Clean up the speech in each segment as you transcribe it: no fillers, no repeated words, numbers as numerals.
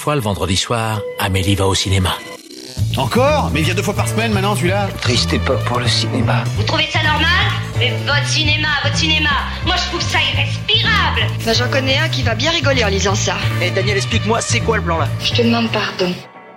fois le vendredi soir, Amélie va au cinéma. Encore ? Mais il vient 2 fois par semaine maintenant, celui-là. Triste époque pour le cinéma. Vous trouvez ça normal ? Mais votre cinéma, moi je trouve ça irrespirable. Bah, j'en connais un qui va bien rigoler en lisant ça. Eh Daniel, explique-moi, c'est quoi le plan là ? Je te demande pardon.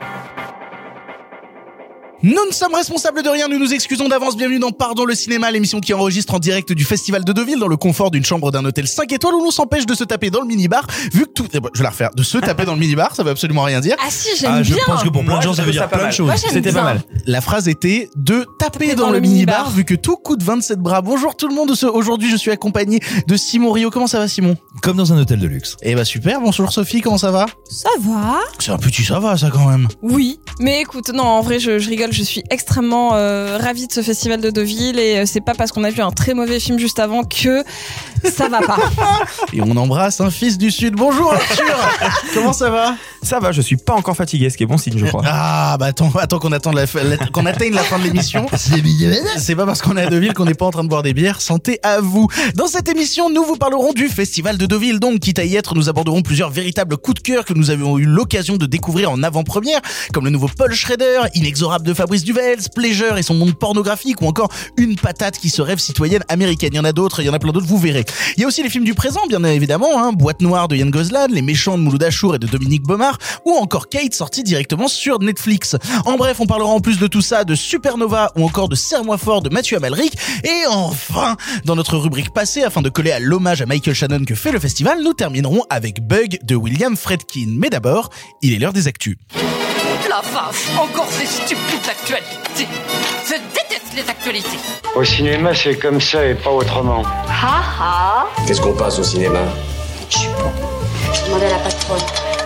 Nous ne sommes responsables de rien, nous nous excusons d'avance. Bienvenue dans Pardon le cinéma, l'émission qui enregistre en direct du Festival de Deauville dans le confort d'une chambre d'un hôtel 5 étoiles où l'on s'empêche de se taper dans le minibar, vu que tout... Je vais la refaire. De se taper dans le minibar, ça veut absolument rien dire. Ah si, j'aime Je bien. pense que pour plein de gens, ça veut dire plein de choses. Moi, j'aime C'était bien. pas mal. La phrase était de taper dans le minibar, vu que tout coûte 27 bras. Bonjour tout le monde, aujourd'hui je suis accompagné de Simon Rio. Comment ça va Simon ? Comme dans un hôtel de luxe. Eh bah super, bonjour Sophie, comment ça va ? Ça va. C'est un petit ça va ça quand même. Oui, mais écoute, non, en vrai, je rigole, je suis extrêmement ravie de ce festival de Deauville et c'est pas parce qu'on a vu un très mauvais film juste avant que ça va pas. Et on embrasse un fils du Sud. Bonjour Arthur. Comment ça va ? Ça va, je suis pas encore fatigué, ce qui est bon signe, je crois. Ah bah attends qu'on attende qu'on atteigne la fin de l'émission. C'est pas parce qu'on est à Deauville qu'on n'est pas en train de boire des bières. Santé à vous. Dans cette émission, nous vous parlerons du Festival de Deauville. Donc, quitte à y être, nous aborderons plusieurs véritables coups de cœur que nous avions eu l'occasion de découvrir en avant-première, comme le nouveau Paul Schrader, Inexorable de Fabrice Duvels, Pleasure et son monde pornographique, ou encore Une patate qui se rêve citoyenne américaine. Il y en a d'autres, il y en a plein d'autres, vous verrez. Il y a aussi les films du présent, bien évidemment, Boîte Noire de Yann Gozlan, Les Méchants de Mouloud Achour et de Dominique Baumard, ou encore Kate, sorti directement sur Netflix. En bref, on parlera en plus de tout ça de Supernova ou encore de Serre-moi fort de Mathieu Amalric. Et enfin, dans notre rubrique passée, afin de coller à l'hommage à Michael Shannon que fait le festival, nous terminerons avec Bug de William Friedkin. Mais d'abord, il est l'heure des actus. La vache, encore ces stupides actualités. Je déteste les actualités. Au cinéma, c'est comme ça et pas autrement. Ha ha. Qu'est-ce qu'on passe au cinéma ? Je sais pas. Je demandais à la patronne.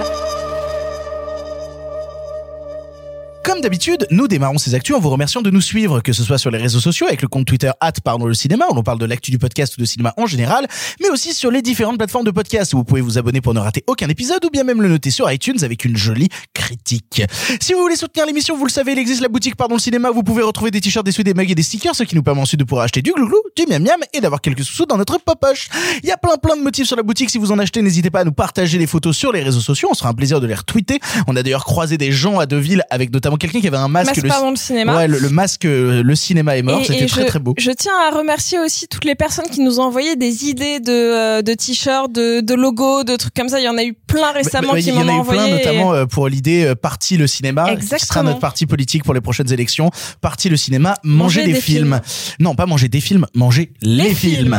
Comme d'habitude, nous démarrons ces actus en vous remerciant de nous suivre, que ce soit sur les réseaux sociaux avec le compte Twitter @Pardon le cinéma où l'on parle de l'actu du podcast ou de cinéma en général, mais aussi sur les différentes plateformes de podcast où vous pouvez vous abonner pour ne rater aucun épisode ou bien même le noter sur iTunes avec une jolie critique. Si vous voulez soutenir l'émission, vous le savez, il existe la boutique Pardon le cinéma où vous pouvez retrouver des t-shirts, des sweats, des mugs et des stickers, ce qui nous permet ensuite de pouvoir acheter du glouglou, du miam miam et d'avoir quelques sous dans notre poche. Il y a plein de motifs sur la boutique. Si vous en achetez, n'hésitez pas à nous partager les photos sur les réseaux sociaux, on sera un plaisir de les retweeter. On a d'ailleurs croisé des gens à Deauville avec notamment quelqu'un qui avait un masque Pardon le cinéma. Ouais, le masque le cinéma est mort, c'était très beau. Je tiens à remercier aussi toutes les personnes qui nous ont envoyé des idées de t-shirts, de logos, de trucs comme ça. Il y en a eu plein récemment qui m'en ont envoyé. Il y en a eu plein, notamment pour l'idée Parti le cinéma, exactement, qui sera notre parti politique pour les prochaines élections. Parti le cinéma, manger des films. Non, pas manger des films, manger les films.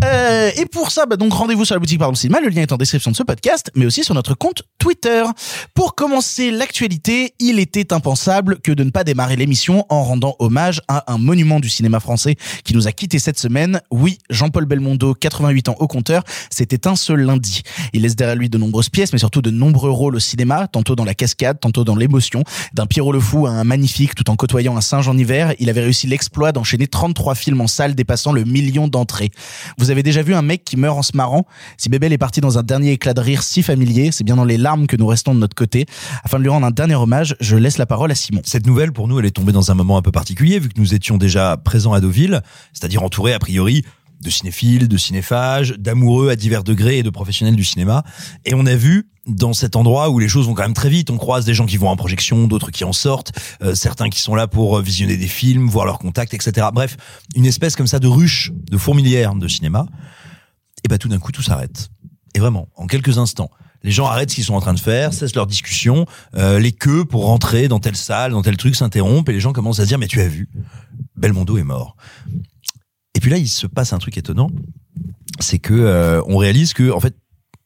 Et pour ça, donc rendez-vous sur la boutique Pardon le cinéma, le lien est en description de ce podcast, mais aussi sur notre compte Twitter. Pour commencer l'actualité, il était impensable que de ne pas démarrer l'émission en rendant hommage à un monument du cinéma français qui nous a quittés cette semaine. Oui, Jean-Paul Belmondo, 88 ans au compteur, s'est éteint ce lundi. Il laisse derrière lui de nombreuses pièces, mais surtout de nombreux rôles au cinéma, tantôt dans la cascade, tantôt dans l'émotion. D'un Pierrot le Fou à un Magnifique, tout en côtoyant un singe en hiver, il avait réussi l'exploit d'enchaîner 33 films en salle dépassant le 1 million d'entrées. Vous avez déjà vu un mec qui meurt en se marrant ? Si Bébel est parti dans un dernier éclat de rire si familier, c'est bien dans les larmes que nous restons de notre côté. Afin de lui rendre un dernier hommage, je laisse la parole à Simon. Cette nouvelle, pour nous, elle est tombée dans un moment un peu particulier, vu que nous étions déjà présents à Deauville, c'est-à-dire entourés, a priori, de cinéphiles, de cinéphages, d'amoureux à divers degrés et de professionnels du cinéma. Et on a vu, dans cet endroit où les choses vont quand même très vite, on croise des gens qui vont en projection, d'autres qui en sortent, certains qui sont là pour visionner des films, voir leurs contacts, etc. Bref, une espèce comme ça de ruche, de fourmilière de cinéma. Et bah tout d'un coup, tout s'arrête. Et vraiment, en quelques instants, les gens arrêtent ce qu'ils sont en train de faire, cessent leur discussion, les queues pour rentrer dans telle salle, dans tel truc s'interrompent et les gens commencent à se dire « Mais tu as vu, Belmondo est mort ». Et puis là, il se passe un truc étonnant, c'est que on réalise que, en fait,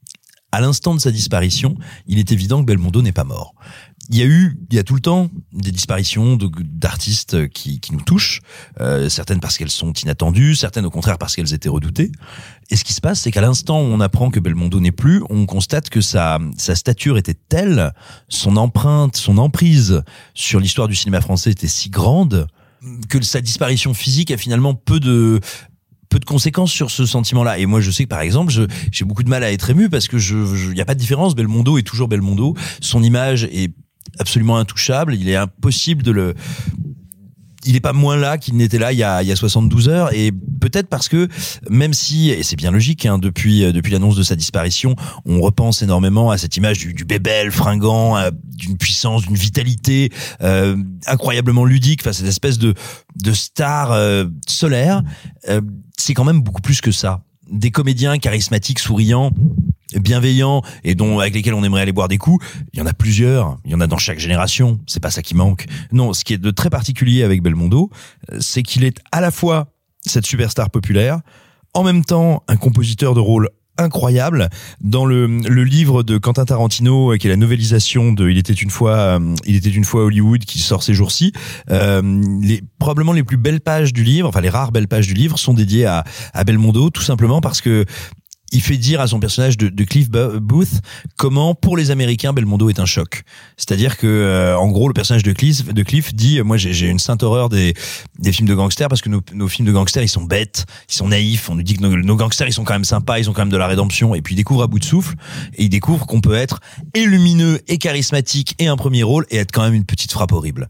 à l'instant de sa disparition, il est évident que Belmondo n'est pas mort. Il y a tout le temps des disparitions d'artistes qui nous touchent, certaines parce qu'elles sont inattendues, certaines au contraire parce qu'elles étaient redoutées. Et ce qui se passe, c'est qu'à l'instant où on apprend que Belmondo n'est plus, on constate que sa stature était telle, son empreinte, son emprise sur l'histoire du cinéma français était si grande, que sa disparition physique a finalement peu de conséquences sur ce sentiment-là. Et moi, je sais que, par exemple, j'ai beaucoup de mal à être ému parce que y a pas de différence. Belmondo est toujours Belmondo. Son image est absolument intouchable. Il est impossible il est pas moins là qu'il n'était là il y a 72 heures, et peut-être parce que même si, et c'est bien logique, hein, depuis l'annonce de sa disparition, on repense énormément à cette image du bébel fringant, d'une puissance, d'une vitalité incroyablement ludique, enfin cette espèce de star solaire, c'est quand même beaucoup plus que ça. Des comédiens charismatiques, souriants, bienveillants et avec lesquels on aimerait aller boire des coups, il y en a plusieurs, il y en a dans chaque génération, c'est pas ça qui manque. Non, ce qui est de très particulier avec Belmondo, c'est qu'il est à la fois cette superstar populaire, en même temps un compositeur de rôle incroyable. Dans le livre de Quentin Tarantino, qui est la novélisation de Il était une fois Hollywood, qui sort ces jours-ci, probablement les plus belles pages du livre, enfin les rares belles pages du livre, sont dédiées à Belmondo, tout simplement parce que il fait dire à son personnage de Cliff Booth comment, pour les Américains, Belmondo est un choc. C'est-à-dire que, en gros, le personnage de Cliff dit, moi, j'ai une sainte horreur des films de gangsters, parce que nos films de gangsters, ils sont bêtes, ils sont naïfs. On nous dit que nos gangsters, ils sont quand même sympas, ils ont quand même de la rédemption. Et puis, il découvre à bout de souffle, et il découvre qu'on peut être et lumineux, et charismatique, et un premier rôle, et être quand même une petite frappe horrible.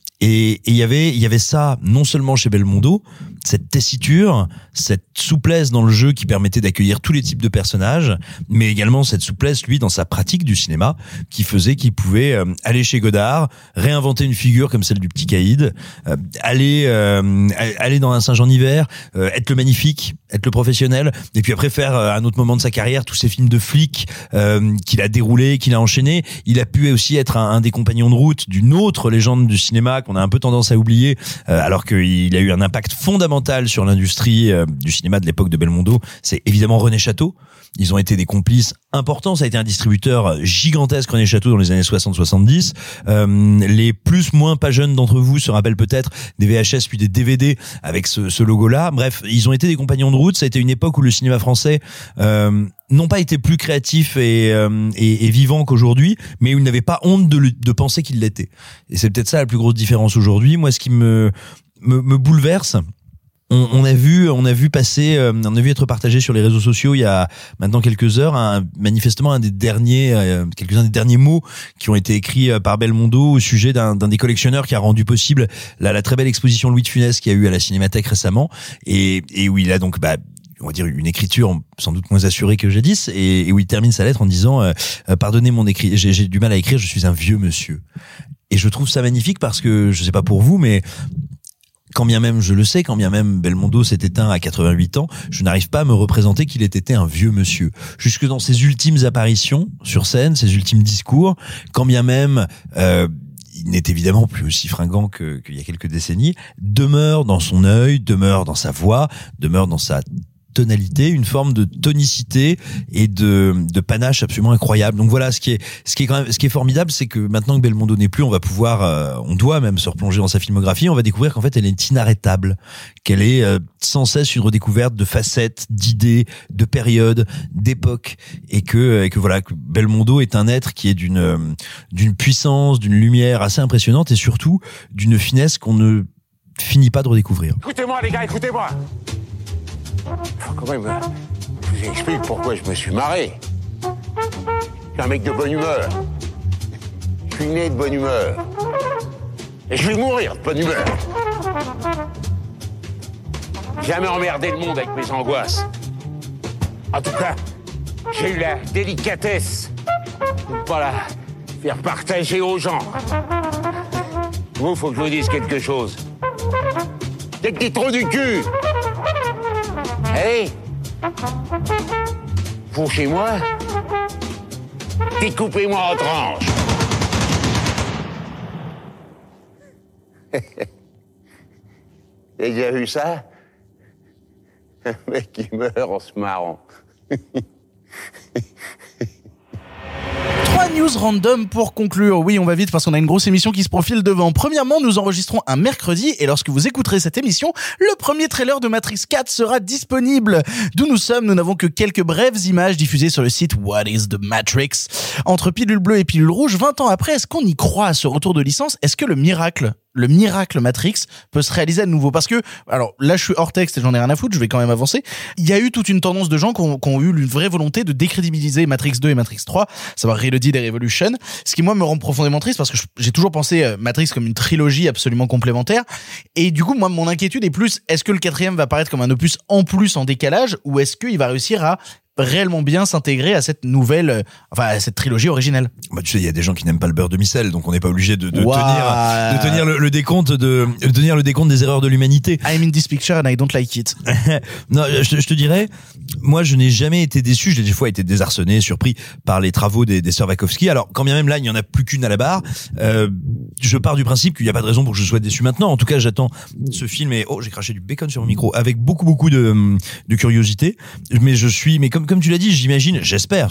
Et il y avait ça, non seulement chez Belmondo, cette tessiture, cette souplesse dans le jeu qui permettait d'accueillir tous les types de personnages, mais également cette souplesse, lui, dans sa pratique du cinéma, qui faisait qu'il pouvait aller chez Godard, réinventer une figure comme celle du petit caïd, aller dans un Saint-Jean hiver, être le magnifique, être le professionnel, et puis après faire à un autre moment de sa carrière tous ces films de flics qu'il a déroulés, qu'il a enchaînés. Il a pu aussi être un des compagnons de route d'une autre légende du cinéma qu'on a un peu tendance à oublier, alors qu'il a eu un impact fondamental sur l'industrie du cinéma de l'époque de Belmondo. C'est évidemment René Château. Ils ont été des complices importants. Ça a été un distributeur gigantesque, René Château, dans les années 60-70. Les moins pas jeunes d'entre vous se rappellent peut-être des VHS puis des DVD avec ce logo-là. Bref, ils ont été des compagnons de route. Ça a été une époque où le cinéma français n'ont pas été plus créatifs et vivants qu'aujourd'hui, mais ils n'avaient pas honte de penser qu'ils l'étaient. Et c'est peut-être ça la plus grosse différence aujourd'hui. Moi, ce qui me bouleverse, on a vu être partagé sur les réseaux sociaux il y a maintenant quelques heures, manifestement quelques-uns des derniers mots qui ont été écrits par Belmondo au sujet d'un des collectionneurs qui a rendu possible la très belle exposition Louis de Funès qu'il y a eu à la Cinémathèque récemment, et où il a donc on va dire une écriture sans doute moins assurée que jadis, et où il termine sa lettre en disant pardonnez mon écrit, j'ai du mal à écrire, je suis un vieux monsieur. Et je trouve ça magnifique parce que, je sais pas pour vous, mais quand bien même je le sais, quand bien même Belmondo s'est éteint à 88 ans, je n'arrive pas à me représenter qu'il ait été un vieux monsieur. Jusque dans ses ultimes apparitions sur scène, ses ultimes discours, quand bien même il n'est évidemment plus aussi fringant qu'il y a quelques décennies, demeure dans son œil, demeure dans sa voix, demeure dans sa tonalité, une forme de tonicité et de panache absolument incroyable. Donc voilà, ce qui est formidable, c'est que maintenant que Belmondo n'est plus, on doit même se replonger dans sa filmographie, on va découvrir qu'en fait elle est inarrêtable, qu'elle est sans cesse une redécouverte de facettes, d'idées, de périodes, d'époques, et que voilà, que Belmondo est un être qui est d'une puissance, d'une lumière assez impressionnante, et surtout d'une finesse qu'on ne finit pas de redécouvrir. Écoutez-moi les gars, écoutez-moi. Quand même, je vous explique pourquoi je me suis marré. Je suis un mec de bonne humeur. Je suis né de bonne humeur. Et je vais mourir de bonne humeur. Jamais emmerdé le monde avec mes angoisses. En tout cas, j'ai eu la délicatesse de ne pas la faire partager aux gens. Vous, faut que je vous dise quelque chose. Des petits trous du cul. Allez, fauchez-moi, découpez-moi en tranches. T'as déjà vu ça? Un mec qui meurt en se marrant. 3 news random pour conclure. Oui, on va vite parce qu'on a une grosse émission qui se profile devant. Premièrement, nous enregistrons un mercredi, et lorsque vous écouterez cette émission, le premier trailer de Matrix 4 sera disponible. D'où nous sommes, nous n'avons que quelques brèves images diffusées sur le site What is the Matrix. Entre pilule bleue et pilule rouge, 20 ans après, est-ce qu'on y croit à ce retour de licence? Est-ce que le miracle le miracle Matrix peut se réaliser à nouveau. Parce que, alors là, je suis hors texte et j'en ai rien à foutre, je vais quand même avancer. Il y a eu toute une tendance de gens qui ont eu une vraie volonté de décrédibiliser Matrix 2 et Matrix 3, savoir Reloaded et Revolution. Ce qui, moi, me rend profondément triste parce que j'ai toujours pensé Matrix comme une trilogie absolument complémentaire. Et du coup, moi, mon inquiétude est plus, est-ce que le 4e va paraître comme un opus en plus en décalage ou est-ce qu'il va réussir à réellement bien s'intégrer à cette nouvelle, à cette trilogie originelle. Bah, tu sais, il y a des gens qui n'aiment pas le beurre de micelle, donc on n'est pas obligé de tenir le décompte tenir le décompte des erreurs de l'humanité. I'm in this picture and I don't like it. Non, je te dirais, moi, je n'ai jamais été déçu. J'ai des fois été désarçonné, surpris par les travaux des sœurs Wachowski. Alors, quand bien même là, il n'y en a plus qu'une à la barre. Je pars du principe qu'il n'y a pas de raison pour que je sois déçu maintenant. En tout cas, j'attends ce film et j'ai craché du bacon sur mon micro avec beaucoup de curiosité. Mais comme tu l'as dit, j'espère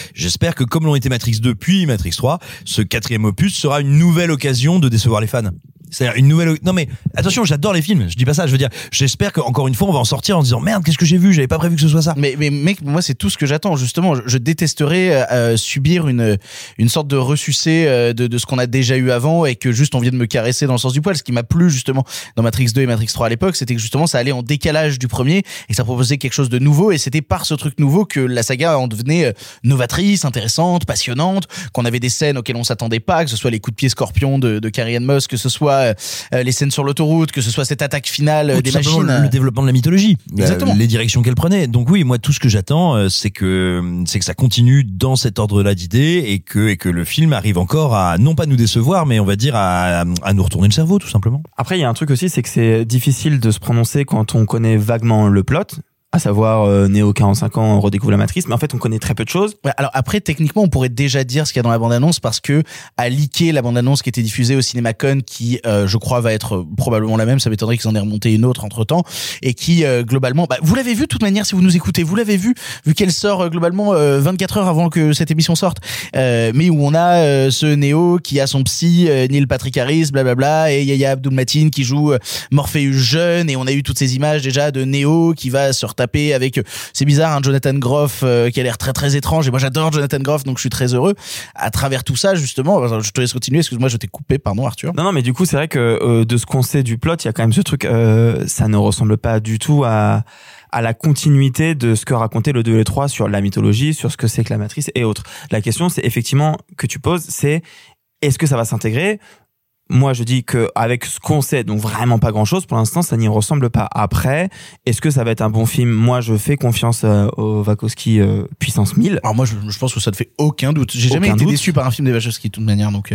que comme l'ont été Matrix 2 puis Matrix 3, ce 4e opus sera une nouvelle occasion de décevoir les fans. C'est-à-dire une nouvelle... Non mais, attention, j'adore les films. Je dis pas ça, je veux dire, j'espère qu'encore une fois, on va en sortir en se disant, merde, qu'est-ce que j'ai vu? J'avais pas prévu que ce soit ça. Mais mec, moi, c'est tout ce que j'attends, justement. Je détesterais subir une sorte de ressucé de ce qu'on a déjà eu avant et que juste on vient de me caresser dans le sens du poil. Ce qui m'a plu, justement, dans Matrix 2 et Matrix 3 à l'époque, c'était que justement, ça allait en décalage du premier et que ça proposait quelque chose de nouveau et c'était par ce truc nouveau que la saga en devenait novatrice, intéressante, passionnante, qu'on avait des scènes auxquelles on s'attendait pas, que ce soit les coups de pied scorpions de Carrie-Anne Moss, que ce soit les scènes sur l'autoroute, que ce soit cette attaque finale des machines, le développement de la mythologie, les directions qu'elle prenait. Donc oui, moi tout ce que j'attends, c'est que ça continue dans cet ordre-là d'idées et que le film arrive encore à non pas nous décevoir, mais on va dire à nous retourner le cerveau tout simplement. Après, il y a un truc aussi, c'est que c'est difficile de se prononcer quand on connaît vaguement le plot. À savoir Neo 45 ans redécouvre la matrice, mais en fait on connaît très peu de choses. Ouais, alors après techniquement on pourrait déjà dire ce qu'il y a dans la bande-annonce parce que à leaker la bande-annonce qui était diffusée au CinemaCon qui je crois va être probablement la même, ça m'étonnerait qu'ils en aient remonté une autre entre-temps et qui globalement vous l'avez vu de toute manière si vous nous écoutez, vous l'avez vu qu'elle sort globalement 24 heures avant que cette émission sorte. Mais où on a ce Neo qui a son psy Neil Patrick Harris blablabla et Yahya Abdul-Mateen qui joue Morpheus jeune et on a eu toutes ces images déjà de Neo qui va se taper avec, c'est bizarre, Jonathan Groff qui a l'air très très étrange et moi j'adore Jonathan Groff donc je suis très heureux à travers tout ça justement. Je te laisse continuer, excuse-moi, je t'ai coupé, pardon Arthur. Non mais du coup c'est vrai que de ce qu'on sait du plot, il y a quand même ce truc, ça ne ressemble pas du tout à la continuité de ce que racontait le 2 et le 3 sur la mythologie, sur ce que c'est que la matrice et autres. La question c'est effectivement que tu poses, c'est est-ce que ça va s'intégrer? Moi, je dis que avec ce qu'on sait, donc vraiment pas grand-chose pour l'instant, ça n'y ressemble pas. Après, est-ce que ça va être un bon film? Moi, je fais confiance aux Wachowski puissance 1000. Alors moi, je pense que ça ne fait aucun doute. J'ai jamais été déçu par un film des Wachowski de toute manière, donc.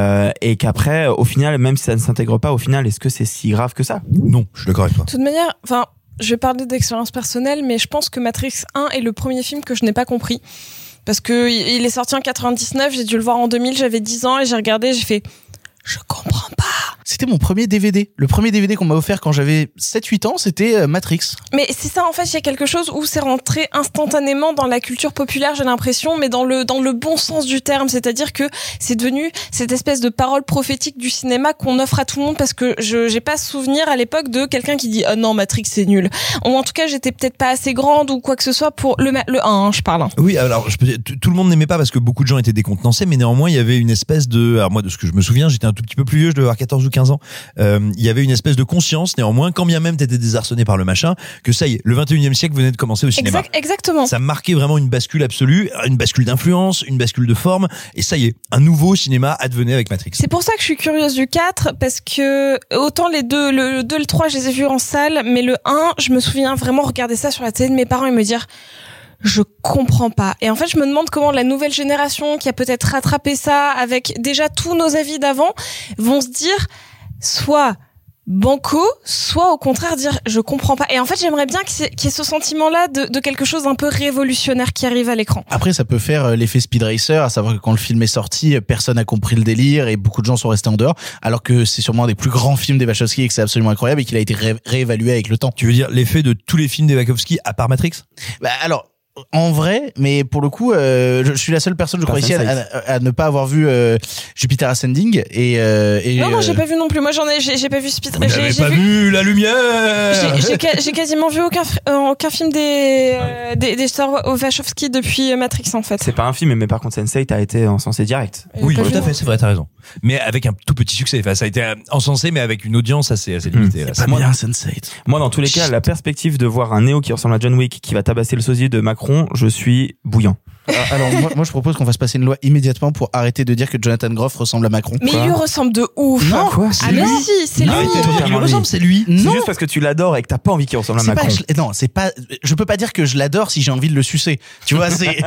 Et qu'après, au final, même si ça ne s'intègre pas, au final, est-ce que c'est si grave que ça? Non, je suis d'accord avec toi. De toute manière, je vais parler d'expérience personnelle, mais je pense que Matrix 1 est le premier film que je n'ai pas compris. Parce que il est sorti en 99, j'ai dû le voir en 2000, j'avais 10 ans et j'ai regardé, j'ai fait je comprends pas. C'était mon premier DVD. Le premier DVD qu'on m'a offert quand j'avais 7-8 ans, c'était Matrix. Mais c'est ça, en fait, il y a quelque chose où c'est rentré instantanément dans la culture populaire, j'ai l'impression, mais dans le bon sens du terme. C'est-à-dire que c'est devenu cette espèce de parole prophétique du cinéma qu'on offre à tout le monde parce que j'ai pas souvenir à l'époque de quelqu'un qui dit « Ah non, Matrix, c'est nul ». Ou en tout cas, j'étais peut-être pas assez grande ou quoi que ce soit pour le 1, je parle. Oui, alors, tout le monde n'aimait pas parce que beaucoup de gens étaient décontenancés, mais néanmoins, il y avait une espèce de... Alors moi, de ce que je me souviens, j'étais un tout petit peu plus vieux, je devais avoir 14 ou 15 ans. Il y avait une espèce de conscience, néanmoins, quand bien même t'étais désarçonné par le machin, que ça y est, le 21e siècle venait de commencer au cinéma. Exactement. Ça marquait vraiment une bascule absolue, une bascule d'influence, une bascule de forme, et ça y est, un nouveau cinéma advenait avec Matrix. C'est pour ça que je suis curieuse du 4, parce que autant les deux, le 2 et le 3, je les ai vus en salle, mais le 1, je me souviens vraiment regarder ça sur la télé de mes parents et me dire... Je comprends pas. Et en fait, je me demande comment la nouvelle génération qui a peut-être rattrapé ça avec déjà tous nos avis d'avant vont se dire soit banco, soit au contraire dire je comprends pas. Et en fait, j'aimerais bien qu'il y ait ce sentiment-là de quelque chose d'un peu révolutionnaire qui arrive à l'écran. Après, ça peut faire l'effet Speed Racer, à savoir que quand le film est sorti, personne n'a compris le délire et beaucoup de gens sont restés en dehors, alors que c'est sûrement un des plus grands films des Wachowski et que c'est absolument incroyable et qu'il a été réévalué avec le temps. Tu veux dire l'effet de tous les films des Wachowski à part Matrix? Alors, en vrai, mais pour le coup, je suis la seule personne, je crois, ici à ne pas avoir vu. Jupiter Ascending et non, j'ai pas vu non plus. Moi, j'ai pas vu Speed. Vous n'avez pas vu la lumière. J'ai quasiment vu aucun film des Star Wachowski depuis Matrix, en fait. C'est pas un film, mais par contre, Sense8 a été encensé direct. Oui, tout à fait, c'est vrai, t'as raison. Mais avec un tout petit succès. Enfin, ça a été encensé, mais avec une audience assez limitée. C'est pas bien, Sense8. Moi, dans tous les cas, la perspective de voir un Neo qui ressemble à John Wick qui va tabasser le sosie de Macron, je suis bouillant. Alors moi je propose qu'on fasse passer une loi immédiatement pour arrêter de dire que Jonathan Groff ressemble à Macron. Mais il lui ressemble de ouf. Non, quoi, ah mais si, c'est lui. Il lui ressemble, c'est lui. C'est juste parce que tu l'adores et que t'as pas envie qu'il ressemble à Macron. Non, c'est pas. Je peux pas dire que je l'adore si j'ai envie de le sucer. Tu vois, c'est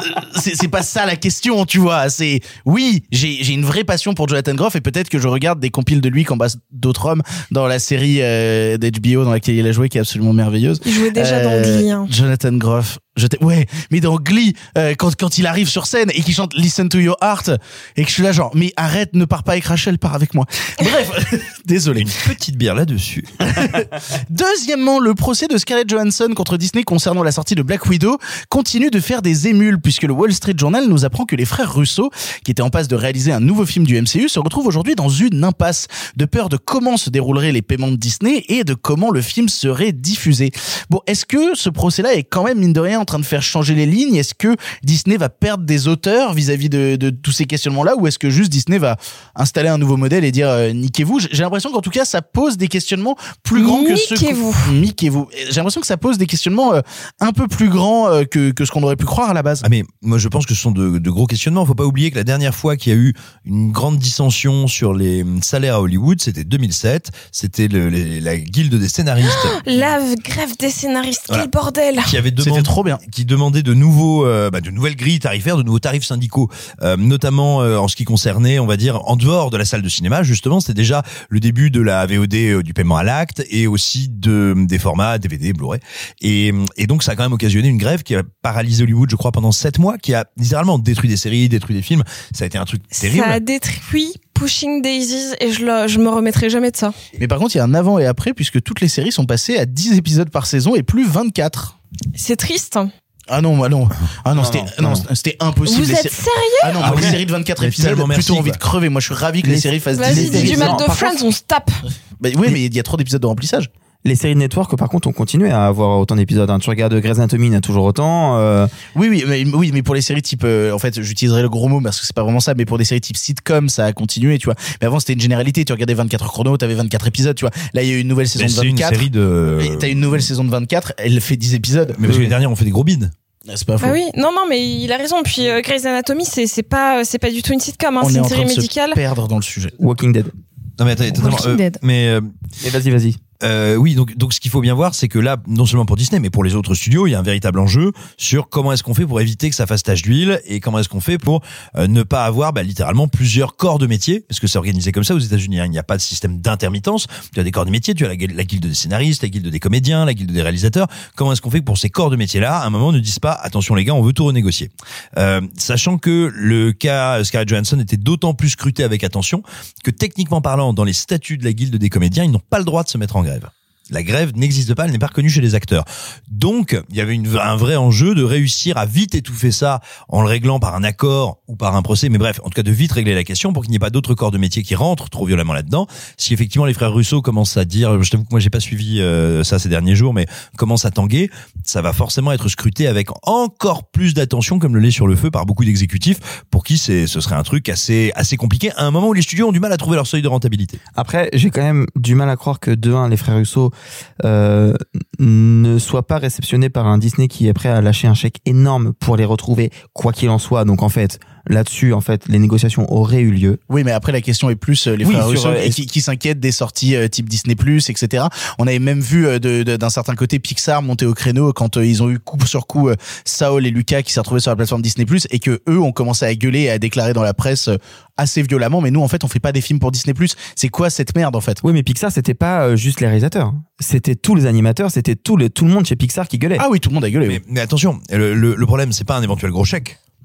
pas ça la question. Tu vois, c'est oui, j'ai une vraie passion pour Jonathan Groff et peut-être que je regarde des compiles de lui qu'embrasse d'autres hommes dans la série d'HBO dans laquelle il a joué qui est absolument merveilleuse. Il jouait déjà dans Glee. Hein. Jonathan Groff. Ouais, mais dans Glee, quand il arrive sur scène et qu'il chante Listen to Your Heart et que je suis là genre, mais arrête, ne pars pas avec Rachel, pars avec moi. Bref, désolé. Une petite bière là-dessus. Deuxièmement, le procès de Scarlett Johansson contre Disney concernant la sortie de Black Widow continue de faire des émules puisque le Wall Street Journal nous apprend que les frères Russo, qui étaient en passe de réaliser un nouveau film du MCU, se retrouvent aujourd'hui dans une impasse de peur de comment se dérouleraient les paiements de Disney et de comment le film serait diffusé. Bon, est-ce que ce procès-là est quand même, mine de rien, en train de faire changer les lignes? Est-ce que Disney va perdre des auteurs vis-à-vis de tous ces questionnements-là, ou est-ce que juste Disney va installer un nouveau modèle et dire niquez-vous? J'ai l'impression qu'en tout cas ça pose des questionnements plus grands que ceux niquez-vous. J'ai l'impression que ça pose des questionnements un peu plus grands que ce qu'on aurait pu croire à la base. Ah mais moi je pense que ce sont de gros questionnements. Faut pas oublier que la dernière fois qu'il y a eu une grande dissension sur les salaires à Hollywood, c'était 2007. C'était la guilde des scénaristes. La grève des scénaristes, voilà. Quel bordel! Qui avait demandé, c'était trop bien. Qui demandait de nouvelles grilles tarifaires, de nouveaux tarifs syndicaux, notamment en ce qui concernait, on va dire, en dehors de la salle de cinéma. Justement, c'était déjà le début de la VOD, du paiement à l'acte, et aussi des formats DVD, Blu-ray. Et donc, ça a quand même occasionné une grève qui a paralysé Hollywood, je crois, pendant 7 mois, qui a littéralement détruit des séries, détruit des films. Ça a été un truc terrible. Ça a détruit Pushing Daisies et je me remettrai jamais de ça. Mais par contre, il y a un avant et après puisque toutes les séries sont passées à 10 épisodes par saison et plus 24. C'est triste. Ah non, c'était impossible. Vous êtes sérieux? Ah non, les séries de 24 épisodes, j'ai plutôt envie de crever. Moi, je suis ravi que les séries fassent 10 épisodes. Vas-y, dis du mal de Friends, on se tape. Bah oui, mais il y a trop d'épisodes de remplissage. Les séries de network, par contre, ont continué à avoir autant d'épisodes. Hein. Tu regardes Grey's Anatomy, il y a toujours autant. Oui, mais pour les séries type, en fait, j'utiliserai le gros mot parce que c'est pas vraiment ça, mais pour des séries type sitcom, ça a continué, tu vois. Mais avant, c'était une généralité. Tu regardais 24 heures chrono, t'avais 24 épisodes, tu vois. Là, il y a eu une nouvelle saison de 24. C'est une série T'as une nouvelle saison de 24, elle fait 10 épisodes. Mais parce que les dernières ont fait des gros bides. C'est pas faux. Ah oui, non, mais il a raison. Puis Grey's Anatomy, c'est pas du tout une sitcom, hein. On C'est est une en série train de médicale. Se perdre dans le sujet. Walking Dead. Non mais attends, Walking Dead. Mais vas-y. Oui, donc ce qu'il faut bien voir, c'est que là, non seulement pour Disney, mais pour les autres studios, il y a un véritable enjeu sur comment est-ce qu'on fait pour éviter que ça fasse tache d'huile et comment est-ce qu'on fait pour ne pas avoir littéralement plusieurs corps de métier, parce que c'est organisé comme ça aux États-Unis. Hein. Il n'y a pas de système d'intermittence. Tu as des corps de métier, tu as la guilde des scénaristes, la guilde des comédiens, la guilde des réalisateurs. Comment est-ce qu'on fait pour ces corps de métier-là, à un moment, ne disent pas attention les gars, on veut tout renégocier, sachant que le cas Scarlett Johansson était d'autant plus scruté avec attention que techniquement parlant, dans les statuts de la guilde des comédiens, ils n'ont pas le droit de se mettre en grève. La grève n'existe pas, elle n'est pas reconnue chez les acteurs. Donc, il y avait un vrai enjeu de réussir à vite étouffer ça en le réglant par un accord ou par un procès. Mais bref, en tout cas, de vite régler la question pour qu'il n'y ait pas d'autres corps de métier qui rentrent trop violemment là-dedans. Si effectivement les frères Russo commencent à dire, je t'avoue que moi j'ai pas suivi ça ces derniers jours, mais commencent à tanguer, ça va forcément être scruté avec encore plus d'attention comme le lait sur le feu par beaucoup d'exécutifs pour qui ce serait un truc assez compliqué à un moment où les studios ont du mal à trouver leur seuil de rentabilité. Après, j'ai quand même du mal à croire que de un, les frères Russo ne soit pas réceptionné par un Disney qui est prêt à lâcher un chèque énorme pour les retrouver quoi qu'il en soit. Donc en fait, là-dessus, les négociations auraient eu lieu. Oui, mais après la question est plus les frères Russo qui s'inquiètent des sorties type Disney+, etc. On avait même vu d'un certain côté Pixar monter au créneau quand ils ont eu coup sur coup Saul et Lucas qui s'est retrouvé sur la plateforme Disney+, et que eux ont commencé à gueuler et à déclarer dans la presse assez violemment, mais nous en fait on fait pas des films pour Disney+. C'est quoi cette merde en fait? Oui, mais Pixar c'était pas juste les réalisateurs, c'était tous les animateurs, c'était tout le monde chez Pixar qui gueulait. Ah oui, tout le monde a gueulé. Mais attention, le problème c'est pas un éventuel gros chèque.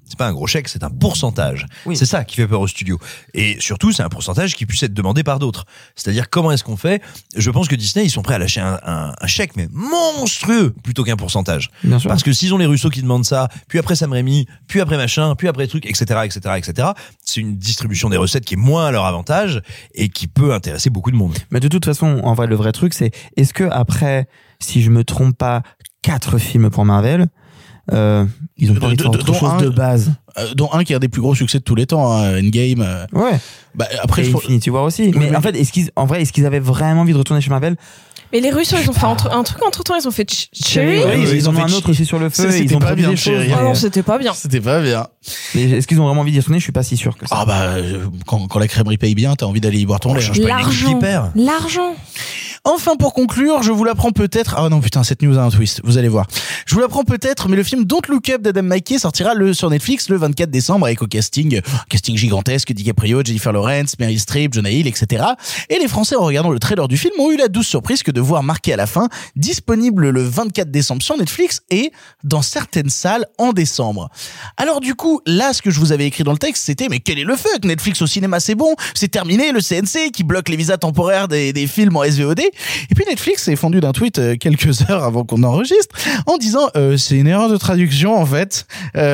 C'est pas un gros chèque, c'est un pourcentage. Oui. C'est ça qui fait peur aux studios. Et surtout, c'est un pourcentage qui puisse être demandé par d'autres. C'est-à-dire, comment est-ce qu'on fait? Je pense que Disney, ils sont prêts à lâcher un chèque, mais monstrueux, plutôt qu'un pourcentage. Bien sûr. Parce que s'ils ont les Russo qui demandent ça, puis après Sam Raimi, puis après machin, puis après truc, etc., c'est une distribution des recettes qui est moins à leur avantage et qui peut intéresser beaucoup de monde. Mais de toute façon, en vrai, le vrai truc, c'est, est-ce que après, si je me trompe pas, 4 films pour Marvel, ils ont pas autre chose de base, dont un qui a des plus gros succès de tous les temps, hein, Endgame. Ouais. Bah, après, Infinity War aussi. Mais en fait, est-ce qu'ils avaient vraiment envie de retourner chez Marvel? Mais les Russes, ils ont fait un truc entre-temps, ils ont fait Cherry. Oui, ils ont fait un autre aussi sur le feu. Ils ont pas bien des choses. Oh non, c'était pas bien. C'était pas bien. Mais est-ce qu'ils ont vraiment envie d'y retourner? Je suis pas si sûr que ça. Ah bah, quand la crèmerie paye bien, t'as envie d'aller y boire ton lait. L'argent. Enfin, pour conclure, je vous l'apprends peut-être. Ah non, putain, cette news a un twist. Vous allez voir. Je vous l'apprends peut-être, mais le film Don't Look Up d'Adam McKay sortira sur Netflix le 24 décembre avec au casting gigantesque, DiCaprio, Jennifer Lawrence, Meryl Streep, Jonah Hill, etc. Et les Français, en regardant le trailer du film, ont eu la douce surprise que de voir marqué à la fin, disponible le 24 décembre sur Netflix et dans certaines salles en décembre. Alors du coup, là, ce que je vous avais écrit dans le texte, c'était, mais quel est le fuck? Netflix au cinéma, c'est bon. C'est terminé, le CNC qui bloque les visas temporaires des films en SVOD. Et puis Netflix s'est fondu d'un tweet quelques heures avant qu'on enregistre en disant c'est une erreur de traduction en fait.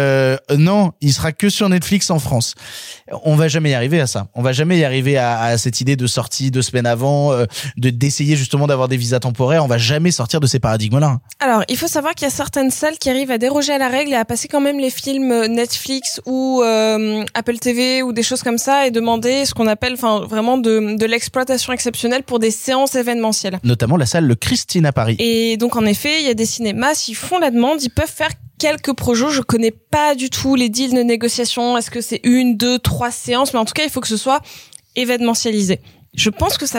Non, il sera que sur Netflix en France. On va jamais y arriver à ça. On va jamais y arriver à cette idée de sortie 2 semaines avant, d'essayer justement d'avoir des visas temporaires. On va jamais sortir de ces paradigmes-là. Alors, il faut savoir qu'il y a certaines salles qui arrivent à déroger à la règle et à passer quand même les films Netflix ou Apple TV ou des choses comme ça et demander ce qu'on appelle, enfin, vraiment de l'exploitation exceptionnelle pour des séances événementielles. Notamment la salle Le Christine à Paris. Et donc, en effet, il y a des cinémas, s'ils font la demande, ils peuvent faire quelques projets. Je connais pas du tout les deals de négociation. Est-ce que c'est 1, 2, 3 séances? Mais en tout cas, il faut que ce soit événementialisé. Je pense que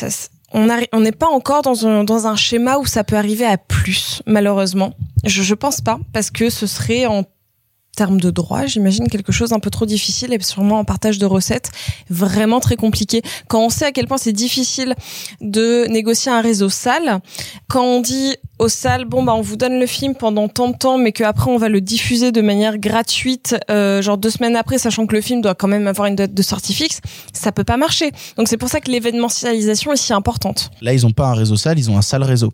on n'est pas encore dans un schéma où ça peut arriver à plus, malheureusement. Je pense pas, parce que ce serait en termes de droit, j'imagine quelque chose un peu trop difficile et sûrement en partage de recettes vraiment très compliqué. Quand on sait à quel point c'est difficile de négocier un réseau salle, quand on dit aux salles, bon, bah, on vous donne le film pendant tant de temps, mais qu'après on va le diffuser de manière gratuite, genre 2 semaines après, sachant que le film doit quand même avoir une date de sortie fixe, ça peut pas marcher. Donc c'est pour ça que l'événementialisation est si importante. Là, ils ont pas un réseau salle, ils ont un salle réseau.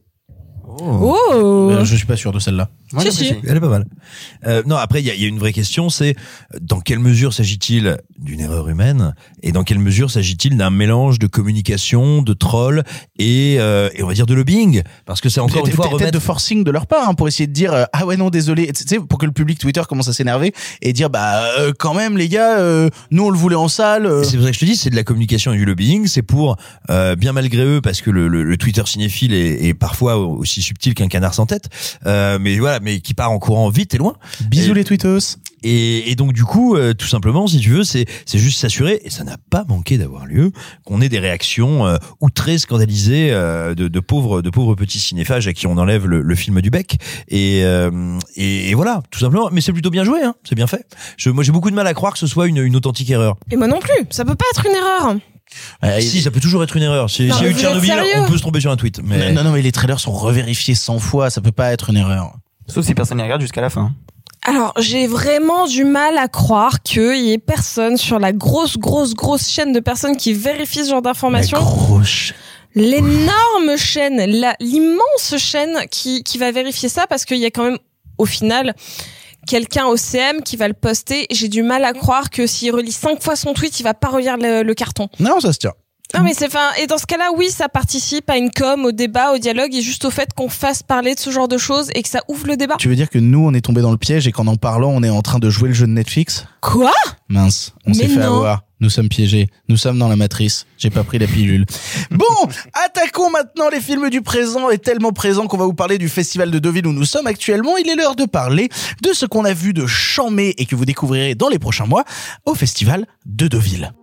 Je suis pas sûr de celle-là. Ouais, si. Elle est pas mal. Non, après, il y a une vraie question, c'est dans quelle mesure s'agit-il d'une erreur humaine et dans quelle mesure s'agit-il d'un mélange de communication, de troll et on va dire de lobbying, parce que c'est encore une fois peut-être de forcing de leur part, hein, pour essayer de dire ah ouais non désolé, tu sais, pour que le public Twitter commence à s'énerver et dire quand même les gars, nous on le voulait en salle. C'est vrai que je te dis, c'est de la communication et du lobbying, c'est pour bien malgré eux, parce que le Twitter cinéphile est parfois aussi subtil qu'un canard sans tête, mais voilà, mais qui part en courant vite et loin. Bisous les tweetos. Et donc du coup, tout simplement, si tu veux, c'est juste s'assurer, et ça n'a pas manqué d'avoir lieu, qu'on ait des réactions outrées, scandalisées de pauvres petits cinéphages à qui on enlève le film du bec. Et voilà, tout simplement. Mais c'est plutôt bien joué, hein, c'est bien fait. Moi, j'ai beaucoup de mal à croire que ce soit une authentique erreur. Et moi non plus, ça peut pas être une erreur. Si, ça peut toujours être une erreur. Si il y a eu Tchernobyl, on peut se tromper sur un tweet. Mais... Non, mais les trailers sont revérifiés 100 fois, ça peut pas être une erreur. Sauf si personne ne les regarde jusqu'à la fin. Alors, j'ai vraiment du mal à croire qu'il y ait personne sur la grosse chaîne de personnes qui vérifient ce genre d'informations. L'énorme chaîne, l'immense chaîne qui va vérifier ça, parce qu'il y a quand même, au final, quelqu'un au CM qui va le poster. J'ai du mal à croire que s'il relit 5 fois son tweet, il va pas relire le carton. Non, ça se tient. Non, mais et dans ce cas-là, oui, ça participe à une com, au débat, au dialogue, et juste au fait qu'on fasse parler de ce genre de choses et que ça ouvre le débat. Tu veux dire que nous, on est tombé dans le piège et qu'en en parlant, on est en train de jouer le jeu de Netflix? Quoi? Mince, on s'est fait avoir. Nous sommes piégés. Nous sommes dans la matrice. J'ai pas pris la pilule. Bon, attaquons maintenant les films du présent, et tellement présent qu'on va vous parler du festival de Deauville où nous sommes actuellement. Il est l'heure de parler de ce qu'on a vu de chambé et que vous découvrirez dans les prochains mois au festival de Deauville.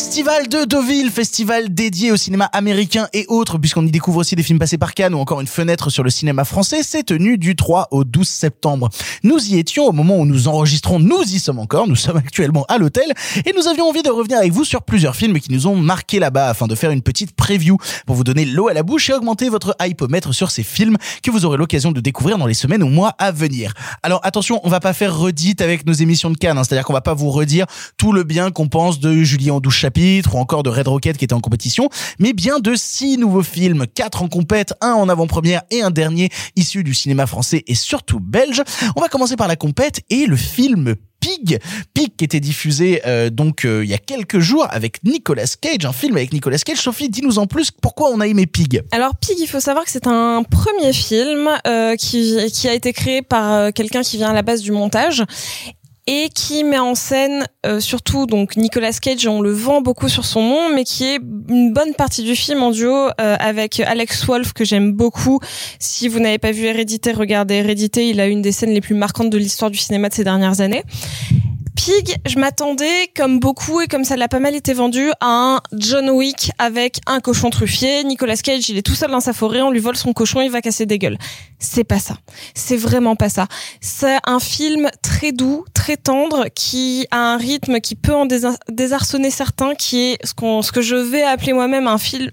Festival de Deauville, festival dédié au cinéma américain et autres, puisqu'on y découvre aussi des films passés par Cannes ou encore une fenêtre sur le cinéma français, s'est tenu du 3 au 12 septembre. Nous y étions au moment où nous enregistrons, nous y sommes encore, nous sommes actuellement à l'hôtel et nous avions envie de revenir avec vous sur plusieurs films qui nous ont marqué là-bas afin de faire une petite preview pour vous donner l'eau à la bouche et augmenter votre hypomètre sur ces films que vous aurez l'occasion de découvrir dans les semaines ou mois à venir. Alors attention, on va pas faire redite avec nos émissions de Cannes, c'est-à-dire qu'on va pas vous redire tout le bien qu'on pense de Julie en 12 chapitres ou encore de Red Rocket qui était en compétition, mais bien de 6 nouveaux films, 4 en compète, 1 en avant-première et un dernier issu du cinéma français et surtout belge. On va commencer par la compète et le film Pig qui était diffusé il y a quelques jours avec Nicolas Cage, un film avec Nicolas Cage. Sophie, dis-nous en plus pourquoi on a aimé Pig. Alors Pig, il faut savoir que c'est un premier film qui a été créé par quelqu'un qui vient à la base du montage et qui met en scène surtout donc Nicolas Cage, on le vend beaucoup sur son nom, mais qui est une bonne partie du film en duo avec Alex Wolff, que j'aime beaucoup. Si vous n'avez pas vu Hérédité, regardez Hérédité, il a une des scènes les plus marquantes de l'histoire du cinéma de ces dernières années. Pig, je m'attendais, comme beaucoup et comme ça l'a pas mal été vendu, à un John Wick avec un cochon truffier. Nicolas Cage, il est tout seul dans sa forêt, on lui vole son cochon, il va casser des gueules. C'est pas ça. C'est vraiment pas ça. C'est un film très doux, très tendre, qui a un rythme qui peut en désarçonner certains, qui est ce que je vais appeler moi-même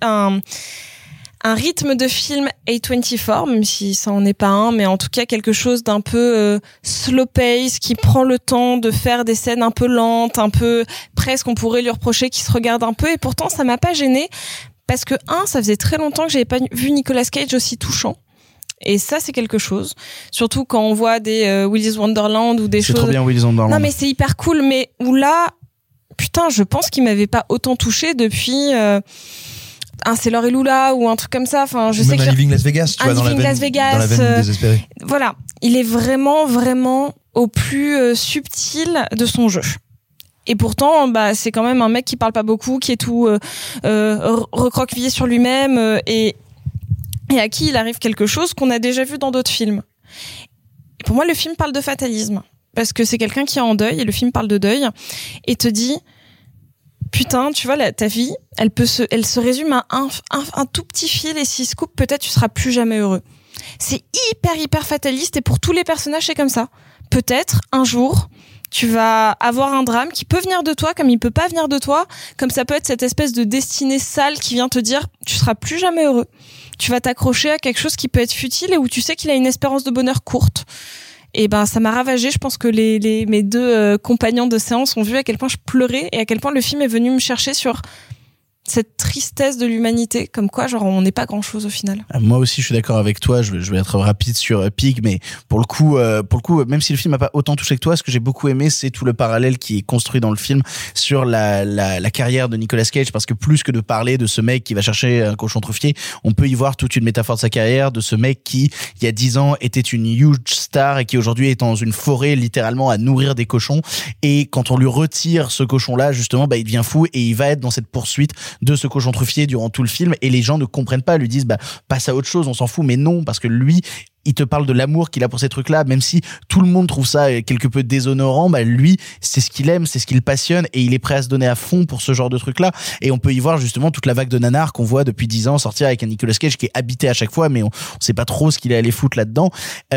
un rythme de film A24, même si ça en est pas un, mais en tout cas quelque chose d'un peu slow pace, qui prend le temps de faire des scènes un peu lentes, un peu presque on pourrait lui reprocher qu'il se regarde un peu, et pourtant ça m'a pas gêné parce que ça faisait très longtemps que j'avais pas vu Nicolas Cage aussi touchant. Et ça, c'est quelque chose. Surtout quand on voit des Willy's Wonderland ou des choses. C'est trop bien Willy's Wonderland. Non, mais c'est hyper cool, mais où là, putain, je pense qu'il m'avait pas autant touché depuis un Sailor et Lula ou un truc comme ça. Enfin, je sais que Living Las Vegas, tu vois, dans la veine désespérée. Voilà, il est vraiment, vraiment au plus subtil de son jeu. Et pourtant, c'est quand même un mec qui parle pas beaucoup, qui est tout recroquevillé sur lui-même et à qui il arrive quelque chose qu'on a déjà vu dans d'autres films. Et pour moi, le film parle de fatalisme parce que c'est quelqu'un qui est en deuil et le film parle de deuil et te dit putain, tu vois, ta vie, elle se résume à un tout petit fil et s'il se coupe, peut-être tu seras plus jamais heureux. C'est hyper fataliste et pour tous les personnages, c'est comme ça. Peut-être, un jour, tu vas avoir un drame qui peut venir de toi comme il peut pas venir de toi, comme ça peut être cette espèce de destinée sale qui vient te dire tu seras plus jamais heureux. Tu vas t'accrocher à quelque chose qui peut être futile et où tu sais qu'il a une espérance de bonheur courte. Et ça m'a ravagé. Je pense que mes deux compagnons de séance ont vu à quel point je pleurais et à quel point le film est venu me chercher sur cette tristesse de l'humanité, comme quoi genre on n'est pas grand chose au final. Moi aussi je suis d'accord avec toi, je vais être rapide sur Pig, mais pour le coup même si le film n'a pas autant touché que toi, ce que j'ai beaucoup aimé c'est tout le parallèle qui est construit dans le film sur la carrière de Nicolas Cage, parce que plus que de parler de ce mec qui va chercher un cochon truffier, on peut y voir toute une métaphore de sa carrière, de ce mec qui il y a 10 ans était une huge star et qui aujourd'hui est dans une forêt littéralement à nourrir des cochons, et quand on lui retire ce cochon là justement il devient fou et il va être dans cette poursuite de ce cochon truffier durant tout le film, et les gens ne comprennent pas, lui disent passe à autre chose, on s'en fout, mais non, parce que lui il te parle de l'amour qu'il a pour ces trucs-là, même si tout le monde trouve ça quelque peu déshonorant, lui, c'est ce qu'il aime, c'est ce qu'il passionne, et il est prêt à se donner à fond pour ce genre de trucs-là. Et on peut y voir justement toute la vague de nanars qu'on voit depuis 10 ans sortir avec un Nicolas Cage qui est habité à chaque fois, mais on sait pas trop ce qu'il est allé foutre là-dedans.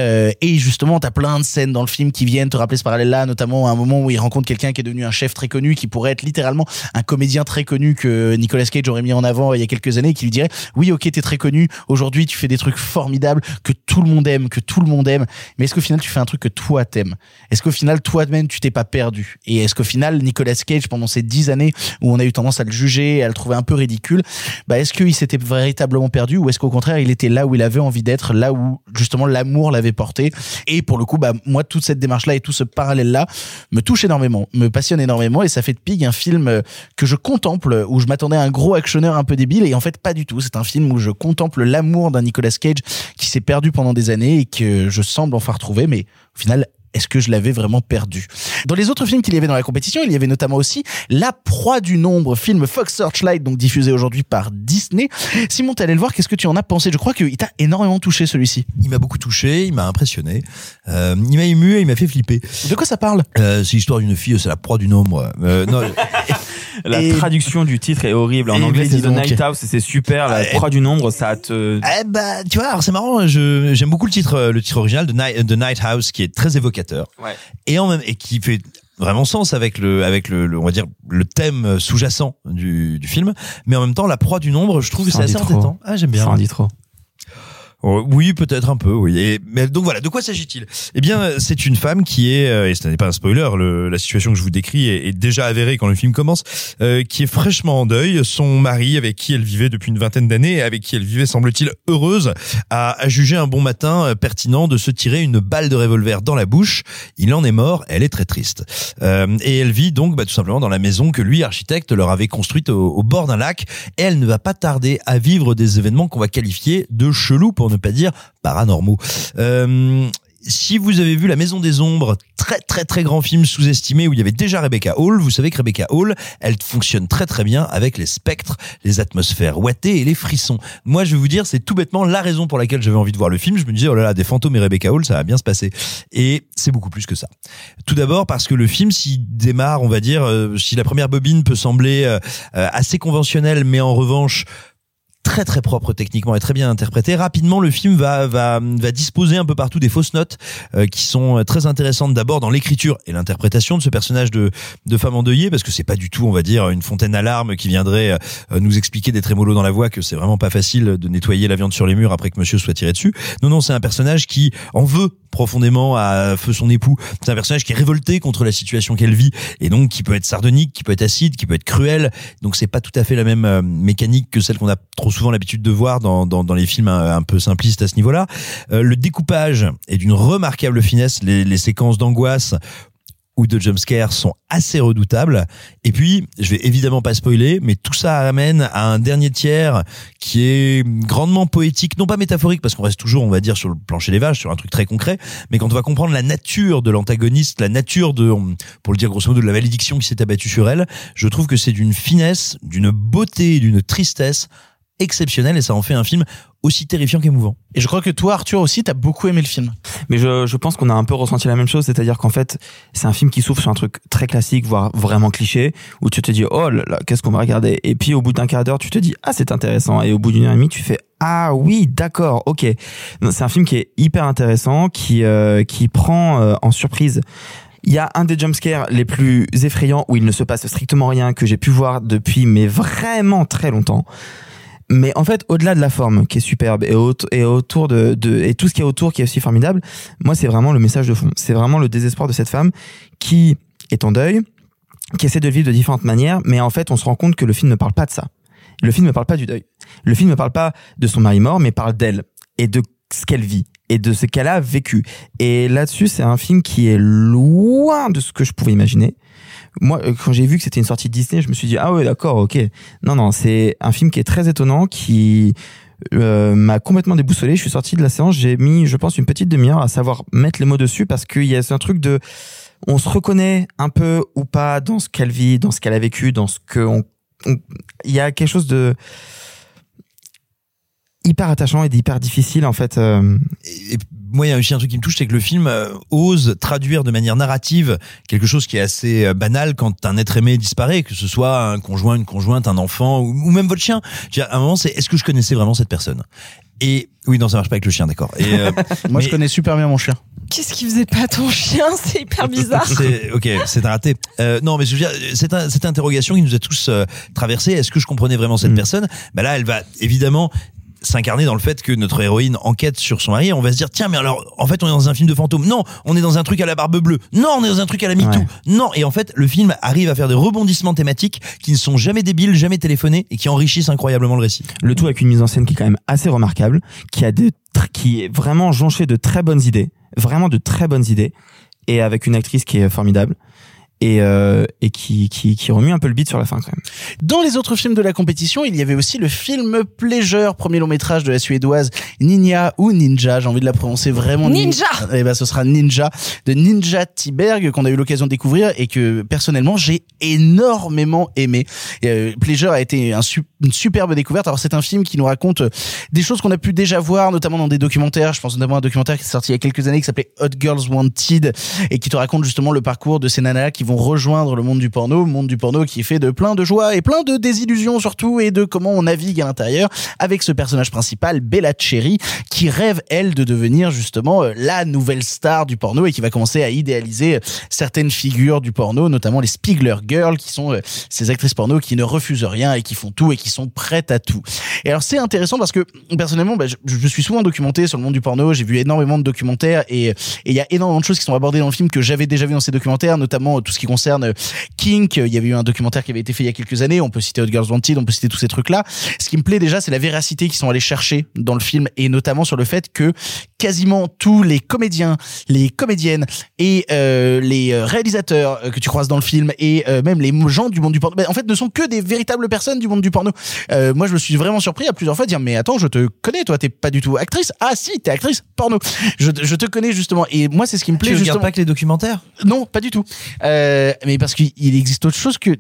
Et justement, t'as plein de scènes dans le film qui viennent te rappeler ce parallèle-là, notamment à un moment où il rencontre quelqu'un qui est devenu un chef très connu, qui pourrait être littéralement un comédien très connu que Nicolas Cage aurait mis en avant il y a quelques années, qui lui dirait oui, ok, t'es très connu, aujourd'hui tu fais des trucs formidables que tout le monde aime, mais est-ce qu'au final tu fais un truc que toi t'aimes? Est-ce qu'au final toi-même tu t'es pas perdu? Et est-ce qu'au final Nicolas Cage, pendant ces 10 années où on a eu tendance à le juger et à le trouver un peu ridicule, est-ce qu'il s'était véritablement perdu, ou est-ce qu'au contraire il était là où il avait envie d'être, là où justement l'amour l'avait porté? Et pour le coup moi toute cette démarche-là et tout ce parallèle-là me touche énormément, me passionne énormément, et ça fait de Pig un film que je contemple, où je m'attendais à un gros actionneur un peu débile, et en fait pas du tout. C'est un film où je contemple l'amour d'un Nicolas Cage qui s'est perdu pendant des années et que je semble enfin retrouver, mais au final, est-ce que je l'avais vraiment perdu? Dans les autres films qu'il y avait dans la compétition, il y avait notamment aussi La Proie du Nombre, film Fox Searchlight, donc diffusé aujourd'hui par Disney. Simon, t'es allé le voir, qu'est-ce que tu en as pensé? Je crois qu'il t'a énormément touché, celui-ci. Il m'a beaucoup touché, il m'a impressionné, il m'a ému et il m'a fait flipper. De quoi ça parle? C'est l'histoire d'une fille, c'est la proie du nombre. Non. La traduction du titre est horrible. En anglais, c'est The Night House et c'est super. La proie du nombre, ça te... tu vois, alors c'est marrant, j'aime beaucoup le titre original de Night House qui est très évocateur. Ouais. Et qui fait vraiment sens avec le on va dire le thème sous-jacent du film, mais en même temps la proie du nombre, je trouve que c'est assez entêtant. Ah, j'aime bien. Ça en dit trop. Oui, peut-être un peu, oui. Mais donc voilà, de quoi s'agit-il ? Eh bien, c'est une femme qui est, et ce n'est pas un spoiler, la situation que je vous décris est déjà avérée quand le film commence, qui est fraîchement en deuil. Son mari, avec qui elle vivait depuis une vingtaine d'années, et avec qui elle vivait, semble-t-il, heureuse, a jugé un bon matin pertinent de se tirer une balle de revolver dans la bouche. Il en est mort, elle est très triste. Et elle vit donc tout simplement dans la maison que lui, architecte, leur avait construite au bord d'un lac. Et elle ne va pas tarder à vivre des événements qu'on va qualifier de chelous, pour ne pas dire paranormaux. Si vous avez vu La Maison des Ombres, très très très grand film sous-estimé où il y avait déjà Rebecca Hall, vous savez que Rebecca Hall, elle fonctionne très très bien avec les spectres, les atmosphères ouatées et les frissons. Moi, je vais vous dire, c'est tout bêtement la raison pour laquelle j'avais envie de voir le film. Je me disais, oh là là, des fantômes et Rebecca Hall, ça va bien se passer. Et c'est beaucoup plus que ça. Tout d'abord parce que le film, s'il démarre, on va dire, si la première bobine peut sembler assez conventionnelle, mais en revanche très très propre techniquement et très bien interprété. Rapidement, le film va disposer un peu partout des fausses notes qui sont très intéressantes, d'abord dans l'écriture et l'interprétation de ce personnage de femme endeuillée, parce que c'est pas du tout, on va dire, une fontaine à larmes qui viendrait nous expliquer des trémolos dans la voix, que c'est vraiment pas facile de nettoyer la viande sur les murs après que monsieur soit tiré dessus. Non, c'est un personnage qui en veut profondément à feu son époux. C'est un personnage qui est révolté contre la situation qu'elle vit, et donc qui peut être sardonique, qui peut être acide, qui peut être cruel. Donc c'est pas tout à fait la même mécanique que celle qu'on a trop souvent l'habitude de voir dans les films un peu simplistes à ce niveau-là. Le découpage est d'une remarquable finesse. Les séquences d'angoisse ou de jumpscare sont assez redoutables. Et puis, je vais évidemment pas spoiler, mais tout ça amène à un dernier tiers qui est grandement poétique, non pas métaphorique, parce qu'on reste toujours, on va dire, sur le plancher des vaches, sur un truc très concret, mais quand on va comprendre la nature de l'antagoniste, la nature pour le dire grosso modo, de la malédiction qui s'est abattue sur elle, je trouve que c'est d'une finesse, d'une beauté, d'une tristesse exceptionnelle, et ça en fait un film aussi terrifiant qu'émouvant. Et je crois que toi, Arthur, aussi, t'as beaucoup aimé le film. Mais je pense qu'on a un peu ressenti la même chose, c'est-à-dire qu'en fait, c'est un film qui souffre sur un truc très classique, voire vraiment cliché, où tu te dis, oh là là, qu'est-ce qu'on va regarder? Et puis, au bout d'un quart d'heure, tu te dis, ah, c'est intéressant. Et au bout d'une heure et demie, tu fais, ah oui, d'accord, ok. C'est un film qui est hyper intéressant, qui prend en surprise. Il y a un des jumpscares les plus effrayants où il ne se passe strictement rien, que j'ai pu voir depuis, mais vraiment très longtemps. Mais en fait, au-delà de la forme qui est superbe et autour et tout ce qui est autour qui est aussi formidable, moi c'est vraiment le message de fond. C'est vraiment le désespoir de cette femme qui est en deuil, qui essaie de le vivre de différentes manières, mais en fait, on se rend compte que le film ne parle pas de ça. Le film ne parle pas du deuil. Le film ne parle pas de son mari mort, mais parle d'elle et de ce qu'elle vit et de ce qu'elle a vécu. Et là-dessus, c'est un film qui est loin de ce que je pouvais imaginer. Moi, quand j'ai vu que c'était une sortie de Disney, je me suis dit, ah ouais, d'accord, ok. Non, c'est un film qui est très étonnant, qui m'a complètement déboussolé. Je suis sorti de la séance, j'ai mis, je pense, une petite demi-heure à savoir mettre les mots dessus, parce qu'il y a un truc de, on se reconnaît un peu ou pas dans ce qu'elle vit, dans ce qu'elle a vécu, dans ce que il y a quelque chose de hyper attachant et d'hyper difficile, en fait. Et moi, il y a aussi un truc qui me touche, c'est que le film ose traduire de manière narrative quelque chose qui est assez banal quand un être aimé disparaît, que ce soit un conjoint, une conjointe, un enfant, ou même votre chien. À un moment, c'est, est-ce que je connaissais vraiment cette personne? Et oui, non, ça marche pas avec le chien, d'accord. Et moi, je connais super bien mon chien. Qu'est-ce qu'il faisait pas ton chien? C'est hyper bizarre. C'est un raté. Non, mais je veux dire, cette interrogation qui nous a tous traversé, est-ce que je comprenais vraiment cette personne? Bah là, elle va évidemment s'incarner dans le fait que notre héroïne enquête sur son mari. On va se dire, tiens, mais alors, en fait, on est dans un film de fantôme. Non, on est dans un truc à la Barbe Bleue. Non, on est dans un truc à la MeToo. Ouais. Non, et en fait, le film arrive à faire des rebondissements thématiques qui ne sont jamais débiles, jamais téléphonés, et qui enrichissent incroyablement le récit. Le tout avec une mise en scène qui est quand même assez remarquable, qui est vraiment jonchée de très bonnes idées, vraiment de très bonnes idées, et avec une actrice qui est formidable. Et qui remue un peu le beat sur la fin quand même. Dans les autres films de la compétition, il y avait aussi le film Pleasure, premier long métrage de la suédoise Ninja ou Ninja, j'ai envie de la prononcer vraiment. Ninja. Et ben ce sera Ninja de Ninja Tiberg, qu'on a eu l'occasion de découvrir et que personnellement j'ai énormément aimé. Pleasure a été une superbe découverte. Alors c'est un film qui nous raconte des choses qu'on a pu déjà voir, notamment dans des documentaires. Je pense notamment à un documentaire qui est sorti il y a quelques années qui s'appelait Hot Girls Wanted et qui te raconte justement le parcours de ces nanas qui vont rejoindre le monde du porno qui est fait de plein de joie et plein de désillusions surtout, et de comment on navigue à l'intérieur avec ce personnage principal, Bella Cherry, qui rêve, elle, de devenir justement la nouvelle star du porno et qui va commencer à idéaliser certaines figures du porno, notamment les Spiegler Girls, qui sont ces actrices porno qui ne refusent rien et qui font tout et qui sont prêtes à tout. Et alors c'est intéressant parce que personnellement, je suis souvent documenté sur le monde du porno, j'ai vu énormément de documentaires et il y a énormément de choses qui sont abordées dans le film que j'avais déjà vu dans ces documentaires, notamment tout ce qui concerne kink. Il y avait eu un documentaire qui avait été fait il y a quelques années, on peut citer Hot Girls Wanted, on peut citer tous ces trucs là. Ce qui me plaît déjà, c'est la véracité qu'ils sont allés chercher dans le film, et notamment sur le fait que quasiment tous les comédiens, les comédiennes et les réalisateurs que tu croises dans le film, et même les gens du monde du porno, en fait ne sont que des véritables personnes du monde du porno. Moi je me suis vraiment surpris à plusieurs fois de dire mais attends, je te connais, toi t'es pas du tout actrice. Ah si, t'es actrice porno. Je te connais justement, et moi c'est ce qui me plaît. Tu justement. regardes pas que les documentaires? Non, pas du tout. Mais parce qu'il existe autre chose que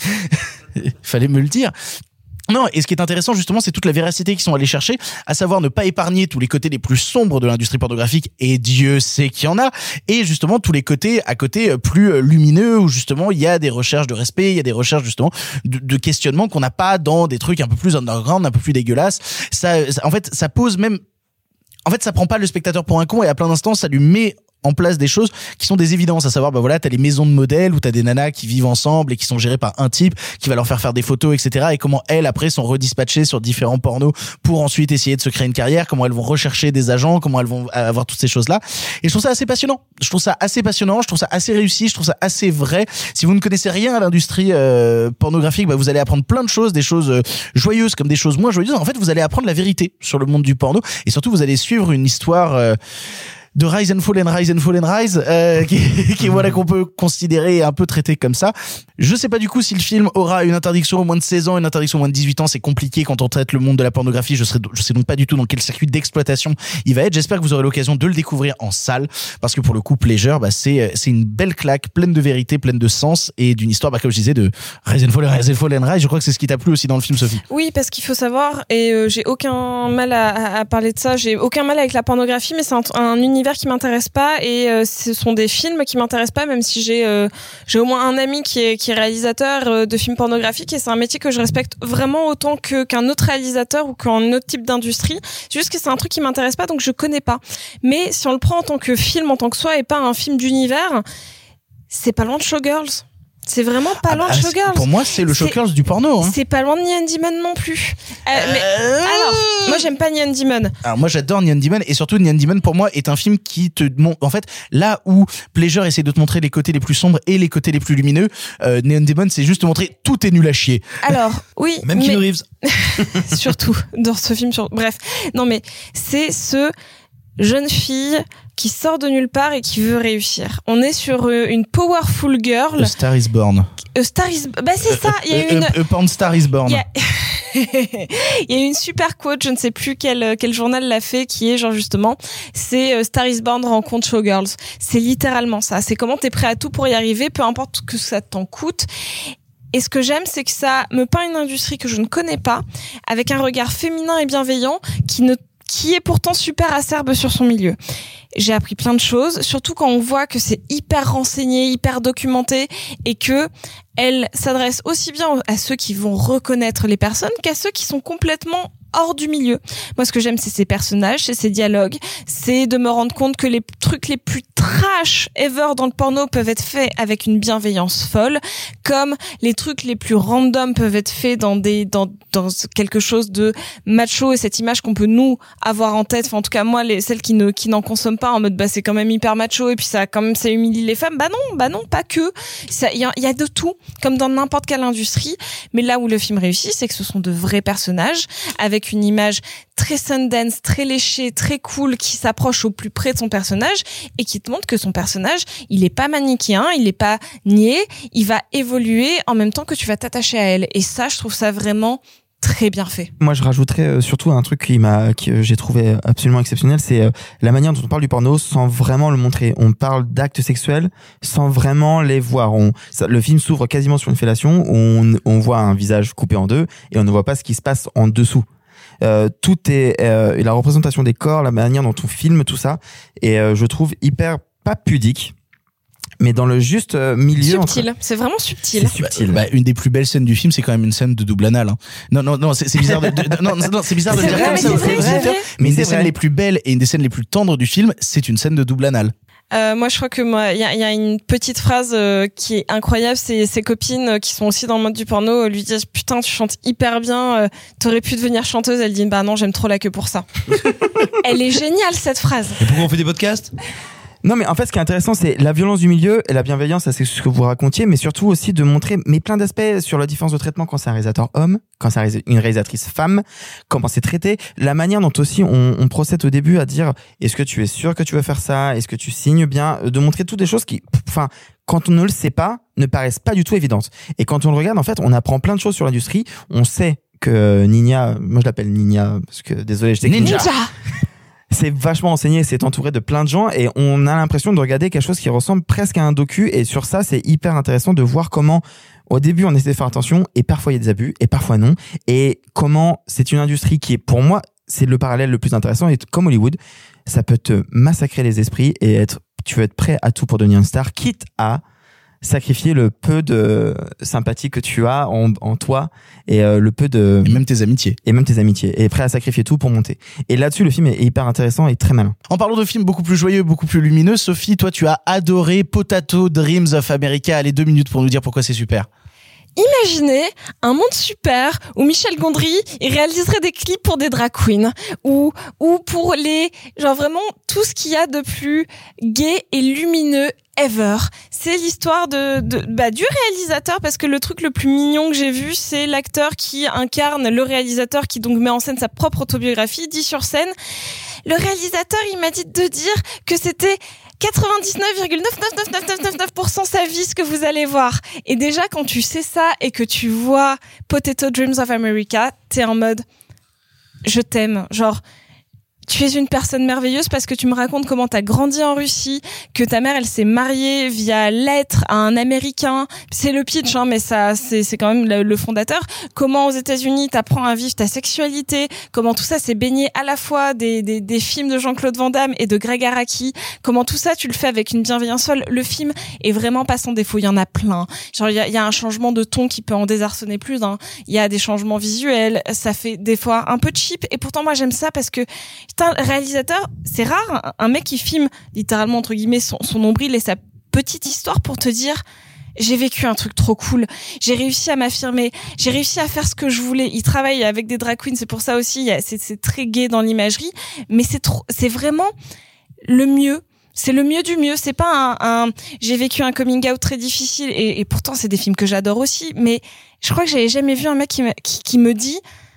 fallait me le dire. Non, et ce qui est intéressant justement, c'est toute la véracité qu'ils sont allés chercher, à savoir ne pas épargner tous les côtés les plus sombres de l'industrie pornographique, et Dieu sait qu'il y en a, et justement tous les côtés à côté plus lumineux, où justement il y a des recherches de respect, il y a des recherches justement de questionnement qu'on n'a pas dans des trucs un peu plus underground, un peu plus dégueulasses. Ça en fait, ça pose même... En fait, ça prend pas le spectateur pour un con, et à plein d'instants, ça lui met en place des choses qui sont des évidences, à savoir t'as les maisons de modèles où t'as des nanas qui vivent ensemble et qui sont gérées par un type qui va leur faire des photos, etc., et comment elles après sont redispatchées sur différents pornos pour ensuite essayer de se créer une carrière, comment elles vont rechercher des agents, comment elles vont avoir toutes ces choses là. Et je trouve ça assez passionnant, je trouve ça assez réussi, je trouve ça assez vrai. Si vous ne connaissez rien à l'industrie pornographique, vous allez apprendre plein de choses, des choses joyeuses comme des choses moins joyeuses. En fait, vous allez apprendre la vérité sur le monde du porno, et surtout vous allez suivre une histoire de Rise and Fall and Rise and Fall and Rise, qui voilà, qu'on peut considérer un peu traité comme ça. Je sais pas du coup si le film aura une interdiction au moins de 16 ans, une interdiction au moins de 18 ans. C'est compliqué quand on traite le monde de la pornographie. Je sais donc pas du tout dans quel circuit d'exploitation il va être. J'espère que vous aurez l'occasion de le découvrir en salle, parce que pour le coup, Pleasure, c'est une belle claque, pleine de vérité, pleine de sens, et d'une histoire, comme je disais, de Rise and Fall and Rise. Je crois que c'est ce qui t'a plu aussi dans le film, Sophie. Oui, parce qu'il faut savoir, et j'ai aucun mal à parler de ça, j'ai aucun mal avec la pornographie, mais c'est un univers qui m'intéresse pas, et ce sont des films qui m'intéressent pas, même si j'ai au moins un ami qui est réalisateur de films pornographiques, et c'est un métier que je respecte vraiment autant qu'un autre réalisateur ou qu'un autre type d'industrie. C'est juste que c'est un truc qui m'intéresse pas, donc je connais pas. Mais si on le prend en tant que film, en tant que soi, et pas un film d'univers, c'est pas loin de Showgirls. C'est vraiment pas loin de Showgirls. Pour moi, c'est le Showgirls du porno. C'est pas loin de Neon Demon non plus. Alors, moi, j'aime pas Neon Demon. Alors, moi, j'adore Neon Demon, et surtout, Neon Demon, pour moi, est un film qui te montre, en fait, là où Pleasure essaie de te montrer les côtés les plus sombres et les côtés les plus lumineux, Neon Demon, c'est juste te montrer tout est nul à chier. Alors, oui. Même Keanu Reeves. Surtout, dans ce film, bref. Non, mais c'est ce jeune fille qui sort de nulle part et qui veut réussir. On est sur une powerful girl. A Star is Born. C'est ça. Il y a une. A Porn Star is Born. Il y a une super quote, je ne sais plus quel journal l'a fait, qui est genre justement, c'est Star is Born rencontre Showgirls. C'est littéralement ça. C'est comment t'es prêt à tout pour y arriver, peu importe que ça t'en coûte. Et ce que j'aime, c'est que ça me peint une industrie que je ne connais pas, avec un regard féminin et bienveillant qui est pourtant super acerbe sur son milieu. J'ai appris plein de choses, surtout quand on voit que c'est hyper renseigné, hyper documenté, et que elle s'adresse aussi bien à ceux qui vont reconnaître les personnes qu'à ceux qui sont complètement hors du milieu. Moi, ce que j'aime, c'est ses personnages, c'est ses dialogues, c'est de me rendre compte que les trucs les plus trash ever dans le porno peuvent être faits avec une bienveillance folle, comme les trucs les plus random peuvent être faits dans quelque chose de macho, et cette image qu'on peut nous avoir en tête, enfin en tout cas moi, celles qui n'en consomment pas, en mode c'est quand même hyper macho, et puis ça humilie les femmes. Bah non, pas que. Il y a de tout, comme dans n'importe quelle industrie. Mais là où le film réussit, c'est que ce sont de vrais personnages avec une image très Sundance, très léchée, très cool, qui s'approche au plus près de son personnage et qui te montre que son personnage, il est pas manichéen, il est pas niais, il va évoluer en même temps que tu vas t'attacher à elle. Et ça, je trouve ça vraiment très bien fait. Moi, je rajouterais surtout un truc que j'ai trouvé absolument exceptionnel, c'est la manière dont on parle du porno sans vraiment le montrer. On parle d'actes sexuels sans vraiment les voir. Le film s'ouvre quasiment sur une fellation où on voit un visage coupé en deux et on ne voit pas ce qui se passe en dessous. Tout est la représentation des corps, la manière dont on filme tout ça, et je trouve hyper pas pudique. mais dans le juste milieu. Subtil, c'est vraiment subtil. C'est subtil. Une des plus belles scènes du film, c'est quand même une scène de double anal. Hein. Non, c'est bizarre c'est bizarre de le dire comme ça. Mais une des scènes les plus belles et une des scènes les plus tendres du film, c'est une scène de double anal. Moi, je crois que il y a une petite phrase qui est incroyable. C'est ses copines qui sont aussi dans le mode du porno lui disent putain, tu chantes hyper bien. T'aurais pu devenir chanteuse. Elle dit bah non, j'aime trop la queue pour ça. Elle est géniale cette phrase. Et pourquoi on fait des podcasts? Non, mais en fait, ce qui est intéressant, c'est la violence du milieu et la bienveillance, ça c'est ce que vous racontiez, mais surtout aussi de montrer plein d'aspects sur la différence de traitement quand c'est un réalisateur homme, quand c'est une réalisatrice femme, comment c'est traité, la manière dont aussi on procède au début à dire est-ce que tu es sûr que tu veux faire ça, est-ce que tu signes bien, de montrer toutes des choses qui, enfin, quand on ne le sait pas, ne paraissent pas du tout évidentes. Et quand on le regarde, en fait, on apprend plein de choses sur l'industrie, on sait que Ninia, moi je l'appelle Ninia, parce que désolé, je dis Ninja. C'est vachement enseigné, c'est entouré de plein de gens et on a l'impression de regarder quelque chose qui ressemble presque à un docu et sur ça, c'est hyper intéressant de voir comment au début on essaie de faire attention et parfois il y a des abus et parfois non et comment c'est une industrie qui est pour moi, c'est le parallèle le plus intéressant et comme Hollywood, ça peut te massacrer les esprits et tu veux être prêt à tout pour devenir une star, quitte à sacrifier le peu de sympathie que tu as en toi et le peu de et même tes amitiés et prêt à sacrifier tout pour monter. Et là-dessus le film est hyper intéressant et très malin. En parlant de films beaucoup plus joyeux, beaucoup plus lumineux, Sophie, toi tu as adoré Potato Dreams of America. Allez, 2 minutes pour nous dire pourquoi c'est super. Imaginez un monde super où Michel Gondry il réaliserait des clips pour des drag queens ou pour les genre vraiment tout ce qu'il y a de plus gai et lumineux ever. C'est l'histoire du réalisateur parce que le truc le plus mignon que j'ai vu c'est l'acteur qui incarne le réalisateur qui donc met en scène sa propre autobiographie, dit sur scène le réalisateur il m'a dit de dire que c'était 99,99999% sa vie ce que vous allez voir. Et déjà quand tu sais ça et que tu vois Potato Dreams of America, t'es en mode je t'aime, genre tu es une personne merveilleuse parce que tu me racontes comment t'as grandi en Russie, que ta mère elle s'est mariée via lettre à un Américain. C'est le pitch, hein, mais ça c'est quand même le fondateur. Comment aux États-Unis t'apprends à vivre ta sexualité, comment tout ça s'est baigné à la fois des films de Jean-Claude Van Damme et de Greg Araki. Comment tout ça tu le fais avec une bienveillance folle. Le film est vraiment pas sans défaut. Il y en a plein. Genre il y a un changement de ton qui peut en désarçonner plus. Hein. Il y a des changements visuels. Ça fait des fois un peu cheap. Et pourtant moi j'aime ça parce que putain, réalisateur, c'est rare, un mec qui filme littéralement entre guillemets son nombril et sa petite histoire pour te dire j'ai vécu un truc trop cool, j'ai réussi à m'affirmer, j'ai réussi à faire ce que je voulais. Il travaille avec des drag queens, c'est pour ça aussi c'est très gai dans l'imagerie, mais c'est vraiment le mieux. C'est le mieux du mieux. C'est pas un j'ai vécu un coming out très difficile et pourtant c'est des films que j'adore aussi, mais je crois que j'avais jamais vu un mec qui me dit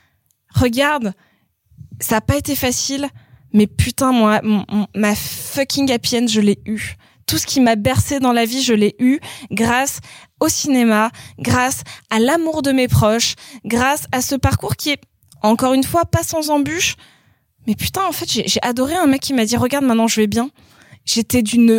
regarde, ça a pas été facile, mais putain, moi, ma fucking happy end, je l'ai eu. Tout ce qui m'a bercé dans la vie, je l'ai eu grâce au cinéma, grâce à l'amour de mes proches, grâce à ce parcours qui est, encore une fois, pas sans embûches. Mais putain, en fait, j'ai adoré un mec qui m'a dit, regarde, maintenant, je vais bien. J'étais d'une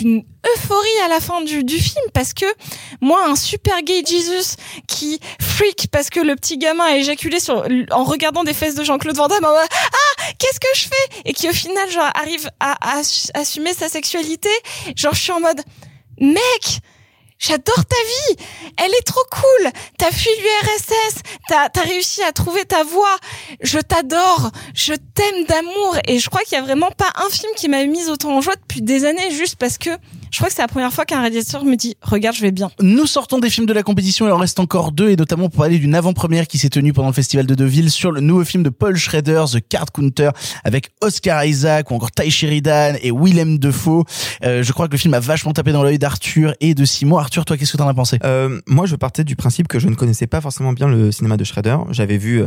euphorie à la fin du film parce que moi un super gay Jesus qui freak parce que le petit gamin a éjaculé en regardant des fesses de Jean-Claude Van Damme qu'est-ce que je fais et qui au final genre arrive à assumer sa sexualité, genre je suis en mode mec, j'adore ta vie, elle est trop cool, t'as fui l'URSS, t'as réussi à trouver ta voie, je t'adore, je t'aime d'amour et je crois qu'il y a vraiment pas un film qui m'a mise autant en joie depuis des années juste parce que je crois que c'est la première fois qu'un réalisateur me dit regarde je vais bien. Nous sortons des films de la compétition, il en reste encore 2 et notamment pour parler d'une avant-première qui s'est tenue pendant le festival de Deauville sur le nouveau film de Paul Schrader, The Card Counter, avec Oscar Isaac ou encore Ty Sheridan et Willem Dafoe. Je crois que le film a vachement tapé dans l'œil d'Arthur et de Simon. Arthur, toi qu'est-ce que t'en as pensé? Moi je partais du principe que je ne connaissais pas forcément bien le cinéma de Schrader. J'avais vu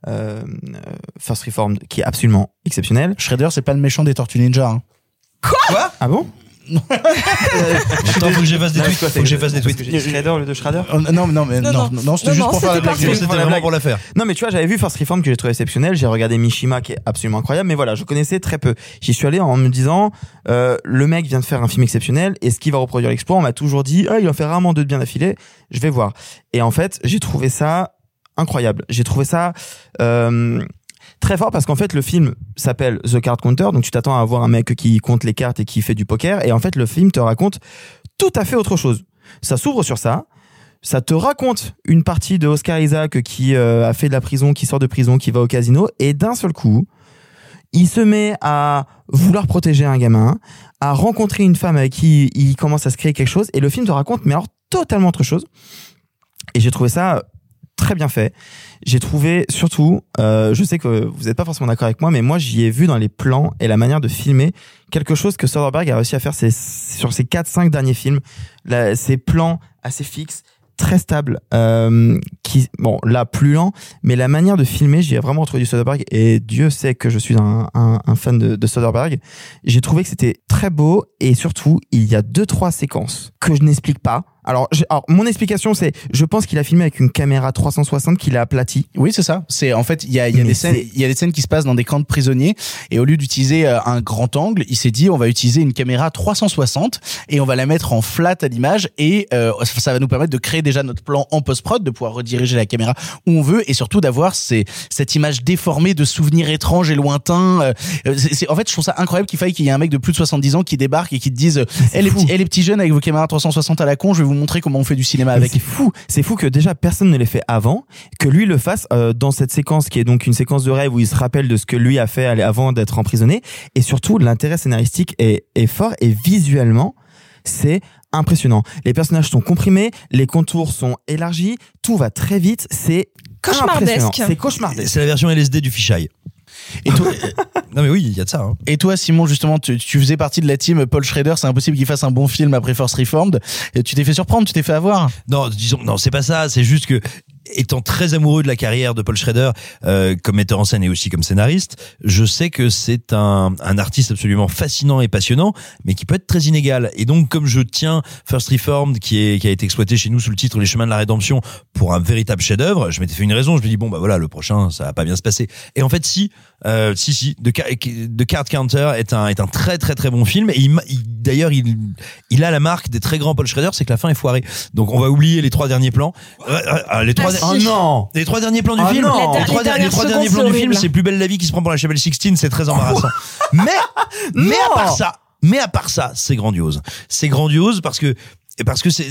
First Reformed qui est absolument exceptionnel. Schrader c'est pas le méchant des Tortues Ninja hein. Quoi? Ah bon? Attends, faut que j'efface des tweets. Schrader, le de Schrader? Non, c'était juste pour faire la blague. C'était vraiment pour la faire. Non, mais tu vois, j'avais vu First Reformed que j'ai trouvé exceptionnel. J'ai regardé Mishima qui est absolument incroyable. Mais voilà, je connaissais très peu. J'y suis allé en me disant, le mec vient de faire un film exceptionnel. Est-ce qu'il va reproduire l'exploit? On m'a toujours dit, il va faire rarement 2 de bien d'affilée. Je vais voir. Et en fait, j'ai trouvé ça incroyable. J'ai trouvé ça, très fort parce qu'en fait le film s'appelle The Card Counter, donc tu t'attends à voir un mec qui compte les cartes et qui fait du poker et en fait le film te raconte tout à fait autre chose. Ça s'ouvre sur ça. Ça te raconte une partie de Oscar Isaac qui a fait de la prison, qui sort de prison, qui va au casino, et d'un seul coup, il se met à vouloir protéger un gamin, à rencontrer une femme avec qui il commence à se créer quelque chose, et le film te raconte, mais alors totalement autre chose. Et j'ai trouvé ça très bien fait. J'ai trouvé surtout, je sais que vous n'êtes pas forcément d'accord avec moi, mais moi j'y ai vu dans les plans et la manière de filmer quelque chose que Soderbergh a réussi à faire sur ses 4-5 derniers films. Ces plans assez fixes, très stable, là plus lent, mais la manière de filmer, j'ai vraiment trouvé du Soderbergh, et Dieu sait que je suis un fan de Soderbergh. J'ai trouvé que c'était très beau, et surtout il y a 2-3 séquences que je n'explique pas. Alors mon explication, c'est, je pense qu'il a filmé avec une caméra 360 qu'il a aplatie. Oui, c'est ça. C'est en fait il y a des scènes qui se passent dans des camps de prisonniers, et au lieu d'utiliser un grand angle, il s'est dit on va utiliser une caméra 360 et on va la mettre en flat à l'image, et ça va nous permettre de créer déjà notre plan en post-prod, de pouvoir rediriger la caméra où on veut, et surtout d'avoir cette image déformée de souvenirs étranges et lointains. En fait, je trouve ça incroyable qu'il faille qu'il y ait un mec de plus de 70 ans qui débarque et qui te dise les petits jeunes avec vos caméras 360 à la con, je vais vous montrer comment on fait du cinéma avec. C'est fou que déjà personne ne l'ait fait avant, que lui le fasse dans cette séquence qui est donc une séquence de rêve où il se rappelle de ce que lui a fait avant d'être emprisonné, et surtout l'intérêt scénaristique est fort, et visuellement c'est impressionnant. Les personnages sont comprimés, les contours sont élargis, tout va très vite, c'est cauchemardesque. C'est cauchemardesque. C'est la version LSD du fisheye. Et toi, non mais oui, il y a de ça. Hein. Et toi, Simon, justement, tu faisais partie de la team Paul Schrader. C'est impossible qu'il fasse un bon film après First Reformed. Et tu t'es fait surprendre, tu t'es fait avoir. Non, c'est pas ça. C'est juste que, étant très amoureux de la carrière de Paul Schrader, comme metteur en scène et aussi comme scénariste, je sais que c'est un artiste absolument fascinant et passionnant, mais qui peut être très inégal. Et donc, comme je tiens First Reformed, qui a été exploité chez nous sous le titre Les Chemins de la Rédemption, pour un véritable chef-d'œuvre, je m'étais fait une raison. Je me dis bon, bah voilà, le prochain, ça va pas bien se passer. Et en fait, si, The Card Counter est un très très très bon film. Et d'ailleurs, il a la marque des très grands Paul Schrader, c'est que la fin est foirée. Donc, on va oublier les 3 derniers plans. Oh non! Les 3 derniers plans du film. Les trois derniers plans du film, c'est Plus belle la vie qui se prend pour la Chapelle Sixtine, c'est très embarrassant. mais à part ça, c'est grandiose. C'est grandiose parce que c'est,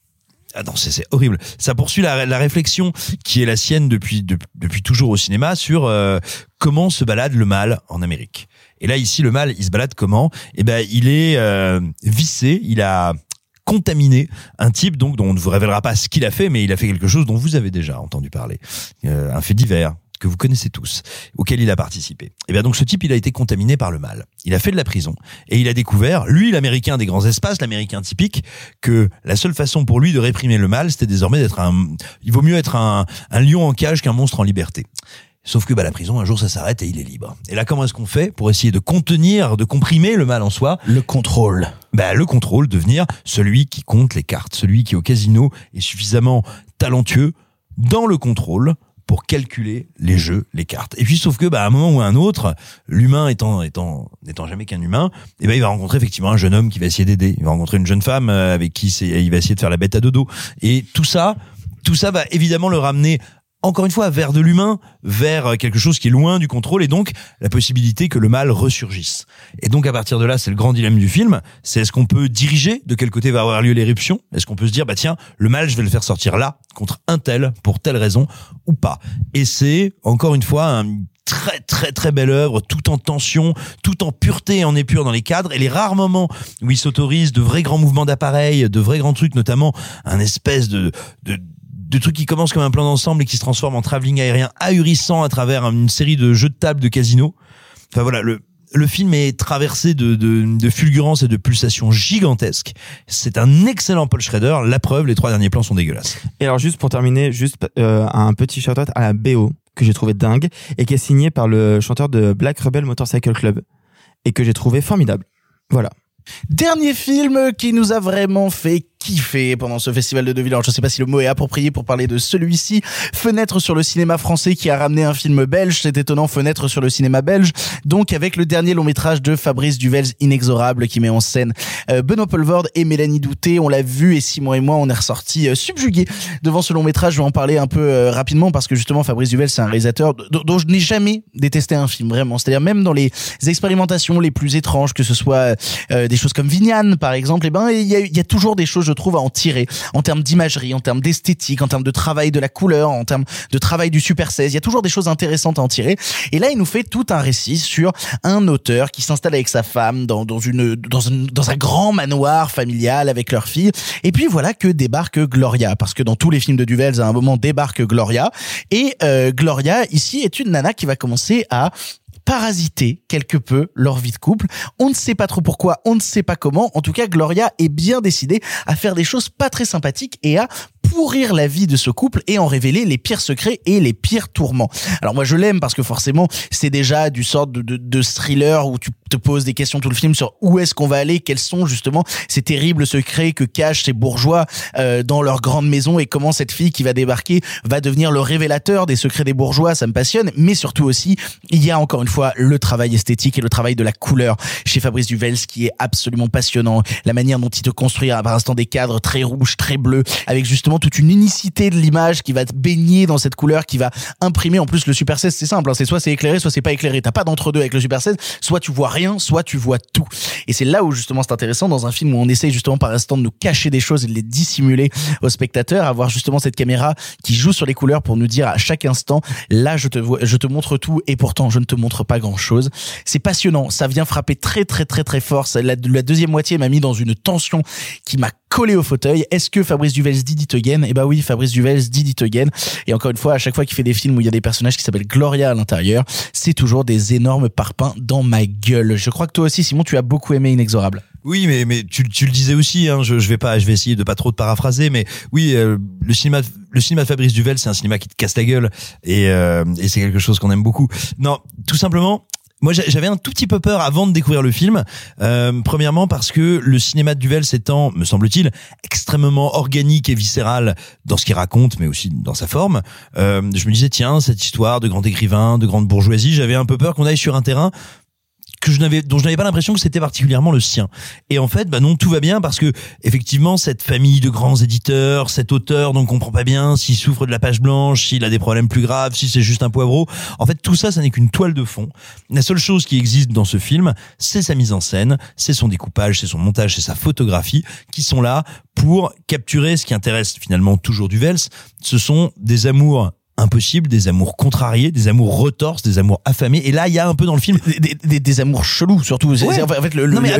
c'est horrible. Ça poursuit la réflexion qui est la sienne depuis toujours au cinéma sur comment se balade le mal en Amérique. Et là, ici, le mal, il se balade comment? Eh ben, il est vissé, il a contaminé un type donc dont on ne vous révélera pas ce qu'il a fait, mais il a fait quelque chose dont vous avez déjà entendu parler, un fait divers que vous connaissez tous, auquel il a participé. Et bien donc ce type, il a été contaminé par le mal. Il a fait de la prison et il a découvert, lui, l'Américain des grands espaces, l'Américain typique, que la seule façon pour lui de réprimer le mal, c'était désormais il vaut mieux être un lion en cage qu'un monstre en liberté. Sauf que la prison, un jour, ça s'arrête et il est libre. Et là, comment est-ce qu'on fait pour essayer de contenir, de comprimer le mal en soi? Le contrôle. Le contrôle, devenir celui qui compte les cartes, celui qui au casino est suffisamment talentueux dans le contrôle pour calculer les jeux, les cartes. Et puis sauf que à un moment ou à un autre, l'humain n'étant jamais qu'un humain, il va rencontrer effectivement un jeune homme qui va essayer d'aider. Il va rencontrer une jeune femme avec qui il va essayer de faire la bête à dodo. Et tout ça va évidemment le ramener encore une fois vers de l'humain, vers quelque chose qui est loin du contrôle, et donc la possibilité que le mal ressurgisse. Et donc à partir de là, c'est le grand dilemme du film, c'est est-ce qu'on peut diriger de quel côté va avoir lieu l'éruption? Est-ce qu'on peut se dire tiens, le mal, je vais le faire sortir là contre un tel pour telle raison ou pas? Et c'est encore une fois un très très très belle œuvre, tout en tension, tout en pureté et en épure dans les cadres, et les rares moments où il s'autorise de vrais grands mouvements d'appareil, de vrais grands trucs, notamment un espèce de trucs qui commencent comme un plan d'ensemble et qui se transforment en travelling aérien ahurissant à travers une série de jeux de table de casino. Enfin voilà, le film est traversé de fulgurances et de pulsations gigantesques. C'est un excellent Paul Schrader. La preuve, les 3 derniers plans sont dégueulasses. Et alors juste pour terminer, un petit shout-out à la BO que j'ai trouvé dingue et qui est signée par le chanteur de Black Rebel Motorcycle Club et que j'ai trouvé formidable. Voilà. Dernier film qui nous a vraiment fait kiffé pendant ce festival de Deauville. Alors, je sais pas si le mot est approprié pour parler de celui-ci. Fenêtre sur le cinéma français qui a ramené un film belge. C'est étonnant, fenêtre sur le cinéma belge. Donc, avec le dernier long métrage de Fabrice Duvels, Inexorable, qui met en scène Benoît Poelvoorde et Mélanie Douté. On l'a vu et Simon et moi, on est ressortis subjugués devant ce long métrage. Je vais en parler un peu rapidement parce que justement, Fabrice Duvels, c'est un réalisateur dont je n'ai jamais détesté un film, vraiment. C'est-à-dire même dans les expérimentations les plus étranges, que ce soit des choses comme Vignane, par exemple, il y a toujours des choses, je trouve, à en tirer en termes d'imagerie, en termes d'esthétique, en termes de travail de la couleur, en termes de travail du Super 16. Il y a toujours des choses intéressantes à en tirer. Et là, il nous fait tout un récit sur un auteur qui s'installe avec sa femme dans un grand manoir familial avec leur fille. Et puis voilà que débarque Gloria, parce que dans tous les films de Duvels, à un moment débarque Gloria. Et Gloria ici est une nana qui va commencer à parasiter quelque peu leur vie de couple. On ne sait pas trop pourquoi, on ne sait pas comment. En tout cas, Gloria est bien décidée à faire des choses pas très sympathiques et à pourrir la vie de ce couple et en révéler les pires secrets et les pires tourments. Alors moi je l'aime parce que forcément c'est déjà du sort de thriller où tu te poses des questions tout le film sur où est-ce qu'on va aller, quels sont justement ces terribles secrets que cachent ces bourgeois dans leur grande maison et comment cette fille qui va débarquer va devenir le révélateur des secrets des bourgeois. Ça me passionne, mais surtout aussi il y a encore une fois le travail esthétique et le travail de la couleur chez Fabrice Duvels qui est absolument passionnant. La manière dont il te construit par instant des cadres très rouges, très bleus, avec justement toute une unicité de l'image qui va te baigner dans cette couleur, qui va imprimer. En plus, le Super 16, c'est simple, hein, c'est soit c'est éclairé, soit c'est pas éclairé. T'as pas d'entre-deux avec le Super 16, soit tu vois rien, soit tu vois tout. Et c'est là où justement c'est intéressant dans un film où on essaye justement par instant de nous cacher des choses et de les dissimuler aux spectateurs, avoir justement cette caméra qui joue sur les couleurs pour nous dire à chaque instant, là je te montre tout et pourtant je ne te montre pas grand chose. C'est passionnant, ça vient frapper très très très très fort. La deuxième moitié m'a mis dans une tension qui m'a collé au fauteuil. Est-ce que Fabrice Duvels did it again? Eh ben oui, Fabrice Duvels did it again. Et encore une fois, à chaque fois qu'il fait des films où il y a des personnages qui s'appellent Gloria à l'intérieur, c'est toujours des énormes parpaings dans ma gueule. Je crois que toi aussi, Simon, tu as beaucoup aimé Inexorable. Oui, mais tu le disais aussi, hein, je vais essayer de pas trop te paraphraser, mais oui, le cinéma de Fabrice Duvels, c'est un cinéma qui te casse la gueule et c'est quelque chose qu'on aime beaucoup. Non, tout simplement, moi, j'avais un tout petit peu peur avant de découvrir le film. Premièrement parce que le cinéma de Duvels étant, me semble-t-il, extrêmement organique et viscéral dans ce qu'il raconte, mais aussi dans sa forme. Je me disais, tiens, cette histoire de grand écrivain, de grande bourgeoisie, j'avais un peu peur qu'on aille sur un terrain dont je n'avais pas l'impression que c'était particulièrement le sien. Et en fait, non, tout va bien parce que, effectivement, cette famille de grands éditeurs, cet auteur dont on comprend pas bien s'il souffre de la page blanche, s'il a des problèmes plus graves, si c'est juste un poivreau. En fait, tout ça, ça n'est qu'une toile de fond. La seule chose qui existe dans ce film, c'est sa mise en scène, c'est son découpage, c'est son montage, c'est sa photographie, qui sont là pour capturer ce qui intéresse finalement toujours Duvels. Ce sont des amours impossible, des amours contrariés, des amours retorses, des amours affamés. Et là, il y a un peu dans le film des amours chelous, surtout. Ouais. En fait,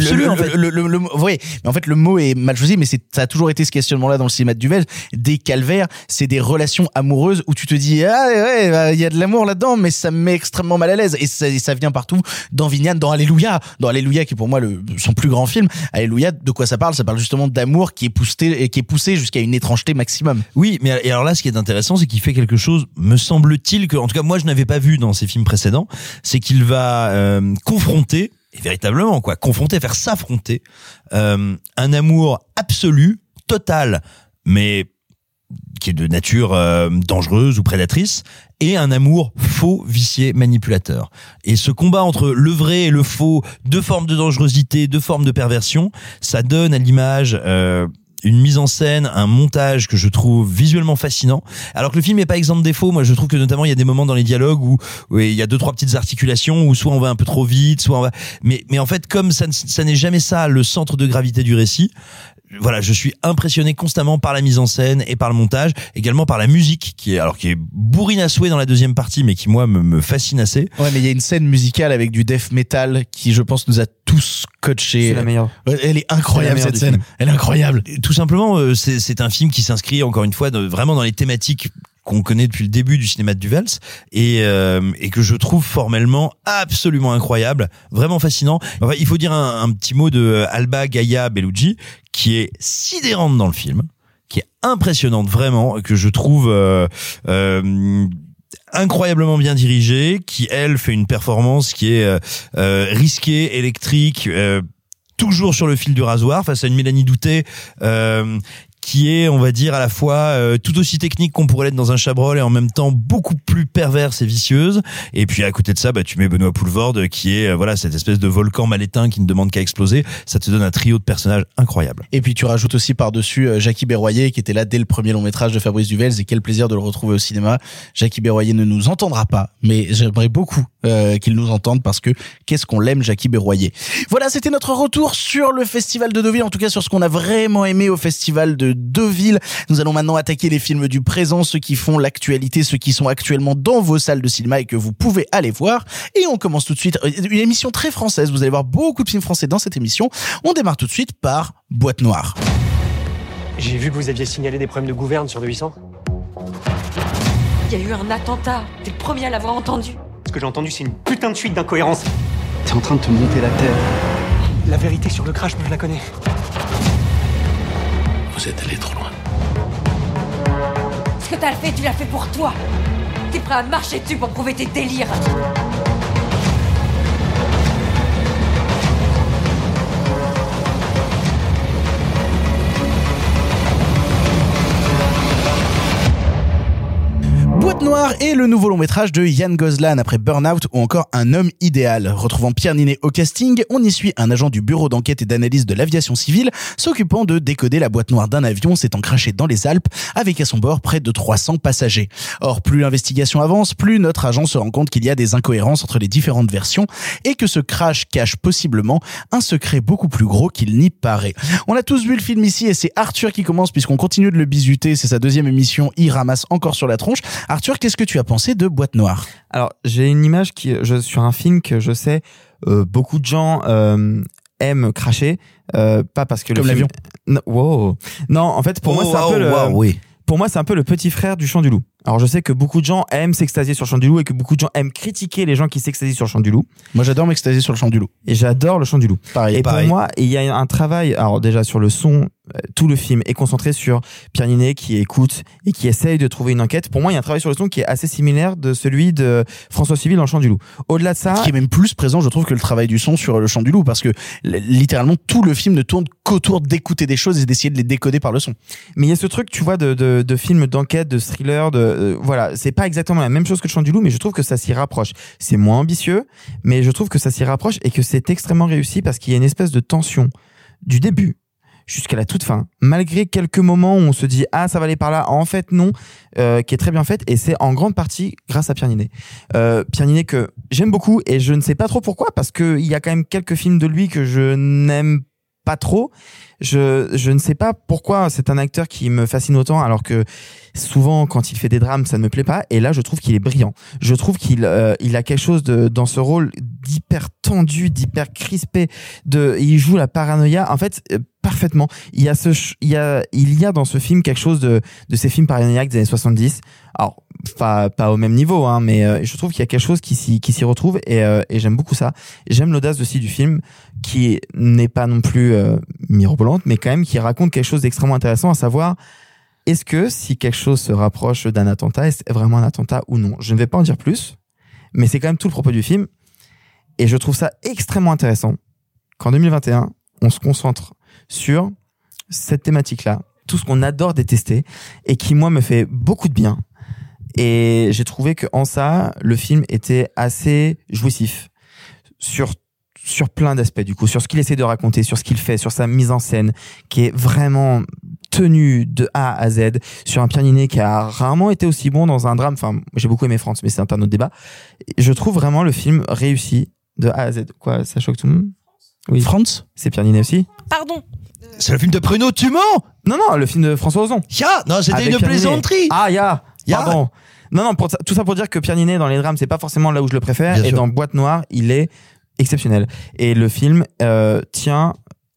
mais en fait, le mot est mal choisi, mais ça a toujours été ce questionnement-là dans le cinéma de Duvels. Des calvaires, c'est des relations amoureuses où tu te dis, il y a de l'amour là-dedans, mais ça me met extrêmement mal à l'aise. Et ça vient partout dans Vignane, dans Alléluia, qui est pour moi son plus grand film. Alléluia, de quoi ça parle? Ça parle justement d'amour qui est poussé jusqu'à une étrangeté maximum. Oui, mais et alors là, ce qui est intéressant, c'est qu'il fait quelque chose, me semble-t-il, que, en tout cas, moi, je n'avais pas vu dans ses films précédents, c'est qu'il va confronter, et véritablement, faire s'affronter un amour absolu, total, mais qui est de nature dangereuse ou prédatrice, et un amour faux, vicié, manipulateur. Et ce combat entre le vrai et le faux, deux formes de dangerosité, deux formes de perversion, ça donne à l'image une mise en scène, un montage que je trouve visuellement fascinant. Alors que le film n'est pas exempt de défauts. Moi, je trouve que notamment il y a des moments dans les dialogues où il y a 2-3 petites articulations où soit on va un peu trop vite, soit on va. Mais en fait, comme ça n'est jamais ça le centre de gravité du récit. Voilà, je suis impressionné constamment par la mise en scène et par le montage, également par la musique qui est bourrine à souhait dans la deuxième partie, mais qui moi me fascine assez. Ouais, mais il y a une scène musicale avec du death metal qui, je pense, nous a tous coachés. C'est la meilleure. Elle est incroyable, cette scène. Elle est incroyable. Tout simplement, c'est un film qui s'inscrit encore une fois vraiment dans les thématiques qu'on connaît depuis le début du cinéma de Duvels et que je trouve formellement absolument incroyable, vraiment fascinant. Enfin, il faut dire un petit mot de Alba Gaia Bellucci qui est sidérante dans le film, qui est impressionnante vraiment, que je trouve incroyablement bien dirigée, qui elle fait une performance qui est risquée, électrique, toujours sur le fil du rasoir face à une Mélanie Doutet qui est, on va dire, à la fois tout aussi technique qu'on pourrait l'être dans un Chabrol et en même temps beaucoup plus perverse et vicieuse. Et puis à côté de ça, tu mets Benoît Poelvoorde qui est voilà cette espèce de volcan mal éteint qui ne demande qu'à exploser. Ça te donne un trio de personnages incroyables. Et puis tu rajoutes aussi par-dessus Jackie Berroyer qui était là dès le premier long métrage de Fabrice Duvels, et quel plaisir de le retrouver au cinéma. Jackie Berroyer ne nous entendra pas, mais j'aimerais beaucoup qu'il nous entende parce que qu'est-ce qu'on l'aime, Jackie Berroyer. Voilà, c'était notre retour sur le festival de Deauville, en tout cas sur ce qu'on a vraiment aimé au festival de Deauville. Nous allons maintenant attaquer les films du présent, ceux qui font l'actualité, ceux qui sont actuellement dans vos salles de cinéma et que vous pouvez aller voir. Et on commence tout de suite une émission très française. Vous allez voir beaucoup de films français dans cette émission. On démarre tout de suite par Boîte Noire. J'ai vu que vous aviez signalé des problèmes de gouverne sur le 800. Il y a eu un attentat. T'es le premier à l'avoir entendu. Ce que j'ai entendu, c'est une putain de suite d'incohérences. T'es en train de te monter la tête. La vérité sur le crash, moi je la connais. Vous êtes allé trop loin. Ce que t'as fait, tu l'as fait pour toi. T'es prêt à marcher dessus pour prouver tes délires. Boîte Noire est le nouveau long métrage de Yann Gozlan après Burnout ou encore Un homme idéal. Retrouvant Pierre Ninet au casting, on y suit un agent du bureau d'enquête et d'analyse de l'aviation civile s'occupant de décoder la boîte noire d'un avion s'étant crashé dans les Alpes avec à son bord près de 300 passagers. Or, plus l'investigation avance, plus notre agent se rend compte qu'il y a des incohérences entre les différentes versions et que ce crash cache possiblement un secret beaucoup plus gros qu'il n'y paraît. On a tous vu le film ici et c'est Arthur qui commence puisqu'on continue de le bisuter. C'est sa deuxième émission, il ramasse encore sur la tronche. Arthur, qu'est-ce que tu as pensé de Boîte Noire ? Alors, j'ai une image sur un film que je sais beaucoup de gens aiment cracher, pas parce que comme le film... l'avion. Wow. Non, en fait, pour moi, c'est un peu oui. Pour moi, c'est un peu le petit frère du Chant du Loup. Alors, je sais que beaucoup de gens aiment s'extasier sur le Chant du Loup et que beaucoup de gens aiment critiquer les gens qui s'extasient sur le Chant du Loup. Moi, j'adore m'extasier sur le Chant du Loup. Et j'adore le Chant du Loup. Pareil. Et pareil. pour moi, il y a un travail, alors déjà sur le son, tout le film est concentré sur Pierre Ninet qui écoute et qui essaye de trouver une enquête. Pour moi, il y a un travail sur le son qui est assez similaire de celui de François Civil dans le Chant du Loup. Au-delà de ça... Qui est même plus présent, je trouve, que le travail du son sur le Chant du Loup, parce que littéralement, tout le film ne tourne qu'autour d'écouter des choses et d'essayer de les décoder par le son. Mais il y a ce truc, tu vois, de film d'enquête, de thriller, voilà, c'est pas exactement la même chose que le Chant du Loup, mais je trouve que ça s'y rapproche. C'est moins ambitieux, mais je trouve que ça s'y rapproche et que c'est extrêmement réussi parce qu'il y a une espèce de tension du début jusqu'à la toute fin, malgré quelques moments où on se dit ah ça va aller par là, en fait non, qui est très bien faite et c'est en grande partie grâce à Pierre Ninet. Pierre Ninet que j'aime beaucoup et je ne sais pas trop pourquoi parce que il y a quand même quelques films de lui que je n'aime pas trop. Je ne sais pas pourquoi c'est un acteur qui me fascine autant alors que souvent quand il fait des drames ça ne me plaît pas et là je trouve qu'il est brillant. Je trouve qu'il il a quelque chose dans ce rôle d'hyper tendu, d'hyper crispé, il joue la paranoïa en fait parfaitement. Il y a dans ce film quelque chose de ces films paranoïaques des années 70. Alors pas au même niveau hein, mais je trouve qu'il y a quelque chose qui s'y retrouve et j'aime beaucoup ça. J'aime l'audace aussi du film qui n'est pas non plus mirobolante mais quand même qui raconte quelque chose d'extrêmement intéressant, à savoir est-ce que si quelque chose se rapproche d'un attentat, est-ce vraiment un attentat ou non? Je ne vais pas en dire plus, mais c'est quand même tout le propos du film. Et je trouve ça extrêmement intéressant qu'en 2021, on se concentre sur cette thématique-là, tout ce qu'on adore détester et qui, moi, me fait beaucoup de bien. Et j'ai trouvé qu'en ça, le film était assez jouissif sur plein d'aspects, du coup, sur ce qu'il essaie de raconter, sur ce qu'il fait, sur sa mise en scène, qui est vraiment tenue de A à Z, sur un Pierre Ninet qui a rarement été aussi bon dans un drame. Enfin, j'ai beaucoup aimé France, mais c'est un autre débat. Je trouve vraiment le film réussi de A à Z. Quoi, ça choque tout le monde? Oui. France? C'est Pierre Ninet aussi? Pardon. C'est le film de Pruneau, tu mens? Non, le film de François Ozon. Non, c'était une plaisanterie. Pardon. Non, tout ça pour dire que Pierre Ninet dans les drames, c'est pas forcément là où je le préfère. Bien et sûr. dans Boîte Noire, il est exceptionnel. Et le film tient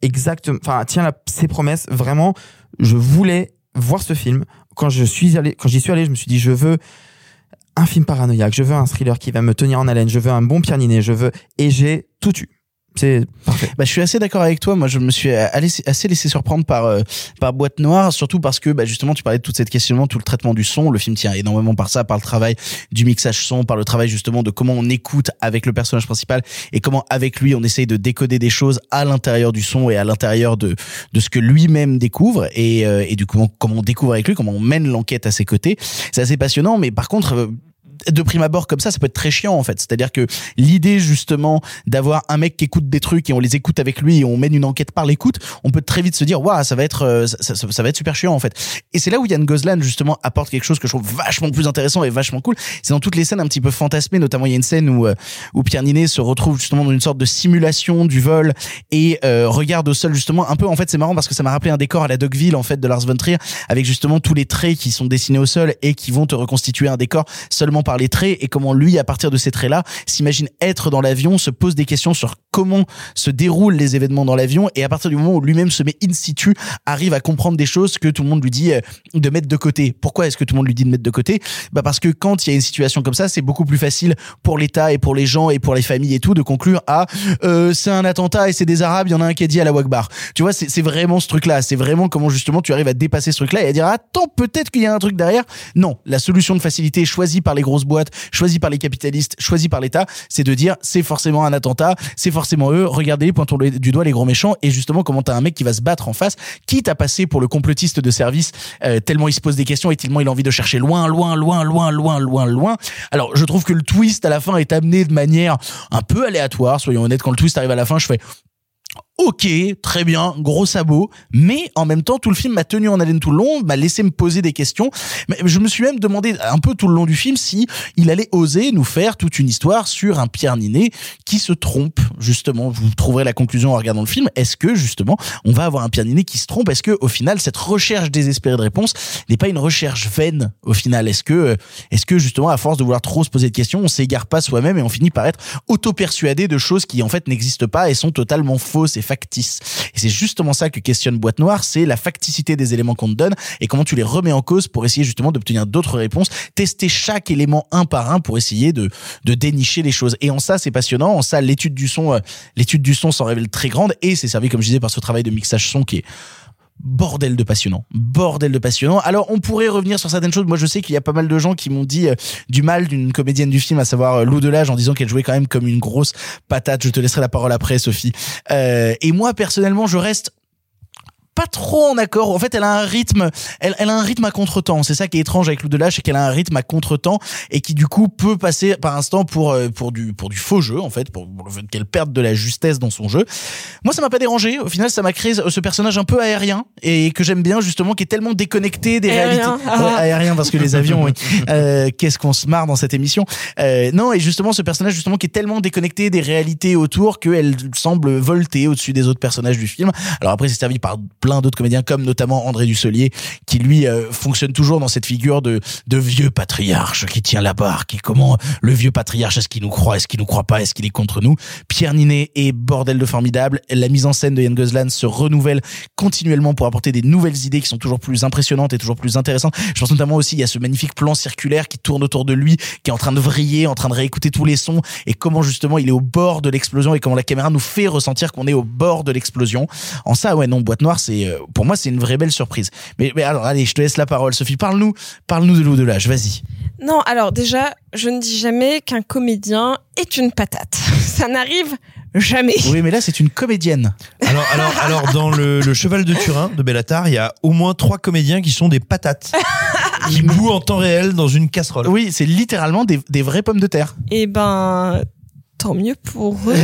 ses promesses. Vraiment, je voulais voir ce film. Quand j'y suis allé, je me suis dit, je veux un film paranoïaque, je veux un thriller qui va me tenir en haleine, je veux un bon Pierre Ninet, et j'ai tout eu. C'est parfait. Je suis assez d'accord avec toi. Moi, je me suis assez laissé surprendre par Boîte Noire, surtout parce que justement, tu parlais de toute cette questionnement, tout le traitement du son. Le film tient énormément par ça, par le travail du mixage son, par le travail justement de comment on écoute avec le personnage principal et comment avec lui on essaye de décoder des choses à l'intérieur du son et à l'intérieur de ce que lui-même découvre et du coup comment on découvre avec lui, comment on mène l'enquête à ses côtés. C'est assez passionnant, mais par contre de prime abord comme ça peut être très chiant en fait. C'est-à-dire que l'idée justement d'avoir un mec qui écoute des trucs et on les écoute avec lui et on mène une enquête par l'écoute, on peut très vite se dire waouh, ça va être super chiant en fait. Et c'est là où Yann Gozlan justement apporte quelque chose que je trouve vachement plus intéressant et vachement cool. C'est dans toutes les scènes un petit peu fantasmées, notamment il y a une scène où Pierre Ninet se retrouve justement dans une sorte de simulation du vol et regarde au sol justement un peu. En fait c'est marrant parce que ça m'a rappelé un décor à la Dogville en fait de Lars von Trier, avec justement tous les traits qui sont dessinés au sol et qui vont te reconstituer un décor seulement par les traits, et comment lui, à partir de ces traits-là, s'imagine être dans l'avion, se pose des questions sur comment se déroulent les événements dans l'avion, et à partir du moment où lui-même se met in situ, arrive à comprendre des choses que tout le monde lui dit de mettre de côté. Pourquoi est-ce que tout le monde lui dit de mettre de côté ? Parce que quand il y a une situation comme ça, c'est beaucoup plus facile pour l'État et pour les gens et pour les familles et tout de conclure à c'est un attentat et c'est des Arabes, il y en a un qui a dit à la Wakbar. Tu vois, c'est vraiment ce truc-là. C'est vraiment comment justement tu arrives à dépasser ce truc-là et à dire attends, peut-être qu'il y a un truc derrière. Non, la solution de facilité choisie par les grosses boîtes, choisie par les capitalistes, choisie par l'État, c'est de dire c'est forcément un attentat, c'est forcément eux, regardez, pointons du doigt les gros méchants. Et justement comment t'as un mec qui va se battre en face, quitte à passer pour le complotiste de service, tellement il se pose des questions et tellement il a envie de chercher loin. Alors je trouve que le twist à la fin est amené de manière un peu aléatoire, soyons honnêtes. Quand le twist arrive à la fin, je fais ok, très bien, gros sabot, mais en même temps, tout le film m'a tenu en haleine tout le long, m'a laissé me poser des questions. Mais je me suis même demandé un peu tout le long du film si il allait oser nous faire toute une histoire sur un Pierre Ninet qui se trompe, justement. Vous trouverez la conclusion en regardant le film. Est-ce que, justement, on va avoir un Pierre Ninet qui se trompe? Est-ce que, au final, cette recherche désespérée de réponse n'est pas une recherche vaine, au final? Est-ce que, justement, à force de vouloir trop se poser de questions, on s'égare pas soi-même et on finit par être auto-persuadé de choses qui, en fait, n'existent pas et sont totalement fausses et factice. Et c'est justement ça que questionne Boîte Noire, c'est la facticité des éléments qu'on te donne et comment tu les remets en cause pour essayer justement d'obtenir d'autres réponses, tester chaque élément un par un pour essayer de dénicher les choses. Et en ça, c'est passionnant. En ça, l'étude du son s'en révèle très grande et c'est servi, comme je disais, par ce travail de mixage son qui est bordel de passionnant. Alors, on pourrait revenir sur certaines choses. Moi, je sais qu'il y a pas mal de gens qui m'ont dit du mal d'une comédienne du film, à savoir Lou Delage, en disant qu'elle jouait quand même comme une grosse patate. Je te laisserai la parole après, Sophie. Et moi, personnellement, je reste pas trop en accord. En fait, elle a un rythme à contretemps. C'est ça qui est étrange avec Lou Delage, c'est qu'elle a un rythme à contretemps et qui du coup peut passer par instant pour du faux jeu, en fait, pour le fait qu'elle perde de la justesse dans son jeu. Moi, ça m'a pas dérangé. Au final, ça m'a créé ce personnage un peu aérien et que j'aime bien, justement, qui est tellement déconnecté des réalités. Aérien parce que les avions, oui. Qu'est-ce qu'on se marre dans cette émission. Non, et justement, ce personnage, justement, qui est tellement déconnecté des réalités autour qu'elle semble volter au-dessus des autres personnages du film. Alors après, c'est servi par plein d'autres comédiens, comme notamment André Dussolier, qui lui fonctionne toujours dans cette figure de vieux patriarche qui tient la barre, qui comment le vieux patriarche, est-ce qu'il nous croit, est-ce qu'il nous croit pas, est-ce qu'il est contre nous. Pierre Ninet est bordel de formidable. La mise en scène de Yann Gozlan se renouvelle continuellement pour apporter des nouvelles idées qui sont toujours plus impressionnantes et toujours plus intéressantes. Je pense notamment aussi, il y a ce magnifique plan circulaire qui tourne autour de lui, qui est en train de vriller, en train de réécouter tous les sons, et comment justement il est au bord de l'explosion et comment la caméra nous fait ressentir qu'on est au bord de l'explosion. En ça, ouais, non, Boîte Noire, c'est pour moi c'est une vraie belle surprise. Mais alors allez, je te laisse la parole, Sophie. Parle-nous de Lou Delage, vas-y. Non, alors déjà, je ne dis jamais qu'un comédien est une patate. Ça n'arrive jamais. Oui, mais là c'est une comédienne. Alors dans le Cheval de Turin de Bellatar, il y a au moins 3 comédiens qui sont des patates. Qui bouent en temps réel dans une casserole. Oui, c'est littéralement des vraies pommes de terre. Eh ben, tant mieux pour eux.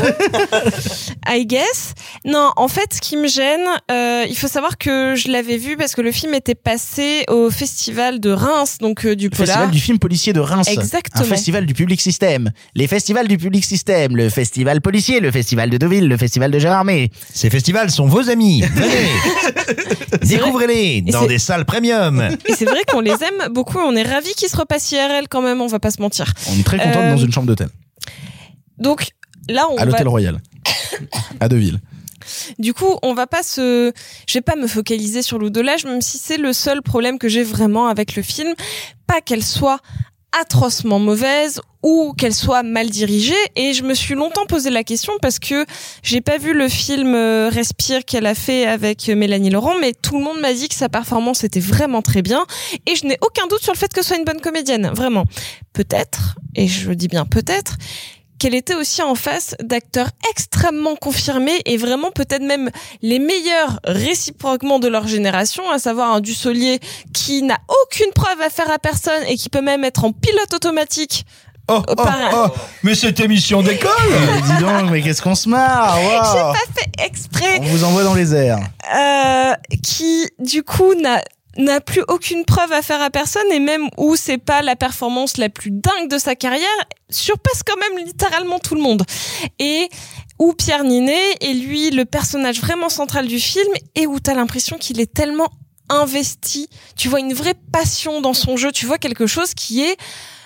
I guess. Non, en fait, ce qui me gêne, il faut savoir que je l'avais vu parce que le film était passé au festival de Reims, donc du polar. Festival du film policier de Reims. Exactement. Un festival du public système. Les festivals du public système. Le festival policier, le festival de Deauville, le festival de Gérardmer. Ces festivals sont vos amis. Venez. Découvrez-les dans des salles premium. Et c'est vrai qu'on les aime beaucoup. On est ravis qu'ils se repassent IRL quand même, on va pas se mentir. On est très contents dans une chambre d'hôtel. Donc là, à l'hôtel Royal, à Deauville. Du coup, je vais pas me focaliser sur Lou Delage, même si c'est le seul problème que j'ai vraiment avec le film. Pas qu'elle soit atrocement mauvaise ou qu'elle soit mal dirigée. Et je me suis longtemps posé la question parce que j'ai pas vu le film Respire qu'elle a fait avec Mélanie Laurent, mais tout le monde m'a dit que sa performance était vraiment très bien et je n'ai aucun doute sur le fait que ce soit une bonne comédienne, vraiment. Peut-être, et je dis bien peut-être, qu'elle était aussi en face d'acteurs extrêmement confirmés et vraiment peut-être même les meilleurs réciproquement de leur génération, à savoir un Dussolier qui n'a aucune preuve à faire à personne et qui peut même être en pilote automatique. Mais cette émission d'école dis donc, mais qu'est-ce qu'on se marre. Wow. J'ai pas fait exprès. On vous envoie dans les airs. Qui, du coup, n'a plus aucune preuve à faire à personne et même où c'est pas la performance la plus dingue de sa carrière, surpasse quand même littéralement tout le monde. Et où Pierre Ninet est lui le personnage vraiment central du film et où t'as l'impression qu'il est tellement investi. Tu vois une vraie passion dans son jeu, tu vois quelque chose qui est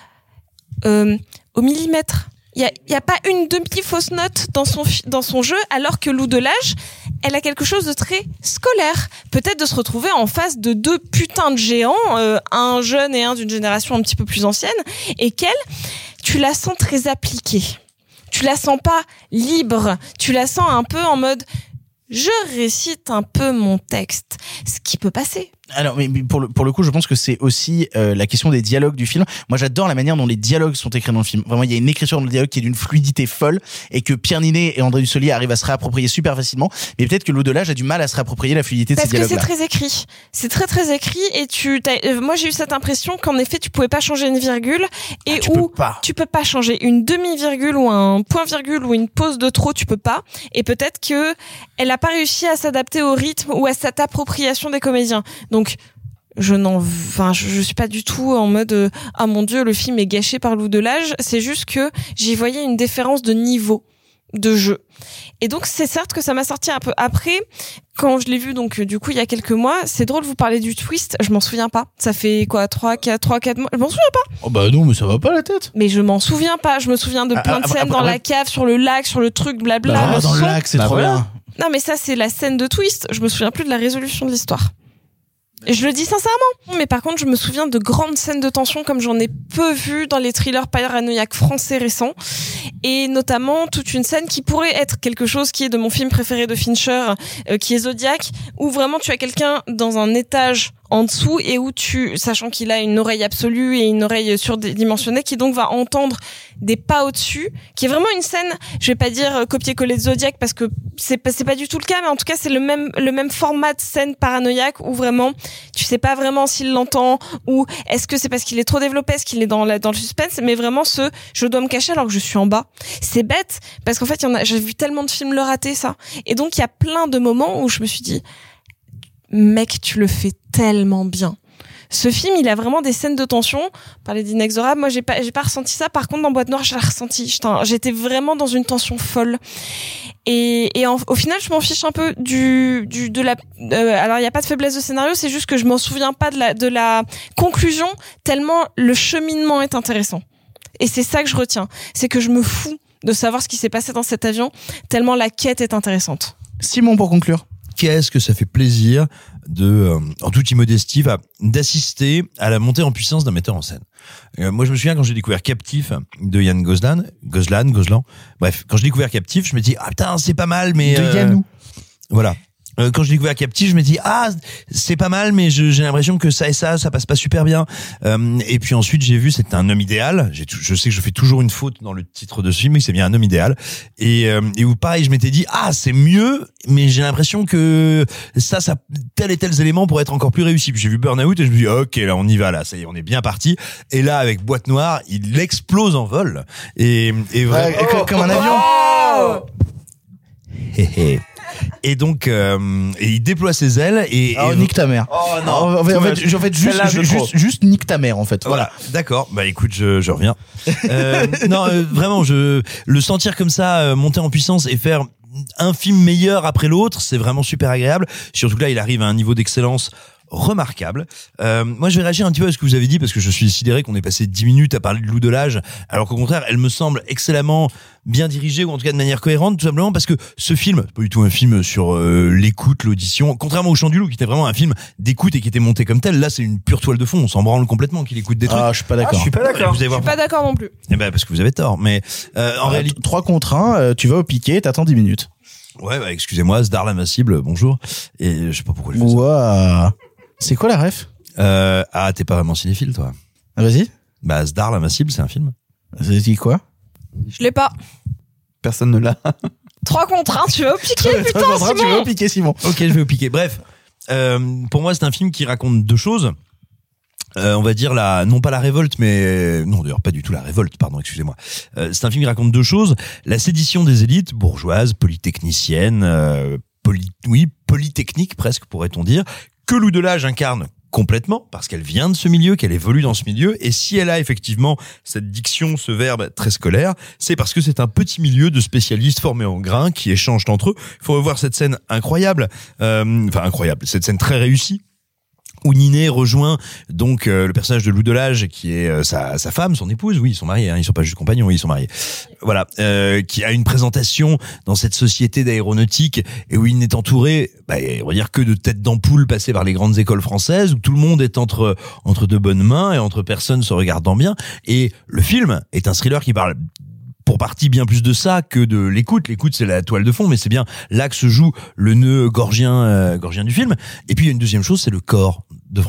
au millimètre. Il y a pas une demi-fausse note dans son jeu, alors que Lou Delage, elle a quelque chose de très scolaire. Peut-être de se retrouver en face de deux putains de géants, un jeune et un d'une génération un petit peu plus ancienne, et qu'elle, tu la sens très appliquée. Tu la sens pas libre. Tu la sens un peu en mode, je récite un peu mon texte. Ce qui peut passer. Alors, mais pour le coup, je pense que c'est aussi la question des dialogues du film. Moi, j'adore la manière dont les dialogues sont écrits dans le film. Vraiment, il y a une écriture dans le dialogue qui est d'une fluidité folle et que Pierre Ninet et André Dussolier arrivent à se réapproprier super facilement. Mais peut-être que Lou Delage a du mal à se réapproprier la fluidité de ces dialogues-là. Parce que c'est très écrit. C'est très très écrit et moi j'ai eu cette impression qu'en effet tu pouvais pas changer une virgule et tu peux pas changer une demi-virgule ou un point-virgule ou une pause de trop, tu peux pas. Et peut-être que elle a pas réussi à s'adapter au rythme ou à cette appropriation des comédiens. Donc je suis pas du tout en mode ah mon Dieu, le film est gâché par Lou Delage. C'est juste que j'y voyais une différence de niveau de jeu. Et donc c'est certes que ça m'a sorti un peu. Après, quand je l'ai vu donc du coup il y a quelques mois, c'est drôle, vous parlez du twist, je m'en souviens pas. Ça fait quoi 3-4 mois, je m'en souviens pas. Oh bah non, mais ça va pas la tête. Mais je m'en souviens pas, je me souviens de plein de scènes dans la cave, sur le lac, sur le truc blabla, dans le lac, c'est trop bien. Non mais ça c'est la scène de twist, je me souviens plus de la résolution de l'histoire. Je le dis sincèrement. Mais par contre, je me souviens de grandes scènes de tension comme j'en ai peu vu dans les thrillers paranoïaques français récents. Et notamment toute une scène qui pourrait être quelque chose qui est de mon film préféré de Fincher, qui est Zodiac, où vraiment tu as quelqu'un dans un étage en dessous et où sachant qu'il a une oreille absolue et une oreille surdimensionnée, qui donc va entendre des pas au-dessus, qui est vraiment une scène, je vais pas dire copier-coller de Zodiac parce que c'est pas du tout le cas, mais en tout cas c'est le même format de scène paranoïaque où vraiment tu sais pas vraiment s'il l'entend ou est-ce que c'est parce qu'il est trop développé, est-ce qu'il est dans le suspense, mais vraiment je dois me cacher alors que je suis en bas. C'est bête parce qu'en fait j'ai vu tellement de films le rater ça, et donc il y a plein de moments où je me suis dit mec, tu le fais tellement bien. Ce film, il a vraiment des scènes de tension. Parler d'inexorable, moi j'ai pas ressenti ça. Par contre, dans Boîte Noire, j'ai ressenti. J'étais vraiment dans une tension folle. Et au final, je m'en fiche un peu alors il y a pas de faiblesse de scénario, c'est juste que je m'en souviens pas de la conclusion tellement le cheminement est intéressant. Et c'est ça que je retiens, c'est que je me fous de savoir ce qui s'est passé dans cet avion tellement la quête est intéressante. Simon, pour conclure. Qu'est-ce que ça fait plaisir en toute immodestie, d'assister à la montée en puissance d'un metteur en scène. Moi, je me souviens quand j'ai découvert Captif de Yann Gozlan. Bref, quand j'ai découvert Captif, je me dis, ah putain, c'est pas mal, mais... De Yannou. Voilà. Quand j'ai découvert Captif, je me dis c'est pas mal, mais j'ai l'impression que ça et ça passe pas super bien. Et puis ensuite j'ai vu c'était un homme idéal. Je sais que je fais toujours une faute dans le titre de ce film, mais c'est bien un homme idéal. Et où pareil je m'étais dit c'est mieux, mais j'ai l'impression que ça tel et tels éléments pourraient être encore plus réussis. Puis j'ai vu Burnout et je me dis ok là on y va là, ça y est on est bien parti. Et là avec Boîte Noire il explose en vol et vraiment comme un avion. Et donc et il déploie ses ailes et nique ta mère. Oh non. En fait juste nique ta mère en fait. Voilà. D'accord. Bah écoute, je reviens. Non, vraiment le sentir comme ça monter en puissance et faire un film meilleur après l'autre, c'est vraiment super agréable. Surtout que là, il arrive à un niveau d'excellence remarquable. Moi, je vais réagir un petit peu à ce que vous avez dit parce que je suis sidéré qu'on ait passé 10 minutes à parler de Loup de l'âge, alors qu'au contraire, elle me semble excellemment bien dirigée, ou en tout cas de manière cohérente, tout simplement parce que ce film, c'est pas du tout un film sur l'écoute, l'audition, contrairement au Chant du Loup, qui était vraiment un film d'écoute et qui était monté comme tel. Là, c'est une pure toile de fond. On s'en branle complètement qu'il écoute des trucs. Ah, je suis pas d'accord. Je suis pas d'accord. Vous allez voir. Je suis pas d'accord non plus. Eh ben, parce que vous avez tort. Mais en réalité, 3 contre 1, tu vas au piqué, t'attends 10 minutes. ouais, bah, excusez-moi, Zdar l'Invincible, bonjour. Et je sais pas pourquoi je fais ça. Ouah. C'est quoi la ref? T'es pas vraiment cinéphile, toi. Ah, vas-y. Bah, Zdar l'Invincible, c'est un film. J'ai dit quoi? Je l'ai pas. Personne ne l'a. 3 contre 1, tu vas au piqué, putain, 3 contre 1, tu vas Simon. au piqué, Simon. Ok, je vais au piquer. Bref, pour moi, c'est un film qui raconte deux choses. On va dire non pas la révolte, mais non d'ailleurs pas du tout la révolte, pardon, excusez-moi. C'est un film qui raconte deux choses: la sédition des élites bourgeoises, polytechniciennes, polytechniques presque pourrait-on dire, que Loup de l'âge incarne complètement, parce qu'elle vient de ce milieu, qu'elle évolue dans ce milieu, et si elle a effectivement cette diction, ce verbe très scolaire, c'est parce que c'est un petit milieu de spécialistes formés en grains qui échangent entre eux. Il faut revoir cette scène incroyable, incroyable, cette scène très réussie, où Ninet rejoint donc le personnage de Loup de l'âge, qui est sa femme, son épouse. Oui, ils sont mariés, hein, ils sont pas juste compagnons, oui, ils sont mariés. Voilà, qui a une présentation dans cette société d'aéronautique et où il n'est entouré, on va dire, que de têtes d'ampoule passées par les grandes écoles françaises, où tout le monde est entre de bonnes mains et entre personnes se regardant bien. Et le film est un thriller qui parle pour partie bien plus de ça que de l'écoute. L'écoute, c'est la toile de fond, mais c'est bien là que se joue le nœud gorgien du film. Et puis il y a une deuxième chose, c'est le corps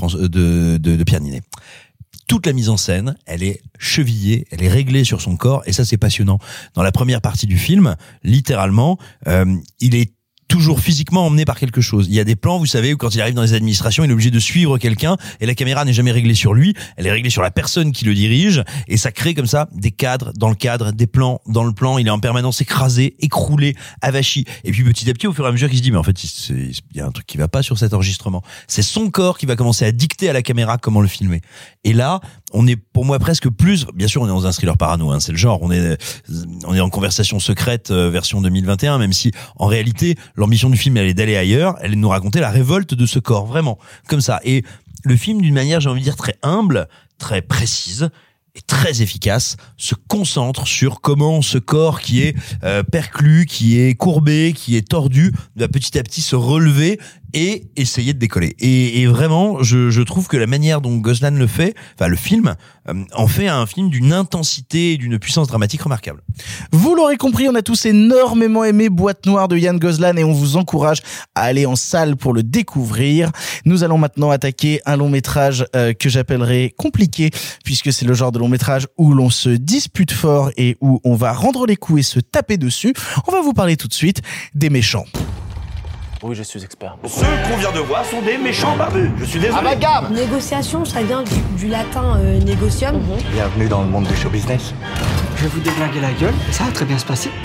de Pierre Ninet. Toute la mise en scène, elle est chevillée, elle est réglée sur son corps, et ça c'est passionnant. Dans la première partie du film, littéralement, il est toujours physiquement emmené par quelque chose. Il y a des plans, vous savez, où quand il arrive dans les administrations, il est obligé de suivre quelqu'un et la caméra n'est jamais réglée sur lui, elle est réglée sur la personne qui le dirige, et ça crée comme ça des cadres dans le cadre, des plans dans le plan. Il est en permanence écrasé, écroulé, avachi. Et puis petit à petit, au fur et à mesure, il se dit, mais en fait, il y a un truc qui va pas sur cet enregistrement. C'est son corps qui va commencer à dicter à la caméra comment le filmer. Et là, on est pour moi presque plus, bien sûr on est dans un thriller parano, hein, c'est le genre, on est en conversation secrète version 2021, même si en réalité l'ambition du film elle est d'aller ailleurs, elle est de nous raconter la révolte de ce corps, vraiment, comme ça. Et le film, d'une manière, j'ai envie de dire, très humble, très précise et très efficace, se concentre sur comment ce corps qui est perclus, qui est courbé, qui est tordu, va petit à petit se relever et essayer de décoller. Et vraiment, je trouve que la manière dont Goslan le fait, enfin le film, en fait un film d'une intensité et d'une puissance dramatique remarquable. Vous l'aurez compris, on a tous énormément aimé Boîte Noire de Yann Goslan et on vous encourage à aller en salle pour le découvrir. Nous allons maintenant attaquer un long métrage que j'appellerai compliqué, puisque c'est le genre de long métrage où l'on se dispute fort et où on va rendre les coups et se taper dessus. On va vous parler tout de suite des méchants. Oui, je suis expert. Ceux qu'on vient de voir sont des méchants barbus. Je suis désolé. Amalgame. Négociation, ça vient du latin négocium. Bienvenue dans le monde du show business. Je vais vous déglinguer la gueule, ça va très bien se passer.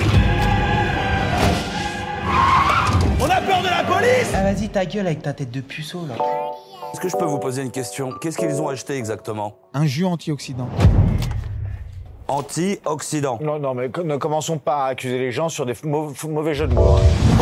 On a peur de la police. Ah vas-y, ta gueule avec ta tête de puceau là. Est-ce que je peux vous poser une question? Qu'est-ce qu'ils ont acheté exactement? Un jus antioxydant. Anti-oxydant. Non, mais ne commençons pas à accuser les gens sur des mauvais jeux de mots.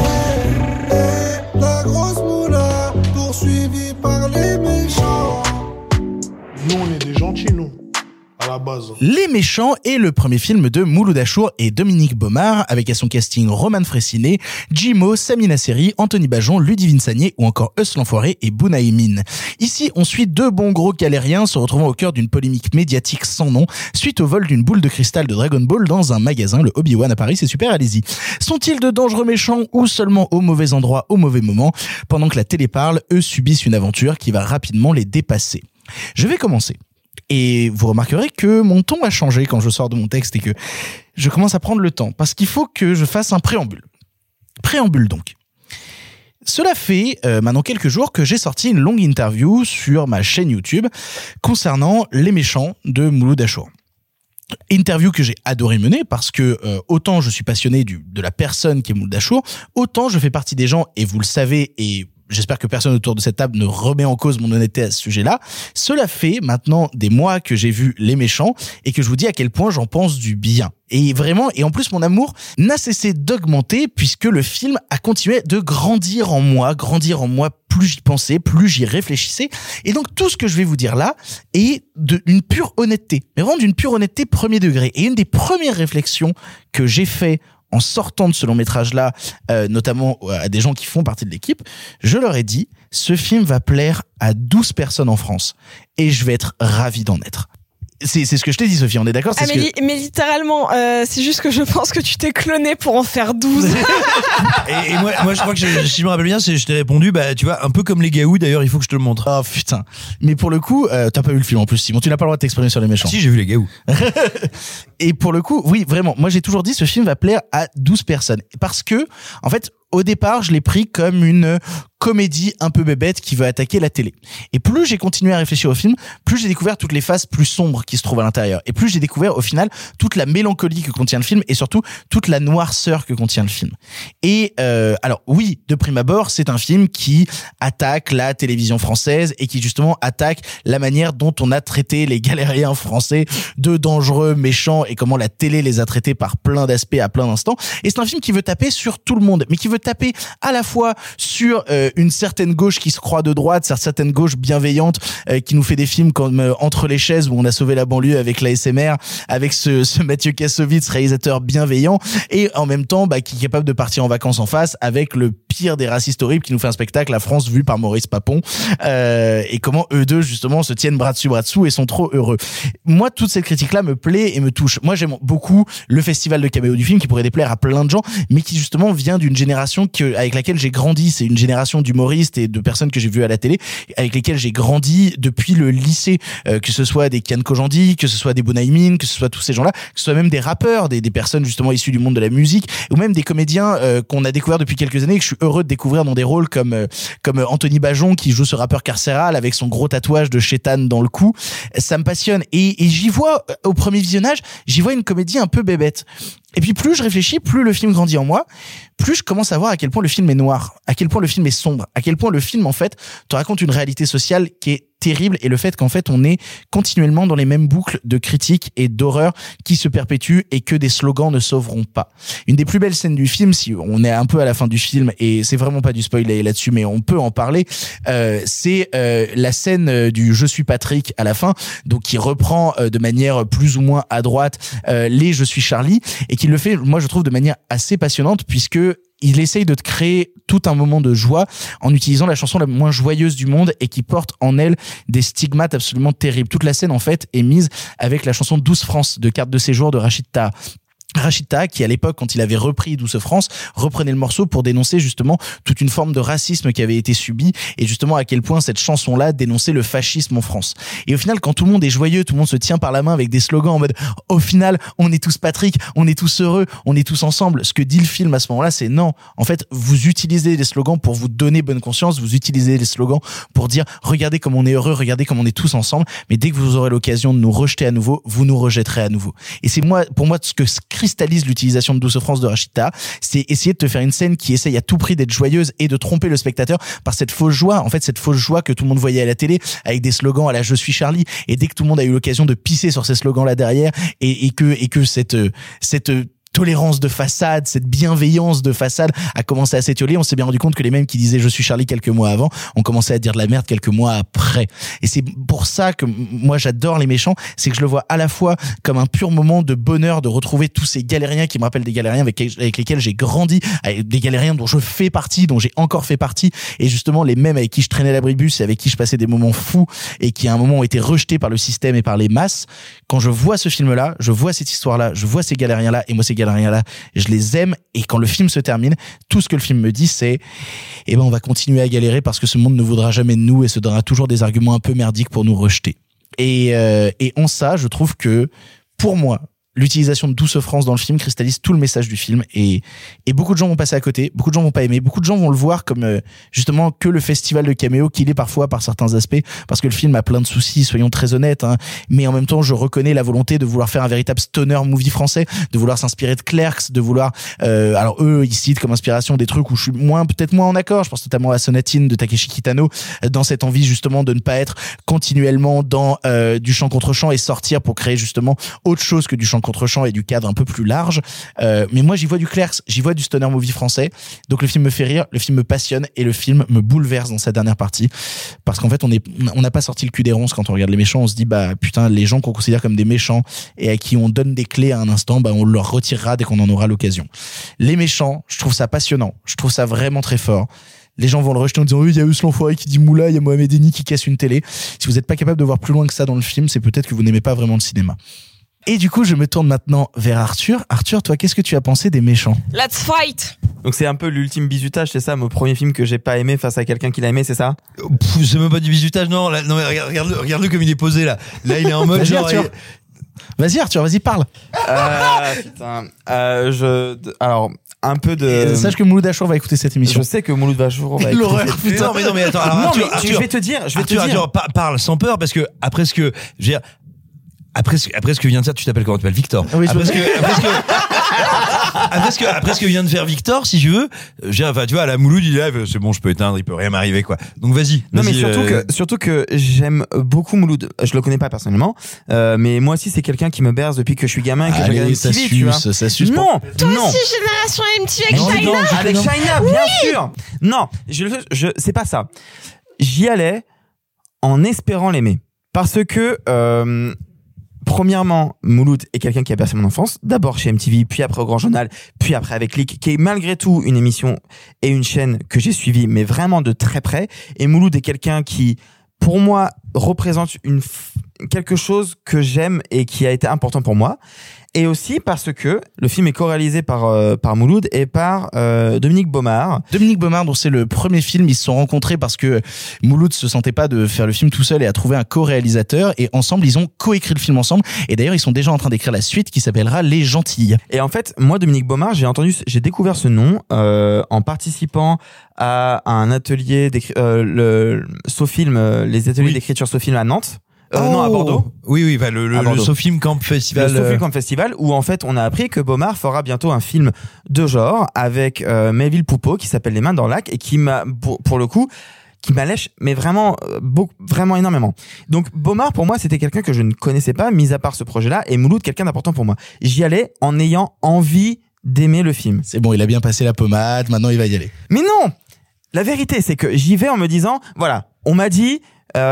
La grosse moula, poursuivie par les méchants. Nous, on est des gentils, nous. À la base. Les Méchants est le premier film de Mouloud Achour et Dominique Baumard, avec à son casting Roman Frécinet, Jimo, Samina Seri, Anthony Bajon, Ludivine Sagné ou encore Eus l'Enfoiré et Bounaïmin. Ici, on suit deux bons gros galériens se retrouvant au cœur d'une polémique médiatique sans nom suite au vol d'une boule de cristal de Dragon Ball dans un magasin, le Obi-Wan à Paris. C'est super, allez-y. Sont-ils de dangereux méchants ou seulement au mauvais endroit, au mauvais moment? Pendant que la télé parle, eux subissent une aventure qui va rapidement les dépasser. Je vais commencer. Et vous remarquerez que mon ton a changé quand je sors de mon texte et que je commence à prendre le temps, parce qu'il faut que je fasse un préambule. Préambule donc. Cela fait maintenant quelques jours que j'ai sorti une longue interview sur ma chaîne YouTube concernant Les Méchants de Mouloud Achour. Interview que j'ai adoré mener parce que autant je suis passionné de la personne qui est Mouloud Achour, autant je fais partie des gens, et vous le savez, et j'espère que personne autour de cette table ne remet en cause mon honnêteté à ce sujet-là. Cela fait maintenant des mois que j'ai vu Les Méchants et que je vous dis à quel point j'en pense du bien. Et vraiment, et en plus mon amour n'a cessé d'augmenter puisque le film a continué de grandir en moi, plus j'y pensais, plus j'y réfléchissais. Et donc tout ce que je vais vous dire là est d'une pure honnêteté, mais vraiment d'une pure honnêteté premier degré. Et une des premières réflexions que j'ai fait en sortant de ce long métrage-là, notamment à des gens qui font partie de l'équipe, je leur ai dit, ce film va plaire à 12 personnes en France. Et je vais être ravi d'en être. C'est ce que je t'ai dit, Sophie, on est d'accord? Mais littéralement, c'est juste que je pense que tu t'es cloné pour en faire 12. et moi, je crois que si je me rappelle bien, je t'ai répondu, tu vois, un peu comme les Gaou, d'ailleurs, il faut que je te le montre. Oh putain. Mais pour le coup, t'as pas vu le film en plus, Simon, tu n'as pas le droit de t'exprimer sur Les Méchants. Si, j'ai vu les Gaou. Et pour le coup, oui, vraiment, moi j'ai toujours dit, ce film va plaire à 12 personnes. Parce que, en fait, au départ, je l'ai pris comme une comédie un peu bébête qui veut attaquer la télé. Et plus j'ai continué à réfléchir au film, plus j'ai découvert toutes les faces plus sombres qui se trouvent à l'intérieur. Et plus j'ai découvert au final toute la mélancolie que contient le film et surtout toute la noirceur que contient le film. Et alors oui, de prime abord, c'est un film qui attaque la télévision française et qui justement attaque la manière dont on a traité les galériens français de dangereux, méchants et comment la télé les a traités par plein d'aspects à plein d'instants. Et c'est un film qui veut taper sur tout le monde, mais qui veut taper à la fois sur une certaine gauche qui se croit de droite, certaine gauche bienveillante qui nous fait des films comme Entre les chaises où on a sauvé la banlieue avec l'ASMR, avec ce Mathieu Kassovitz, réalisateur bienveillant, et en même temps qui est capable de partir en vacances en face avec le pire des racistes horribles qui nous fait un spectacle, La France vue par Maurice Papon, et comment eux deux justement se tiennent bras dessous et sont trop heureux. Moi, toute cette critique-là me plaît et me touche. Moi, j'aime beaucoup le festival de caméo du film qui pourrait déplaire à plein de gens, mais qui justement vient d'une génération avec laquelle j'ai grandi. C'est une génération d'humoristes et de personnes que j'ai vues à la télé, avec lesquelles j'ai grandi depuis le lycée, que ce soit des Kian Kojandi, que ce soit des Bonaïmin, que ce soit tous ces gens-là, que ce soit même des rappeurs, des personnes justement issues du monde de la musique, ou même des comédiens qu'on a découvert depuis quelques années et que je suis heureux de découvrir dans des rôles comme Anthony Bajon qui joue ce rappeur carcéral avec son gros tatouage de chétan dans le cou. Ça me passionne et j'y vois, au premier visionnage, j'y vois une comédie un peu bébête. Et puis plus je réfléchis, plus le film grandit en moi, plus je commence à voir à quel point le film est noir, à quel point le film est sombre, à quel point le film en fait te raconte une réalité sociale qui est terrible et le fait qu'en fait on est continuellement dans les mêmes boucles de critiques et d'horreur qui se perpétuent et que des slogans ne sauveront pas. Une des plus belles scènes du film, si on est un peu à la fin du film et c'est vraiment pas du spoil là-dessus mais on peut en parler, c'est la scène du Je suis Patrick à la fin, donc qui reprend de manière plus ou moins à droite les Je suis Charlie et qui le fait, moi je trouve de manière assez passionnante puisque il essaye de te créer tout un moment de joie en utilisant la chanson la moins joyeuse du monde et qui porte en elle des stigmates absolument terribles. Toute la scène, en fait, est mise avec la chanson 12 France de Carte de séjour de Rachid Taha. Rachid Taha, qui à l'époque, quand il avait repris Douce France, reprenait le morceau pour dénoncer justement toute une forme de racisme qui avait été subie et justement à quel point cette chanson-là dénonçait le fascisme en France. Et au final, quand tout le monde est joyeux, tout le monde se tient par la main avec des slogans en mode « Au final, on est tous Patrick, on est tous heureux, on est tous ensemble », ce que dit le film à ce moment-là, c'est non. En fait, vous utilisez les slogans pour vous donner bonne conscience, vous utilisez les slogans pour dire « Regardez comme on est heureux, regardez comme on est tous ensemble », mais dès que vous aurez l'occasion de nous rejeter à nouveau, vous nous rejetterez à nouveau. Et c'est pour moi, ce que cristallise l'utilisation de Douce France de Rachid Taha, c'est essayer de te faire une scène qui essaye à tout prix d'être joyeuse et de tromper le spectateur par cette fausse joie, en fait cette fausse joie que tout le monde voyait à la télé avec des slogans à la Je suis Charlie, et dès que tout le monde a eu l'occasion de pisser sur ces slogans là derrière et que cette tolérance de façade, cette bienveillance de façade a commencé à s'étioler. On s'est bien rendu compte que les mêmes qui disaient Je suis Charlie quelques mois avant ont commencé à dire de la merde quelques mois après. Et c'est pour ça que moi j'adore Les Méchants, c'est que je le vois à la fois comme un pur moment de bonheur de retrouver tous ces galériens qui me rappellent des galériens avec lesquels j'ai grandi, avec des galériens dont je fais partie, dont j'ai encore fait partie, et justement les mêmes avec qui je traînais l'abribus et avec qui je passais des moments fous et qui à un moment ont été rejetés par le système et par les masses. Quand je vois ce film-là, je vois cette histoire-là, je vois ces galériens-là, et moi ces galériens-là, je les aime, et quand le film se termine, tout ce que le film me dit, c'est on va continuer à galérer parce que ce monde ne voudra jamais de nous et se donnera toujours des arguments un peu merdiques pour nous rejeter. Et en ça, je trouve que, pour moi, l'utilisation de Douce France dans le film cristallise tout le message du film et beaucoup de gens vont passer à côté, beaucoup de gens vont pas aimer, beaucoup de gens vont le voir comme justement que le festival de caméo qu'il est parfois par certains aspects, parce que le film a plein de soucis, soyons très honnêtes, hein, mais en même temps je reconnais la volonté de vouloir faire un véritable stoner movie français, de vouloir s'inspirer de Clerks, de vouloir alors eux ils citent comme inspiration des trucs où je suis peut-être moins en accord, je pense notamment à Sonatine de Takeshi Kitano, dans cette envie justement de ne pas être continuellement dans du chant contre chant et sortir pour créer justement autre chose que du chant contre chant et du cadre un peu plus large, mais moi j'y vois du Clerks, j'y vois du stoner movie français, donc le film me fait rire, le film me passionne et le film me bouleverse dans sa dernière partie, parce qu'en fait on n'a pas sorti le cul des ronces quand on regarde les méchants, on se dit bah putain, les gens qu'on considère comme des méchants et à qui on donne des clés à un instant, bah on leur retirera dès qu'on en aura l'occasion. Les méchants, je trouve ça passionnant, je trouve ça vraiment très fort. Les gens vont le rejeter en disant il y a eu ce l'enfoiré qui dit moula, il y a Mohamed Eni qui casse une télé. Si vous n'êtes pas capable de voir plus loin que ça dans le film, c'est peut-être que vous n'aimez pas vraiment le cinéma. Et du coup, je me tourne maintenant vers Arthur. Arthur, toi, qu'est-ce que tu as pensé des méchants? Let's fight! Donc c'est un peu l'ultime bizutage, c'est ça, mon premier film que j'ai pas aimé face à quelqu'un qui l'a aimé, c'est ça? C'est même pas du bizutage, non. Là, non mais regarde-le comme il est posé là. Là, il est en mode genre. Vas-y Arthur, vas-y parle. Putain. Alors. Un peu de. Sache que Mouloud Achour va écouter cette émission. Je sais que Mouloud Achour va écouter. L'horreur, putain. Non mais attends. Alors, non Arthur, mais je vais te dire. Arthur, parle sans peur parce que après ce que, je veux dire, après ce que vient de faire, tu t'appelles comment? Tu t'appelles Victor. Oui, après ce que vient de faire Victor, si tu veux, enfin tu vois, à la Mouloud il est là, c'est bon, je peux éteindre, il peut rien m'arriver quoi. Donc vas-y. Non mais surtout que j'aime beaucoup Mouloud. Je le connais pas personnellement, mais moi aussi c'est quelqu'un qui me berce depuis que je suis gamin et que je regarde MTV, tu vois. Ça suce. Toi aussi génération MTV avec China. Avec China, bien sûr. Non, c'est pas ça. J'y allais en espérant l'aimer parce que premièrement, Mouloud est quelqu'un qui a bercé mon enfance, d'abord chez MTV, puis après au Grand Journal, puis après avec Click, qui est malgré tout une émission et une chaîne que j'ai suivie, mais vraiment de très près. Et Mouloud est quelqu'un qui, pour moi, représente quelque chose que j'aime et qui a été important pour moi. Et aussi parce que le film est co-réalisé par Mouloud et par Dominique Baumard. Dominique Baumard, dont c'est le premier film, ils se sont rencontrés parce que Mouloud se sentait pas de faire le film tout seul et a trouvé un co-réalisateur, et ensemble ils ont co-écrit le film ensemble, et d'ailleurs ils sont déjà en train d'écrire la suite qui s'appellera Les Gentilles. Et en fait, moi Dominique Baumard, j'ai découvert ce nom en participant à un atelier le SoFilm, les ateliers d'écriture SoFilm à Nantes. Non, à Bordeaux. Oui, bah, le SoFilm Camp Festival. Le SoFilm Camp Festival, où en fait, on a appris que Baumard fera bientôt un film de genre avec Melville Poupeau qui s'appelle Les Mains dans le lac et qui m'a, pour le coup, qui m'allèche, mais vraiment, vraiment énormément. Donc, Baumard, pour moi, c'était quelqu'un que je ne connaissais pas, mis à part ce projet-là, et Mouloud, quelqu'un d'important pour moi. J'y allais en ayant envie d'aimer le film. C'est bon, il a bien passé la pommade, maintenant il va y aller. Mais non! La vérité, c'est que j'y vais en me disant, voilà, on m'a dit,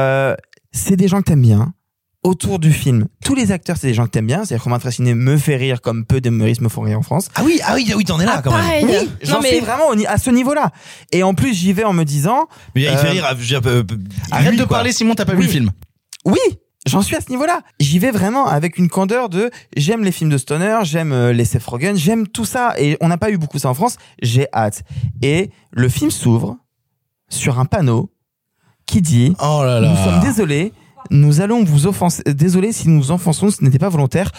c'est des gens que t'aimes bien. Autour du film, tous les acteurs, c'est des gens que t'aimes bien. C'est-à-dire que Romain Tracinet me fait rire comme peu d'humoristes me font rire en France. Ah oui, t'en es là quand même. Oui, j'en suis vraiment à ce niveau-là. Et en plus, j'y vais en me disant. Mais il fait rire. Arrête de parler, Simon, t'as pas vu le film. Oui, j'en suis à ce niveau-là. J'y vais vraiment avec une candeur de j'aime les films de stoner, j'aime les Seth Rogen, j'aime tout ça. Et on n'a pas eu beaucoup ça en France. J'ai hâte. Et le film s'ouvre sur un panneau qui dit oh là là. Nous sommes désolés, nous allons vous offenser, désolé si nous vous offensons, ce n'était pas volontaire.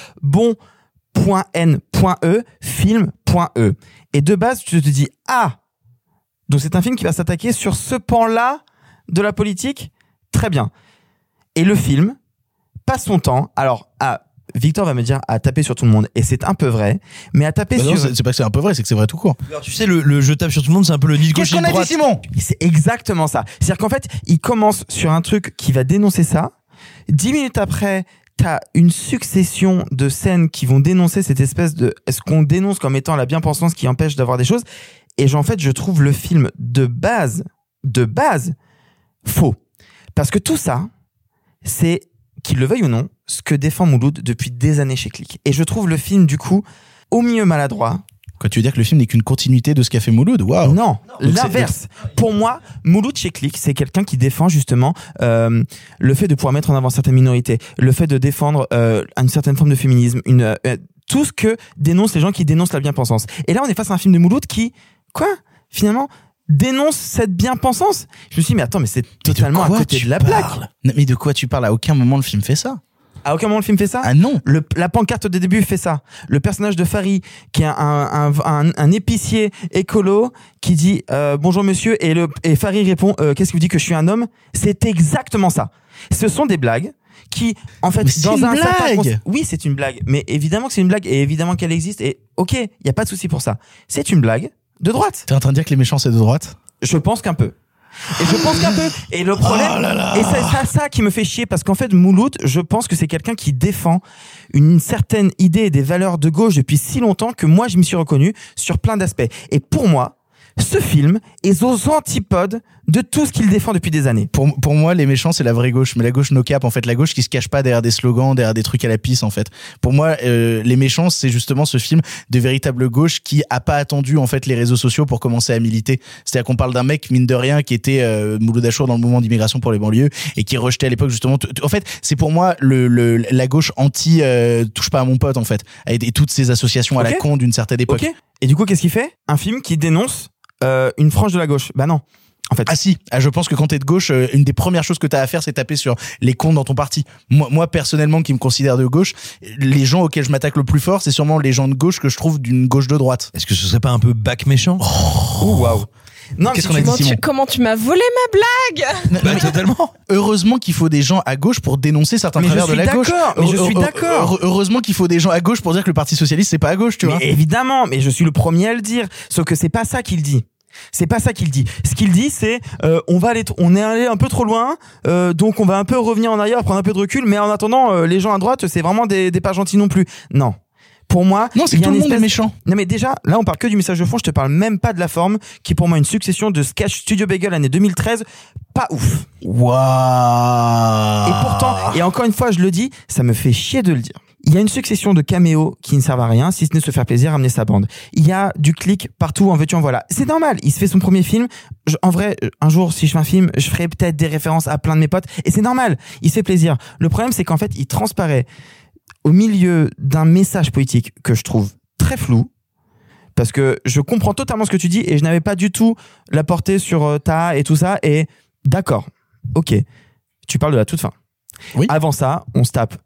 Bon.n.e, film.e. Et de base, tu te dis donc c'est un film qui va s'attaquer sur ce pan-là de la politique. Très bien. Et le film passe son temps, Victor va me dire à taper sur tout le monde, et c'est un peu vrai, mais à taper sur... Non, c'est pas que c'est un peu vrai, c'est que c'est vrai tout court. Alors, tu sais, le je tape sur tout le monde, c'est un peu le nid de gauche et de droite. Qu'est-ce qu'on a dit, Simon? C'est exactement ça. C'est-à-dire qu'en fait, il commence sur un truc qui va dénoncer ça. 10 minutes après, t'as une succession de scènes qui vont dénoncer cette espèce de... ce qu'on dénonce comme étant la bien-pensance qui empêche d'avoir des choses. Et en fait, je trouve le film de base, faux. Parce que tout ça, c'est, qu'il le veuille ou non, ce que défend Mouloud depuis des années chez Click. Et je trouve le film, du coup, au mieux maladroit. Quoi, tu veux dire que le film n'est qu'une continuité de ce qu'a fait Mouloud? Waouh. Non, l'inverse. Pour moi, Mouloud chez Click, c'est quelqu'un qui défend justement le fait de pouvoir mettre en avant certaines minorités, le fait de défendre une certaine forme de féminisme, tout ce que dénoncent les gens qui dénoncent la bien-pensance. Et là, on est face à un film de Mouloud qui, finalement, dénonce cette bien-pensance. Je me suis dit, mais attends, mais c'est totalement à côté de la plaque. Mais de quoi tu parles? À aucun moment le film fait ça. À aucun moment le film fait ça. Ah non. La pancarte de début fait ça. Le personnage de Farid, qui est un épicier écolo, qui dit bonjour monsieur, et Farid répond qu'est-ce qui vous dit que je suis un homme. C'est exactement ça. Ce sont des blagues qui, en fait, mais dans un blague. oui, c'est une blague, mais évidemment que c'est une blague et évidemment qu'elle existe. Et ok, il y a pas de souci pour ça. C'est une blague de droite. T'es en train de dire que les méchants c'est de droite? Je pense qu'un peu. Et le problème, et c'est ça qui me fait chier, parce qu'en fait, Mouloud, je pense que c'est quelqu'un qui défend une certaine idée et des valeurs de gauche depuis si longtemps que moi, je m'y suis reconnu sur plein d'aspects. Et pour moi, ce film est aux antipodes de tout ce qu'il défend depuis des années. Pour moi, les méchants, c'est la vraie gauche, mais la gauche no cap, en fait, la gauche qui se cache pas derrière des slogans, derrière des trucs à la pisse, en fait. Pour moi, les méchants, c'est justement ce film de véritable gauche qui a pas attendu, en fait, les réseaux sociaux pour commencer à militer. C'est-à-dire qu'on parle d'un mec, mine de rien, qui était Mouloud Achour dans le mouvement d'immigration pour les banlieues et qui rejetait à l'époque, justement, en fait, c'est pour moi la gauche anti touche pas à mon pote, en fait, et toutes ces associations à la con d'une certaine époque. Okay. Et du coup, qu'est-ce qu'il fait? Un film qui dénonce une frange de la gauche. Bah non. En fait. Ah si, je pense que quand t'es de gauche, une des premières choses que t'as à faire, c'est taper sur les cons dans ton parti. Moi personnellement, qui me considère de gauche, les gens auxquels je m'attaque le plus fort, c'est sûrement les gens de gauche que je trouve d'une gauche de droite. Est-ce que ce serait pas un peu bac méchant? Waouh. Non, qu'est-ce qu'on a dit, Simon? Comment tu m'as volé ma blague? Bah, totalement. Heureusement qu'il faut des gens à gauche pour dénoncer certains travers de la gauche. Mais je suis d'accord. Heureusement qu'il faut des gens à gauche pour dire que le Parti socialiste c'est pas à gauche, tu vois. Mais évidemment, mais je suis le premier à le dire. Sauf que c'est pas ça qu'il dit. C'est pas ça qu'il dit. Ce qu'il dit, c'est on est allé un peu trop loin, donc on va un peu revenir en arrière, prendre un peu de recul. Mais en attendant, les gens à droite, c'est vraiment des pas gentils non plus. Non. Pour moi, non, c'est que tout le monde est méchant. Non, mais déjà, là, on parle que du message de fond. Je te parle même pas de la forme, qui est pour moi une succession de sketch Studio Bagel année 2013. Pas ouf. Waouh. Et pourtant, et encore une fois, je le dis, ça me fait chier de le dire. Il y a une succession de caméos qui ne servent à rien, si ce n'est se faire plaisir, amener sa bande. Il y a du clic partout, en veux-tu, en voilà. C'est normal. Il se fait son premier film. En vrai, un jour, si je fais un film, je ferai peut-être des références à plein de mes potes. Et c'est normal. Il se fait plaisir. Le problème, c'est qu'en fait, il transparaît au milieu d'un message politique que je trouve très flou, parce que je comprends totalement ce que tu dis et je n'avais pas du tout la portée sur ta et tout ça. Et d'accord, ok, tu parles de la toute fin. Oui. Avant ça, on se tape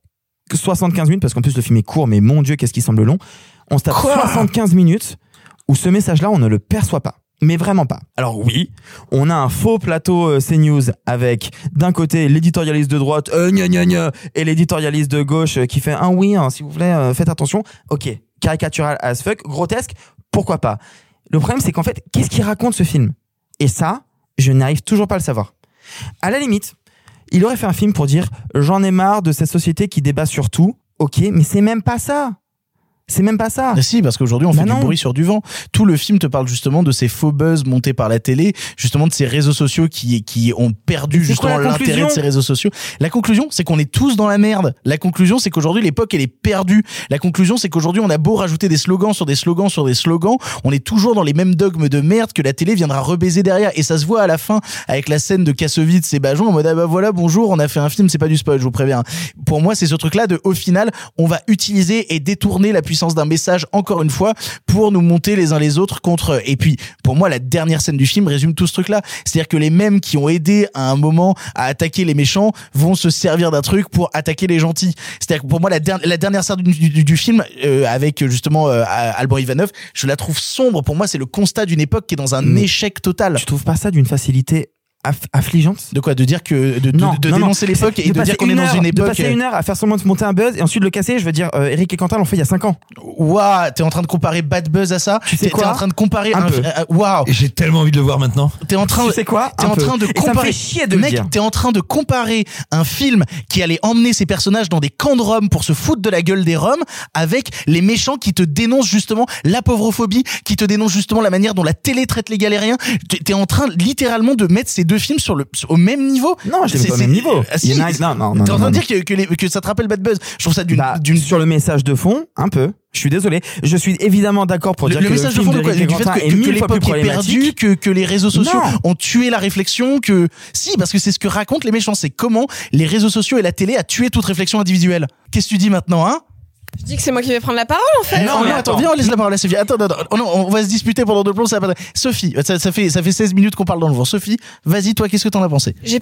75 minutes, parce qu'en plus le film est court, mais mon Dieu, qu'est-ce qui semble long. On se tape 75 minutes où ce message-là, on ne le perçoit pas. Mais vraiment pas. Alors oui, on a un faux plateau CNews avec d'un côté l'éditorialiste de droite gna gna gna, et l'éditorialiste de gauche qui fait un oui, hein, s'il vous plaît, faites attention. Ok, caricatural as fuck, grotesque, pourquoi pas. Le problème, c'est qu'en fait, qu'est-ce qu'il raconte ce film? Et ça, je n'arrive toujours pas à le savoir. À la limite, il aurait fait un film pour dire j'en ai marre de cette société qui débat sur tout. Ok, mais c'est même pas ça. C'est même pas ça. Mais si, parce qu'aujourd'hui, on fait du bruit sur du vent. Tout le film te parle justement de ces faux buzz montés par la télé, justement de ces réseaux sociaux qui ont perdu justement l'intérêt de ces réseaux sociaux. La conclusion, c'est qu'on est tous dans la merde. La conclusion, c'est qu'aujourd'hui, l'époque, elle est perdue. La conclusion, c'est qu'aujourd'hui, on a beau rajouter des slogans sur des slogans sur des slogans, on est toujours dans les mêmes dogmes de merde que la télé viendra rebaiser derrière. Et ça se voit à la fin avec la scène de Kassovitz et Bajon en mode ah bah voilà, bonjour, on a fait un film, c'est pas du spoil, je vous préviens. Pour moi, c'est ce truc-là de, au final, on va utiliser et détourner la puissance d'un message encore une fois pour nous monter les uns les autres contre. Et puis pour moi la dernière scène du film résume tout ce truc là, c'est-à-dire que les mêmes qui ont aidé à un moment à attaquer les méchants vont se servir d'un truc pour attaquer les gentils. C'est-à-dire que pour moi la dernière scène du film avec justement Alban Ivanov, je la trouve sombre. Pour moi c'est le constat d'une époque qui est dans un échec total. Tu trouves pas ça d'une facilité affligeante? De quoi? De dire que de dénoncer l'époque et de dire qu'on est dans une époque. De passer une heure à faire semblant de monter un buzz et ensuite le casser. Je veux dire, Eric et Quentin l'ont fait il y a 5 ans. Waouh, t'es en train de comparer Bad Buzz à ça? Tu sais quoi? T'es en train de comparer waouh. J'ai tellement envie de le voir maintenant. T'es en train. Tu sais quoi? T'es en train de comparer. Ça me fait chier de mec, le dire. T'es en train de comparer un film qui allait emmener ses personnages dans des camps de Roms pour se foutre de la gueule des Roms avec les méchants qui te dénoncent justement la pauvrophobie, qui te dénoncent justement la manière dont la télé traite les galériens. T'es en train littéralement de mettre ces deux films au même niveau. Non, je l'ai pas au même niveau. Ah, si. Non. T'es en train de dire que ça te rappelle Bad Buzz. Je trouve ça sur le message de fond, un peu. Je suis désolé. Je suis évidemment d'accord pour dire que le message de fond de quoi? Du fait que l'époque est perdue, que les réseaux sociaux ont tué la réflexion, parce que c'est ce que racontent les méchants. C'est comment les réseaux sociaux et la télé a tué toute réflexion individuelle. Qu'est-ce que tu dis maintenant, hein? Je dis que c'est moi qui vais prendre la parole en fait. Non, attends, viens, on laisse la parole à Sophie. Attends, on va se disputer pendant 2 plombs, ça va pas. Sophie, ça fait 16 minutes qu'on parle dans le vent. Sophie, vas-y, toi, qu'est-ce que t'en as pensé? J'ai pas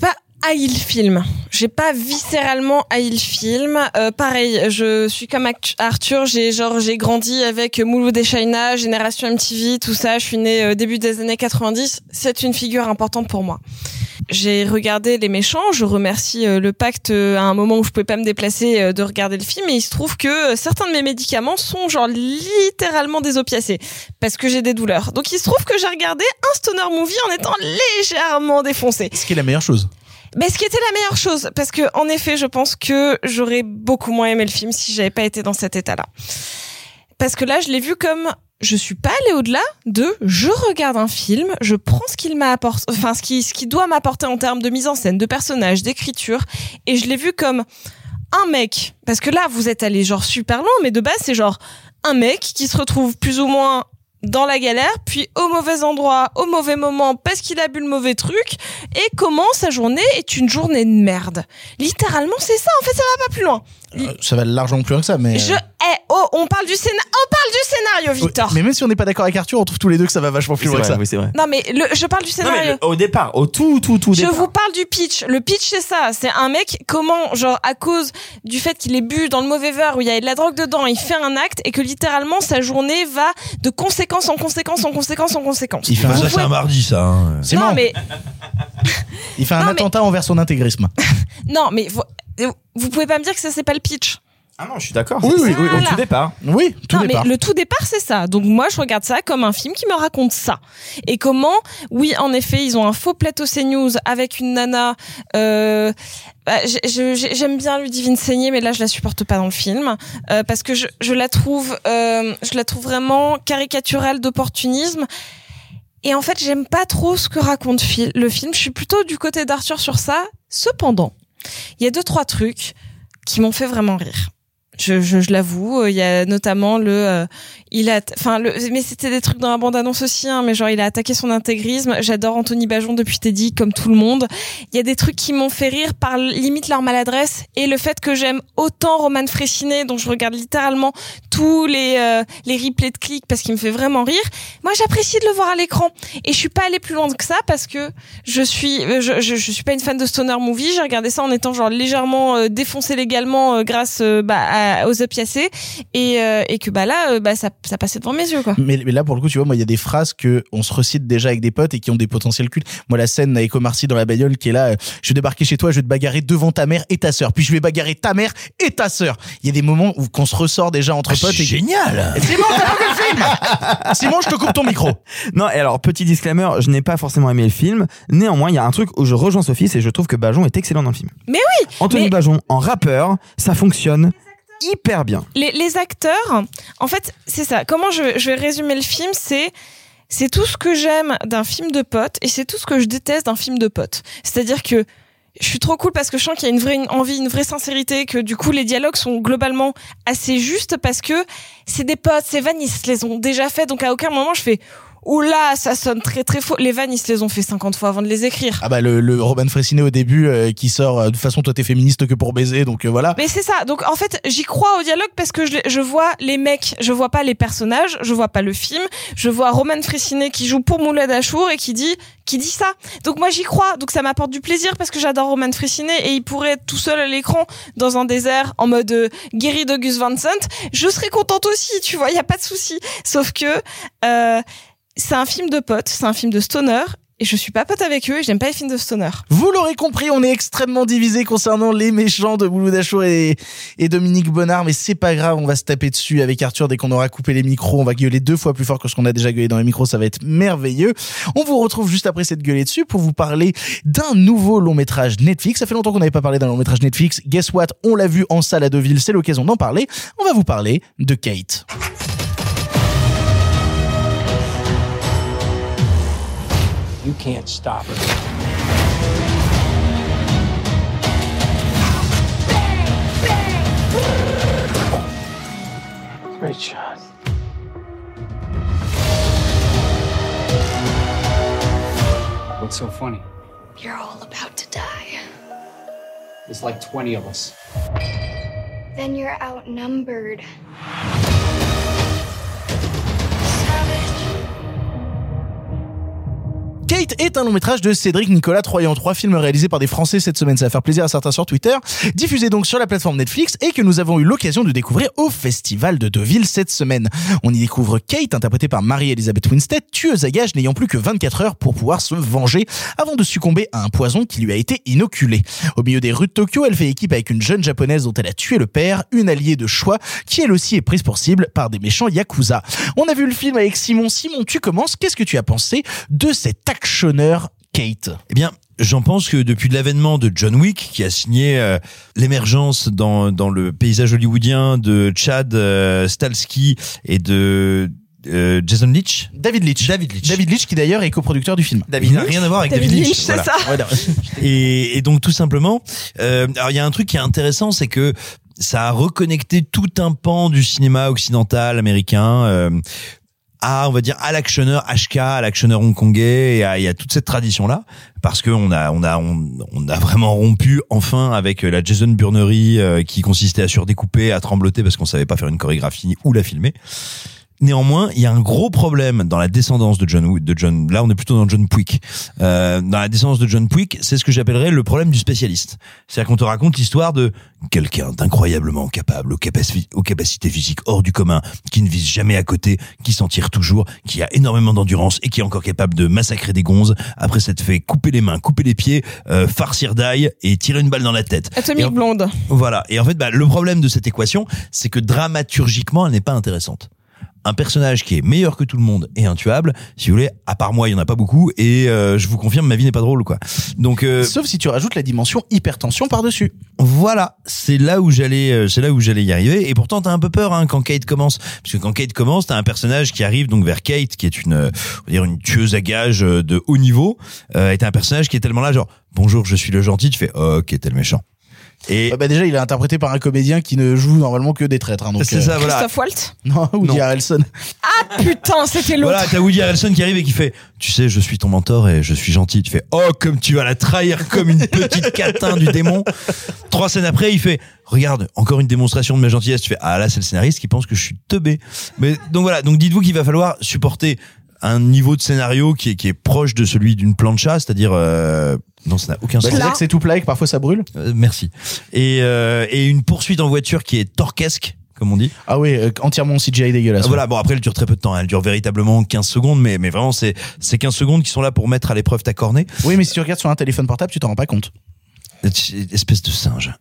haï le film. J'ai pas viscéralement haï le film. Pareil, je suis comme Arthur, j'ai grandi avec Mouloud et Shaina, Génération MTV, tout ça. Je suis née début des années 90. C'est une figure importante pour moi. J'ai regardé Les Méchants. Je remercie le Pacte à un moment où je pouvais pas me déplacer de regarder le film. Et il se trouve que certains de mes médicaments sont genre littéralement des opiacés parce que j'ai des douleurs. Donc il se trouve que j'ai regardé un stoner movie en étant légèrement défoncée. Ce qui est la meilleure chose. Mais ce qui était la meilleure chose, parce que en effet, je pense que j'aurais beaucoup moins aimé le film si j'avais pas été dans cet état-là. Parce que là, je l'ai vu comme je suis pas allée au-delà de je regarde un film, je prends ce qu'il m'apporte, enfin ce qui doit m'apporter en termes de mise en scène, de personnages, d'écriture, et je l'ai vu comme un mec. Parce que là, vous êtes allé genre super loin, mais de base, c'est genre un mec qui se retrouve plus ou moins dans la galère, puis au mauvais endroit, au mauvais moment, parce qu'il a bu le mauvais truc, et comment sa journée est une journée de merde. Littéralement, c'est ça. En fait, ça va pas plus loin. Ça va largement plus loin que ça, mais... on parle du scénario, Victor. Oui, mais même si on n'est pas d'accord avec Arthur, on trouve tous les deux que ça va vachement plus loin que ça. Oui, c'est vrai. Non, mais je parle du scénario. Au départ, au tout départ. Je vous parle du pitch. Le pitch, c'est ça. C'est un mec, comment, genre, à cause du fait qu'il ait bu dans le mauvais verre où il y a de la drogue dedans, il fait un acte et que littéralement, sa journée va de conséquence en conséquence en conséquence en conséquence. Il fait ça, c'est un mardi, ça. Hein. C'est non, bon. mais... Il fait un attentat envers son intégrisme. Non, mais vous pouvez pas me dire que ça, c'est pas le pitch. Ah non, je suis d'accord. Oui, au tout départ. Oui, tout départ. Mais le tout départ, c'est ça. Donc moi, je regarde ça comme un film qui me raconte ça. Et comment, oui, en effet, ils ont un faux plateau CNews avec une nana. J'aime bien Ludivine Seigné, mais là, je la supporte pas dans le film parce que je la trouve vraiment caricaturale d'opportunisme. Et en fait, j'aime pas trop ce que raconte le film. Je suis plutôt du côté d'Arthur sur ça. Cependant, il y a 2-3 trucs qui m'ont fait vraiment rire. Je l'avoue, il y a notamment mais c'était des trucs dans la bande-annonce aussi, hein, mais genre il a attaqué son intégrisme. J'adore Anthony Bajon depuis Teddy, comme tout le monde. Il y a des trucs qui m'ont fait rire par limite leur maladresse et le fait que j'aime autant Roman Frécinet, dont je regarde littéralement tous les replays de clics parce qu'il me fait vraiment rire. Moi, j'apprécie de le voir à l'écran et je suis pas allée plus loin que ça parce que je suis pas une fan de stoner movie. J'ai regardé ça en étant genre légèrement défoncé légalement grâce aux opiacés et que là ça passait devant mes yeux quoi. Mais là pour le coup tu vois, moi il y a des phrases que on se recite déjà avec des potes et qui ont des potentiels cultes. Moi la scène avec Omar Sy dans la bagnole qui est là, je vais débarquer chez toi, je vais te bagarrer devant ta mère et ta sœur, puis je vais bagarrer ta mère et ta sœur. Il y a des moments où qu'on se ressort déjà entre potes. C'est génial. Simon, t'as pas vu le film. Simon, je te coupe ton micro. Non, et alors petit disclaimer, je n'ai pas forcément aimé le film. Néanmoins, il y a un truc où je rejoins Sophie, c'est que je trouve que Bajon est excellent dans le film. Mais oui. Anthony Bajon en rappeur, ça fonctionne hyper bien. Les acteurs, en fait, c'est ça. Comment je vais résumer le film, c'est tout ce que j'aime d'un film de potes et c'est tout ce que je déteste d'un film de potes. C'est-à-dire que je suis trop cool parce que je sens qu'il y a une vraie envie, une vraie sincérité, que du coup les dialogues sont globalement assez justes parce que c'est des potes, ces vannes ils se les ont déjà fait, donc à aucun moment je fais oula, ça sonne très très faux. Les vannes, ils se les ont fait 50 fois avant de les écrire. Ah bah le Roman Frécinet au début qui sort de toute façon toi t'es féministe que pour baiser, donc voilà. Mais c'est ça. Donc en fait, j'y crois au dialogue parce que je vois les mecs, je vois pas les personnages, je vois pas le film, je vois Roman Frécinet qui joue pour Mouled Achour et qui dit ça. Donc moi j'y crois. Donc ça m'apporte du plaisir parce que j'adore Roman Frécinet et il pourrait être tout seul à l'écran dans un désert en mode guéri de Gus Van Sant. Je serais contente aussi, tu vois, y a pas de souci. Sauf que c'est un film de potes, c'est un film de stoner et je suis pas pote avec eux et j'aime pas les films de stoner. Vous l'aurez compris, on est extrêmement divisés concernant Les Méchants de Mouloud Achour et Dominique Bonnard, mais c'est pas grave, on va se taper dessus avec Arthur dès qu'on aura coupé les micros, on va gueuler 2 fois plus fort que ce qu'on a déjà gueulé dans les micros, ça va être merveilleux. On vous retrouve juste après cette gueulée dessus pour vous parler d'un nouveau long métrage Netflix. Ça fait longtemps qu'on n'avait pas parlé d'un long métrage Netflix. Guess what? On l'a vu en salle à Deauville, c'est l'occasion d'en parler. On va vous parler de Kate. You can't stop her. Great shot. What's so funny? You're all about to die. There's like 20 of us. Then you're outnumbered. Kate est un long métrage de Cédric Nicolas Troyan, 3 films réalisés par des Français cette semaine. Ça va faire plaisir à certains sur Twitter. Diffusé donc sur la plateforme Netflix et que nous avons eu l'occasion de découvrir au Festival de Deauville cette semaine. On y découvre Kate, interprétée par Mary-Elizabeth Winstead, tueuse à gages n'ayant plus que 24 heures pour pouvoir se venger avant de succomber à un poison qui lui a été inoculé. Au milieu des rues de Tokyo, elle fait équipe avec une jeune japonaise dont elle a tué le père, une alliée de choix qui elle aussi est prise pour cible par des méchants yakuza. On a vu le film avec Simon. Simon, tu commences. Qu'est-ce que tu as pensé de cet actionneur Kate? Eh bien, j'en pense que depuis l'avènement de John Wick, qui a signé l'émergence dans le paysage hollywoodien de Chad Stahelski et de Jason Leach. David Leach qui d'ailleurs est coproducteur du film. David n'a rien à voir avec David Leach. C'est ça. Voilà. Et donc tout simplement, alors il y a un truc qui est intéressant, c'est que ça a reconnecté tout un pan du cinéma occidental américain à, on va dire, à l'actionneur HK, à l'actionneur hongkongais et à toute cette tradition là, parce que on a vraiment rompu enfin avec la Jason Burnery qui consistait à surdécouper, à trembloter parce qu'on savait pas faire une chorégraphie ou la filmer. Néanmoins, il y a un gros problème dans la descendance de John. Là, on est plutôt dans John Puig. Dans la descendance de John Puig, c'est ce que j'appellerais le problème du spécialiste. C'est-à-dire qu'on te raconte l'histoire de quelqu'un d'incroyablement capable, aux capacités physiques hors du commun, qui ne vise jamais à côté, qui s'en tire toujours, qui a énormément d'endurance et qui est encore capable de massacrer des gonzes après s'être fait couper les mains, couper les pieds, farcir d'ail et tirer une balle dans la tête. Atomique blonde. Voilà. Et en fait, le problème de cette équation, c'est que dramaturgiquement, elle n'est pas intéressante. Un personnage qui est meilleur que tout le monde et intuable, si vous voulez, à part moi, il y en a pas beaucoup et je vous confirme, ma vie n'est pas drôle, quoi. Donc sauf si tu rajoutes la dimension hypertension par-dessus. Voilà, c'est là où j'allais y arriver. Et pourtant, t'as un peu peur quand Kate commence, parce que quand Kate commence, t'as un personnage qui arrive donc vers Kate, qui est on va dire une tueuse à gages de haut niveau, et t'as un personnage qui est tellement là, genre bonjour, je suis le gentil, tu fais ok, t'es le méchant. Et déjà il est interprété par un comédien qui ne joue normalement que des traîtres donc c'est ça, voilà. Christophe Waltz. Non, Woody Harrelson. Ah putain, c'était l'autre. Voilà, t'as Woody Harrelson qui arrive et qui fait tu sais, je suis ton mentor et je suis gentil. Tu fais oh, comme tu vas la trahir comme une petite catin du démon. 3 scènes après, il fait regarde, encore une démonstration de ma gentillesse. Tu fais ah là, c'est le scénariste qui pense que je suis teubé. Mais donc voilà, donc dites-vous qu'il va falloir supporter un niveau de scénario qui est proche de celui d'une plancha, c'est-à-dire non, ça n'a aucun sens. C'est-à-dire que c'est tout plat et que parfois ça brûle. Merci. Et une poursuite en voiture qui est torquesque, comme on dit. Ah oui, entièrement CGI dégueulasse. Voilà, bon après elle dure très peu de temps, elle dure véritablement 15 secondes, mais vraiment c'est 15 secondes qui sont là pour mettre à l'épreuve ta cornée. Oui, mais si tu regardes sur un téléphone portable, tu t'en rends pas compte. Espèce de singe.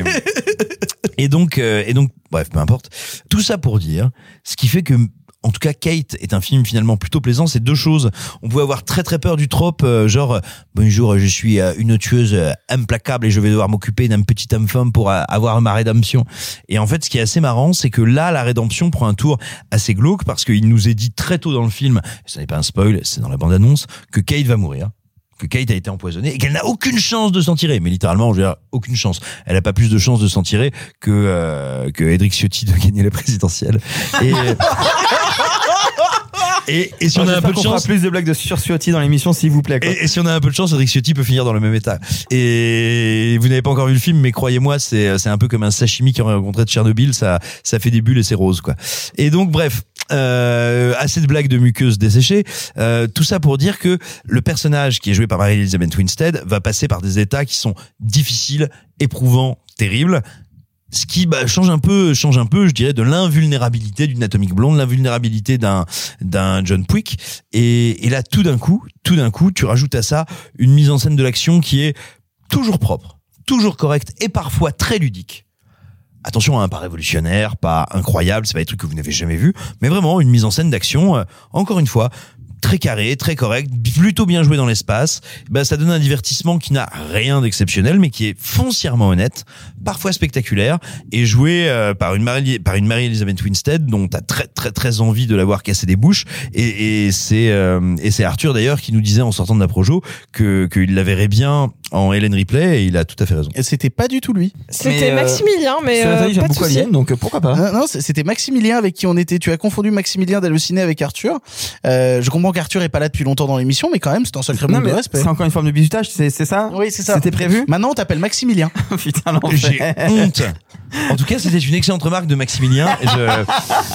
Et donc bref, peu importe. Tout ça pour dire, ce qui fait que en tout cas, Kate est un film finalement plutôt plaisant. C'est 2 choses. On pouvait avoir très très peur du trope, genre bonjour, je suis une tueuse implacable et je vais devoir m'occuper d'un petit homme-femme pour avoir ma rédemption. Et en fait, ce qui est assez marrant, c'est que là, la rédemption prend un tour assez glauque parce qu'il nous est dit très tôt dans le film, ce n'est pas un spoil, c'est dans la bande-annonce, que Kate va mourir. Que Kate a été empoisonnée et qu'elle n'a aucune chance de s'en tirer. Mais littéralement, je veux dire, aucune chance. Elle a pas plus de chance de s'en tirer que Edric Ciotti de gagner la présidentielle. Et si on a un peu de chance, plus de blagues sur Ciotti dans l'émission, s'il vous plaît. Quoi. Et si on a un peu de chance, Edric Ciotti peut finir dans le même état. Et vous n'avez pas encore vu le film, mais croyez-moi, c'est un peu comme un sashimi qui aurait rencontré de Tchernobyl. Ça fait des bulles et c'est rose, quoi. Et donc, bref. Assez de blagues de muqueuses desséchées. Tout ça pour dire que le personnage qui est joué par Mary-Elizabeth Winstead va passer par des états qui sont difficiles, éprouvants, terribles. Ce qui change un peu, je dirais, de l'invulnérabilité d'une Atomic Blonde, l'invulnérabilité d'un John Puig. Et là, tout d'un coup, tu rajoutes à ça une mise en scène de l'action qui est toujours propre, toujours correcte et parfois très ludique. Attention, pas révolutionnaire, pas incroyable, c'est pas des trucs que vous n'avez jamais vus, mais vraiment une mise en scène d'action, encore une fois, très carré, très correct, plutôt bien joué dans l'espace. Ça donne un divertissement qui n'a rien d'exceptionnel, mais qui est foncièrement honnête, parfois spectaculaire, et joué par une Mary-Elizabeth Winstead dont t'as très très très envie de la voir casser des bouches. Et c'est Arthur d'ailleurs qui nous disait en sortant de la Projo qu'il la verrait bien en Ellen Ripley, et il a tout à fait raison. Et c'était pas du tout lui. C'était Maximilien, mais j'aime beaucoup Alien, donc pourquoi pas. Non, c'était Maximilien avec qui on était. Tu as confondu Maximilien d'Halluciné avec Arthur. Je comprends qu'Arthur est pas là depuis longtemps dans l'émission, mais quand même, c'est un sacré manque de respect. C'est encore une forme de bizutage, c'est ça? Oui, c'est ça. C'était prévu? Maintenant, on t'appelle Maximilien. Putain, l'enfer. J'ai honte. En tout cas, c'était une excellente remarque de Maximilien.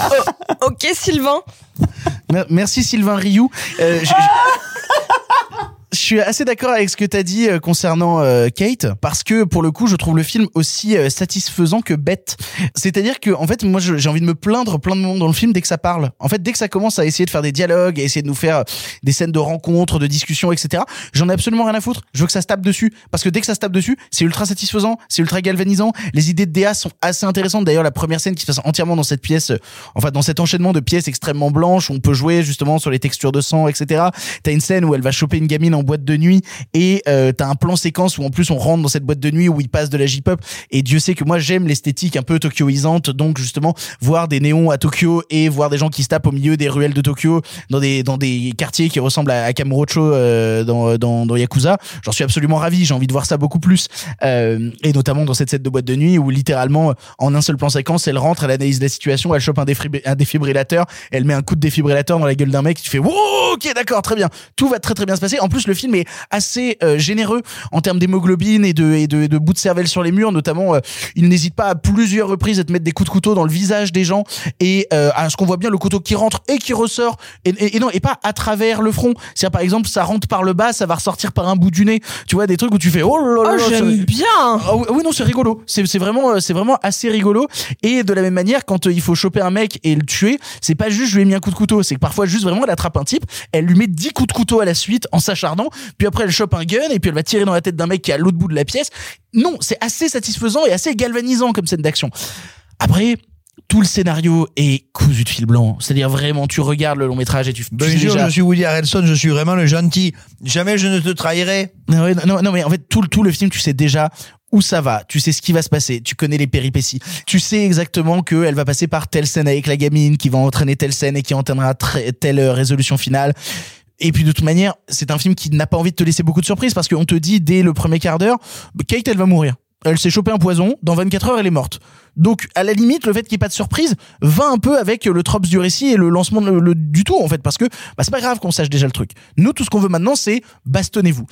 Ok, Sylvain. Merci Sylvain Rioux. suis assez d'accord avec ce que t'as dit concernant Kate, parce que pour le coup, je trouve le film aussi satisfaisant que bête. C'est-à-dire que en fait, moi, j'ai envie de me plaindre plein de moments dans le film dès que ça parle. En fait, dès que ça commence à essayer de faire des dialogues, à essayer de nous faire des scènes de rencontres, de discussions, etc. J'en ai absolument rien à foutre. Je veux que ça se tape dessus, parce que dès que ça se tape dessus, c'est ultra satisfaisant, c'est ultra galvanisant. Les idées de DA sont assez intéressantes. D'ailleurs, la première scène qui se passe entièrement dans cette pièce, enfin dans cet enchaînement de pièces extrêmement blanches, où on peut jouer justement sur les textures de sang, etc. T'as une scène où elle va choper une gamine en boîte de nuit et t'as un plan séquence où en plus on rentre dans cette boîte de nuit où il passe de la J-pop, et Dieu sait que moi j'aime l'esthétique un peu tokyoisante, donc justement voir des néons à Tokyo et voir des gens qui se tapent au milieu des ruelles de Tokyo dans des quartiers qui ressemblent à Kamurocho dans Yakuza, j'en suis absolument ravi, j'ai envie de voir ça beaucoup plus, et notamment dans cette scène de boîte de nuit où littéralement en un seul plan séquence elle rentre, elle analyse la situation, elle chope un défibrillateur, elle met un coup de défibrillateur dans la gueule d'un mec, tu fais wow, ok d'accord, très bien, tout va très très bien se passer. En plus le film est assez généreux en termes d'hémoglobine et de bouts de cervelle sur les murs, notamment il n'hésite pas à plusieurs reprises à te mettre des coups de couteau dans le visage des gens, et à ce qu'on voit bien le couteau qui rentre et qui ressort, et pas à travers le front, c'est-à-dire par exemple ça rentre par le bas, ça va ressortir par un bout du nez, tu vois, des trucs où tu fais oh là là, j'aime bien. Oui non, c'est rigolo, c'est vraiment assez rigolo. Et de la même manière, quand il faut choper un mec et le tuer, c'est pas juste je lui ai mis un coup de couteau, c'est que parfois juste vraiment elle attrape un type, elle lui met 10 coups de couteau à la suite en s'acharnant, puis après elle chope un gun et puis elle va tirer dans la tête d'un mec qui est à l'autre bout de la pièce. Non, c'est assez satisfaisant et assez galvanisant comme scène d'action. Après, tout le scénario est cousu de fil blanc. C'est-à-dire vraiment, tu regardes le long métrage et tu Bonjour, je suis Woody Harrelson, je suis vraiment le gentil. Jamais je ne te trahirai. Non, mais en fait, tout le film, tu sais déjà où ça va, tu sais ce qui va se passer, tu connais les péripéties, tu sais exactement qu'elle va passer par telle scène avec la gamine qui va entraîner telle scène et qui entraînera telle résolution finale. Et puis de toute manière, c'est un film qui n'a pas envie de te laisser beaucoup de surprises, parce qu'on te dit dès le premier quart d'heure, Kate elle va mourir. Elle s'est chopé un poison, dans 24 heures elle est morte. Donc à la limite, le fait qu'il n'y ait pas de surprise va un peu avec le trope du récit et le lancement du tout en fait, parce que c'est pas grave qu'on sache déjà le truc. Nous, tout ce qu'on veut maintenant, c'est bastonnez-vous.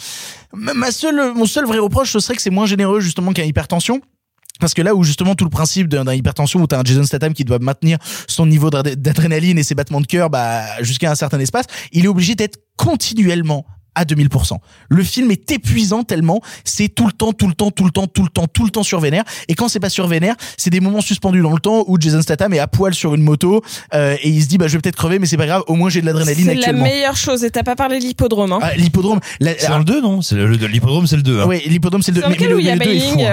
Mon seul vrai reproche, ce serait que c'est moins généreux justement qu'un Hypertension. Parce que là où justement tout le principe d'un Hypertension, où t'as un Jason Statham qui doit maintenir son niveau d'adrénaline et ses battements de cœur jusqu'à un certain espace, il est obligé d'être continuellement à 2000%. Le film est épuisant tellement c'est tout le temps sur vénère, et quand c'est pas sur vénère, c'est des moments suspendus dans le temps où Jason Statham est à poil sur une moto et il se dit je vais peut-être crever mais c'est pas grave, au moins j'ai de l'adrénaline actuellement. C'est la meilleure chose. Et t'as pas parlé de l'hippodrome hein. L'hippodrome c'est dans le 2 non, c'est l'hippodrome c'est le 2 hein. Oui, l'hippodrome c'est le 2. C'est lequel où il y a Bailing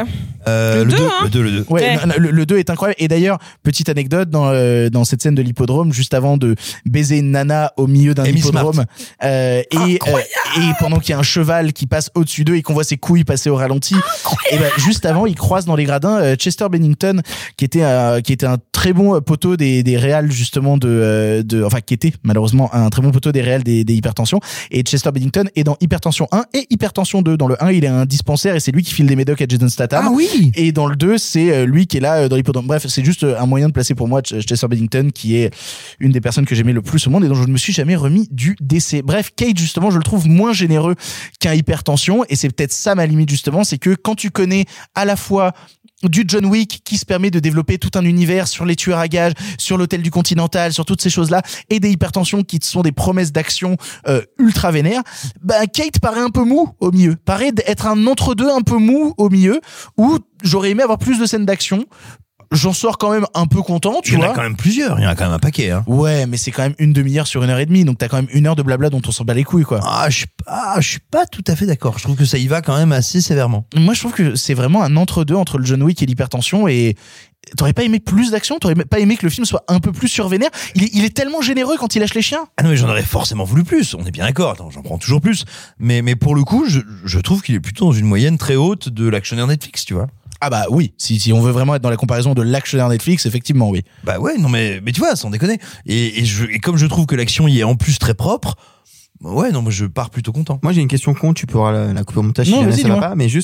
le 2. Ouais, le 2 est incroyable. Et d'ailleurs, petite anecdote, dans cette scène de l'hippodrome, juste avant de baiser une nana au milieu d'un hippodrome, et pendant qu'il y a un cheval qui passe au-dessus d'eux et qu'on voit ses couilles passer au ralenti, et juste avant, ils croisent dans les gradins Chester Bennington, qui était un très bon poteau des réals justement enfin qui était malheureusement un très bon poteau des réals des Hypertensions. Et Chester Bennington est dans Hypertension 1 et Hypertension 2. Dans le 1, il est un dispensaire et c'est lui qui file des médocs à Jason Statham. Ah oui. Et dans le 2, c'est lui qui est là dans l'hippodrome. Bref, c'est juste un moyen de placer pour moi Chester Bennington, qui est une des personnes que j'aimais le plus au monde et dont je ne me suis jamais remis du décès. Bref, Cage, justement, je le trouve moins généreux qu'un Hypertension, et c'est peut-être ça ma limite, justement, c'est que quand tu connais à la fois du John Wick qui se permet de développer tout un univers sur les tueurs à gages, sur l'hôtel du Continental, sur toutes ces choses-là, et des Hypertensions qui sont des promesses d'action ultra vénères, Kate paraît un peu mou au milieu, paraît être un entre-deux un peu mou au milieu, où j'aurais aimé avoir plus de scènes d'action. J'en sors quand même un peu content, tu vois. Il y en a quand même plusieurs, il y en a quand même un paquet, hein. Ouais, mais c'est quand même une demi-heure sur 1h30, donc t'as quand même 1 heure de blabla dont on s'en bat les couilles, quoi. Je suis pas tout à fait d'accord. Je trouve que ça y va quand même assez sévèrement. Moi, je trouve que c'est vraiment un entre-deux entre le John Wick et l'Hypertension, et t'aurais pas aimé plus d'action? T'aurais pas aimé que le film soit un peu plus survénère? Il est tellement généreux quand il lâche les chiens. Ah non, mais j'en aurais forcément voulu plus. On est bien d'accord. Attends, j'en prends toujours plus. Mais pour le coup, je trouve qu'il est plutôt dans une moyenne très haute de l'actionnaire Netflix, tu vois. Ah bah oui, si on veut vraiment être dans la comparaison de l'actionnaire Netflix, effectivement, oui. Bah ouais, non mais tu vois, sans déconner. Et comme je trouve que l'action y est en plus très propre, ouais, non, moi je pars plutôt content. Moi j'ai une question con, tu pourras la couper au montage si non, jamais ça va pas, mais juste,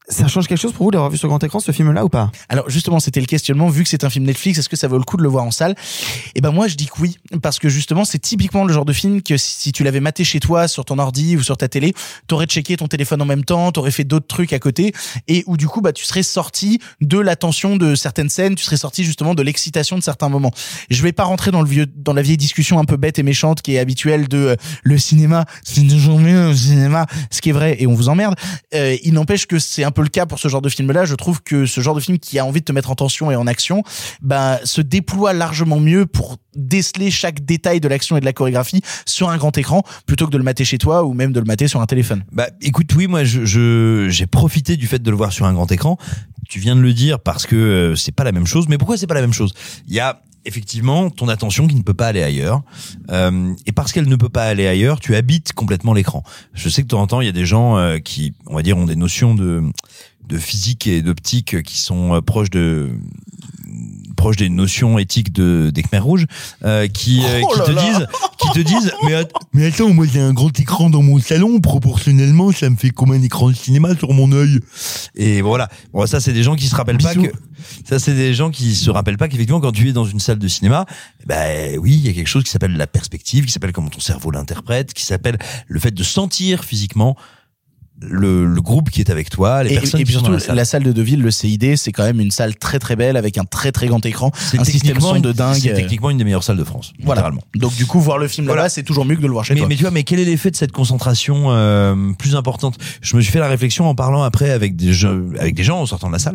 Ça change quelque chose pour vous d'avoir vu sur grand écran ce film-là ou pas? Alors justement, c'était le questionnement, vu que c'est un film Netflix, est-ce que ça vaut le coup de le voir en salle? Et ben moi je dis que oui, parce que justement c'est typiquement le genre de film que si tu l'avais maté chez toi, sur ton ordi ou sur ta télé, t'aurais checké ton téléphone en même temps, t'aurais fait d'autres trucs à côté, et où du coup tu serais sorti de l'attention de certaines scènes, tu serais sorti justement de l'excitation de certains moments. Je vais pas rentrer dans la vieille discussion un peu bête et méchante qui est habituelle de le cinéma, c'est toujours mieux le cinéma, ce qui est vrai, et on vous emmerde. Il n'empêche que c'est un peu le cas pour ce genre de film-là. Je trouve que ce genre de film qui a envie de te mettre en tension et en action, se déploie largement mieux pour déceler chaque détail de l'action et de la chorégraphie sur un grand écran plutôt que de le mater chez toi ou même de le mater sur un téléphone. Écoute, oui, moi j'ai profité du fait de le voir sur un grand écran. Tu viens de le dire parce que c'est pas la même chose. Mais pourquoi c'est pas la même chose? Il y a effectivement ton attention qui ne peut pas aller ailleurs, et parce qu'elle ne peut pas aller ailleurs, tu habites complètement l'écran. Je sais que de temps en temps il y a des gens qui, on va dire, ont des notions de physique et d'optique qui sont proches des notions éthiques des Khmers rouges, qui te disent mais attends, moi j'ai un grand écran dans mon salon, proportionnellement ça me fait comme un écran de cinéma sur mon œil. Et voilà. Bon, ça c'est des gens qui se rappellent pas qu'effectivement quand tu es dans une salle de cinéma, oui, il y a quelque chose qui s'appelle la perspective, qui s'appelle comment ton cerveau l'interprète, qui s'appelle le fait de sentir physiquement le groupe qui est avec toi, les personnes et puis qui sont surtout dans la salle. la salle de Deauville, le CID, c'est quand même une salle très très belle avec un très très grand écran, un système son de dingue. C'est techniquement une des meilleures salles de France, littéralement. Donc du coup voir le film là-bas, c'est toujours mieux que de le voir chez toi. Mais tu vois, quel est l'effet de cette concentration plus importante? Je me suis fait la réflexion en parlant après avec des gens en sortant de la salle.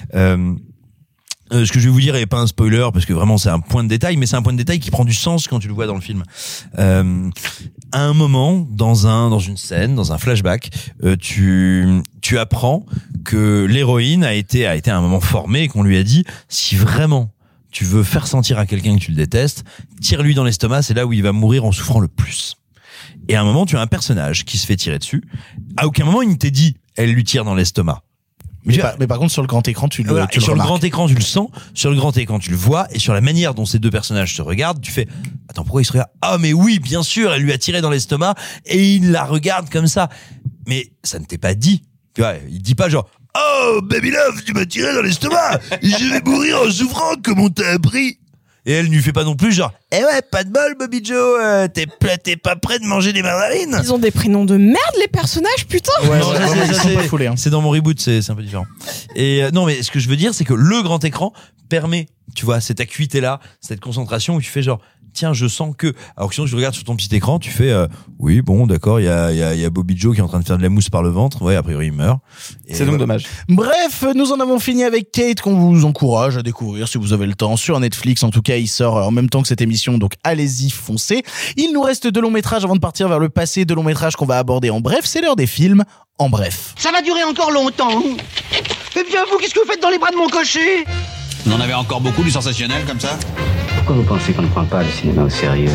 Ce que je vais vous dire est pas un spoiler parce que vraiment c'est un point de détail, mais c'est un point de détail qui prend du sens quand tu le vois dans le film. À un moment, dans une scène, dans un flashback, tu apprends que l'héroïne a été à un moment formée et qu'on lui a dit si vraiment tu veux faire sentir à quelqu'un que tu le détestes, tire-lui dans l'estomac, c'est là où il va mourir en souffrant le plus. Et à un moment, tu as un personnage qui se fait tirer dessus. À aucun moment il ne t'est dit elle lui tire dans l'estomac. Mais par contre sur le grand écran tu le sur le grand écran tu le sens, sur le grand écran tu le vois, et sur la manière dont ces deux personnages se regardent, tu fais attends, pourquoi ils se regardent? Ah mais oui, bien sûr, elle lui a tiré dans l'estomac et il la regarde comme ça. Mais ça ne t'est pas dit. Tu vois, il dit pas genre oh baby love, tu m'as tiré dans l'estomac, je vais mourir en souffrant comme on t'a appris. Et elle ne lui fait pas non plus genre eh ouais, pas de bol Bobby Joe, t'es pas prêt de manger des mandarines. Ils ont des prénoms de merde les personnages, putain. Ouais, non, c'est dans mon reboot, c'est un peu différent. Et non, mais ce que je veux dire, c'est que le grand écran permet, tu vois, cette acuité là, cette concentration où tu fais genre tiens, je sens que. Alors que sinon, je regarde sur ton petit écran, tu fais oui, bon, d'accord, il y a Bobby Joe qui est en train de faire de la mousse par le ventre. Ouais, a priori, il meurt. Et c'est donc dommage. Bref, nous en avons fini avec Kate, qu'on vous encourage à découvrir si vous avez le temps sur Netflix. En tout cas, il sort en même temps que cette émission, donc allez-y, foncez. Il nous reste 2 longs métrages avant de partir vers le passé, 2 longs métrages qu'on va aborder en bref. C'est l'heure des films en bref. Ça va durer encore longtemps. Eh bien, vous, qu'est-ce que vous faites dans les bras de mon cocher? Vous en avez encore beaucoup du sensationnel comme ça? Pourquoi vous pensez qu'on ne prend pas le cinéma au sérieux?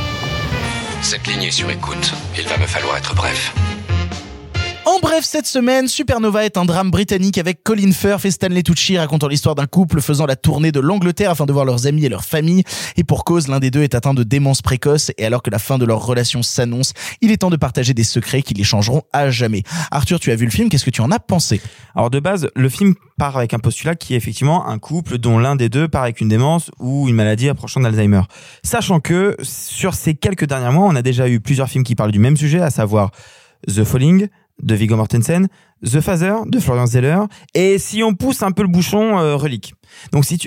Cette ligne est sur écoute. Il va me falloir être bref. En bref, cette semaine, Supernova est un drame britannique avec Colin Firth et Stanley Tucci racontant l'histoire d'un couple faisant la tournée de l'Angleterre afin de voir leurs amis et leurs familles. Et pour cause, l'un des deux est atteint de démence précoce et alors que la fin de leur relation s'annonce, il est temps de partager des secrets qui les changeront à jamais. Arthur, tu as vu le film, qu'est-ce que tu en as pensé? Alors de base, le film part avec un postulat qui est effectivement un couple dont l'un des deux part avec une démence ou une maladie approchant d'Alzheimer. Sachant que sur ces quelques derniers mois, on a déjà eu plusieurs films qui parlent du même sujet, à savoir The Falling de Viggo Mortensen, The Father de Florian Zeller, et si on pousse un peu le bouchon, Relique. Donc si tu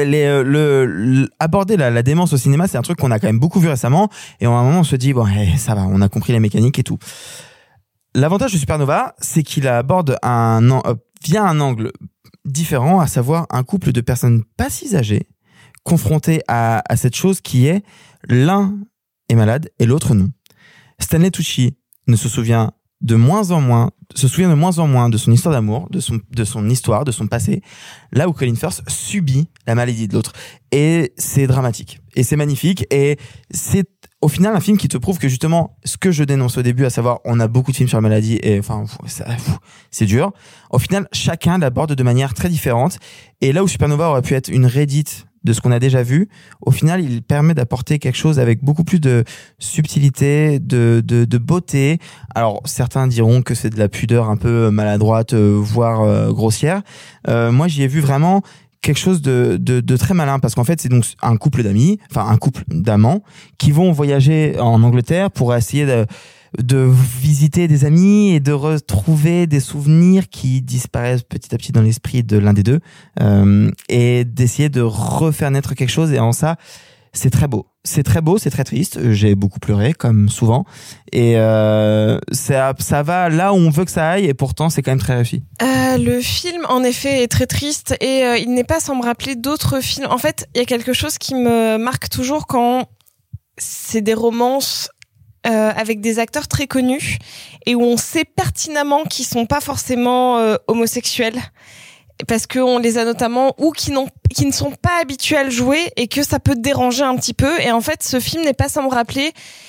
aborder la démence au cinéma, c'est un truc qu'on a quand même beaucoup vu récemment, et à un moment on se dit bon, ça va, on a compris les mécaniques et tout. L'avantage de Supernova, c'est qu'il aborde via un angle différent, à savoir un couple de personnes pas si âgées confrontées à cette chose qui est l'un est malade et l'autre non. Stanley Tucci se souvient de moins en moins de son histoire d'amour, de son histoire, de son passé, là où Colin Firth subit la maladie de l'autre. Et c'est dramatique. Et c'est magnifique. Et c'est au final un film qui te prouve que justement, ce que je dénonce au début, à savoir, on a beaucoup de films sur la maladie et enfin, c'est dur. Au final, chacun l'aborde de manière très différente. Et là où Supernova aurait pu être une redite de ce qu'on a déjà vu, au final, il permet d'apporter quelque chose avec beaucoup plus de subtilité, de beauté. Alors, certains diront que c'est de la pudeur un peu maladroite, voire grossière. Moi, j'y ai vu vraiment quelque chose de très malin, parce qu'en fait, c'est donc un couple d'amis, enfin un couple d'amants, qui vont voyager en Angleterre pour essayer de visiter des amis et de retrouver des souvenirs qui disparaissent petit à petit dans l'esprit de l'un des deux, et d'essayer de refaire naître quelque chose. Et en ça, c'est très beau. C'est très beau, c'est très triste. J'ai beaucoup pleuré, comme souvent. Et ça va là où on veut que ça aille, et pourtant, c'est quand même très réussi. Le film, en effet, est très triste, et il n'est pas sans me rappeler d'autres films. En fait, il y a quelque chose qui me marque toujours quand c'est des romances avec des acteurs très connus et où on sait pertinemment qu'ils sont pas forcément homosexuels, parce qu'on les a notamment, ou qui ne sont pas habitués à le jouer, et que ça peut déranger un petit peu. Et en fait, ce film n'est pas sans me rappeler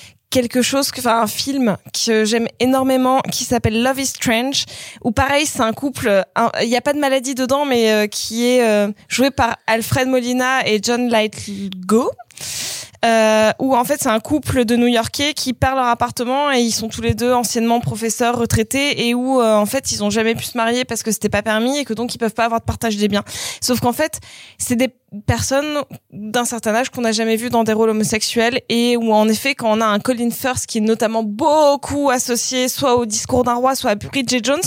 un film que j'aime énormément, qui s'appelle Love is Strange, où pareil, c'est un couple, il y a pas de maladie dedans, mais qui est joué par Alfred Molina et John Lithgow. Où en fait c'est un couple de New-Yorkais qui perd leur appartement, et ils sont tous les deux anciennement professeurs retraités, et où en fait ils ont jamais pu se marier parce que c'était pas permis, et que donc ils peuvent pas avoir de partage des biens. Sauf qu'en fait c'est des personnes d'un certain âge qu'on n'a jamais vu dans des rôles homosexuels, et où en effet quand on a un Colin Firth qui est notamment beaucoup associé soit au Discours d'un roi, soit à Bridget Jones,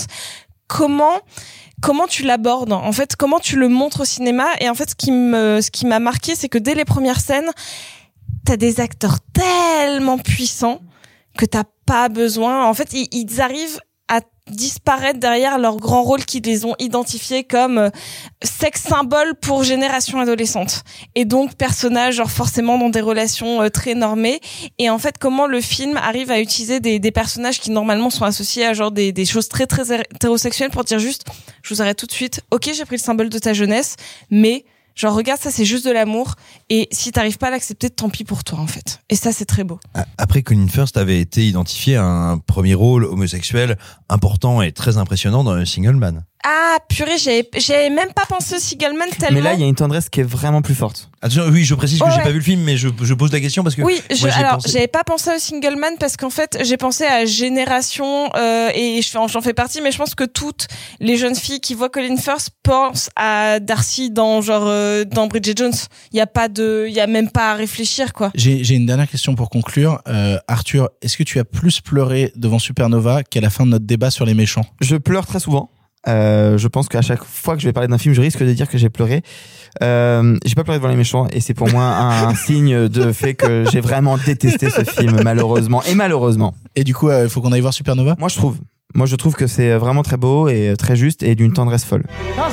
comment tu l'abordes, en fait, comment tu le montres au cinéma. Et en fait ce qui m'a marqué, c'est que dès les premières scènes, t'as des acteurs tellement puissants que t'as pas besoin. En fait, ils arrivent à disparaître derrière leur grand rôle qu'ils les ont identifiés comme sex symbole pour génération adolescente. Et donc, personnages, genre forcément dans des relations très normées. Et en fait, comment le film arrive à utiliser des personnages qui normalement sont associés à genre des choses très très hétérosexuelles, pour dire juste, je vous arrête tout de suite, ok, j'ai pris le symbole de ta jeunesse, mais genre, regarde, ça, c'est juste de l'amour. Et si t'arrives pas à l'accepter, tant pis pour toi, en fait. Et ça, c'est très beau. Après, Colin Firth avait été identifié à un premier rôle homosexuel important et très impressionnant dans Single Man. Ah, purée, j'avais même pas pensé au Single Man tellement. Mais là, il y a une tendresse qui est vraiment plus forte. Attention, oui, je précise que j'ai pas vu le film, mais je pose la question parce que. Oui, j'avais pas pensé au Single Man parce qu'en fait, j'ai pensé à Génération, et j'en fais partie, mais je pense que toutes les jeunes filles qui voient Colin Firth pensent à Darcy dans Bridget Jones. Il y a même pas à réfléchir, quoi. J'ai une dernière question pour conclure. Arthur, est-ce que tu as plus pleuré devant Supernova qu'à la fin de notre débat sur les méchants? Je pleure très souvent. Je pense qu'à chaque fois que je vais parler d'un film, je risque de dire que j'ai pleuré. J'ai pas pleuré devant les méchants, et c'est pour moi un signe de fait que j'ai vraiment détesté ce film, malheureusement. Et du coup, il faut qu'on aille voir Supernova? Moi, je trouve que c'est vraiment très beau et très juste, et d'une tendresse folle.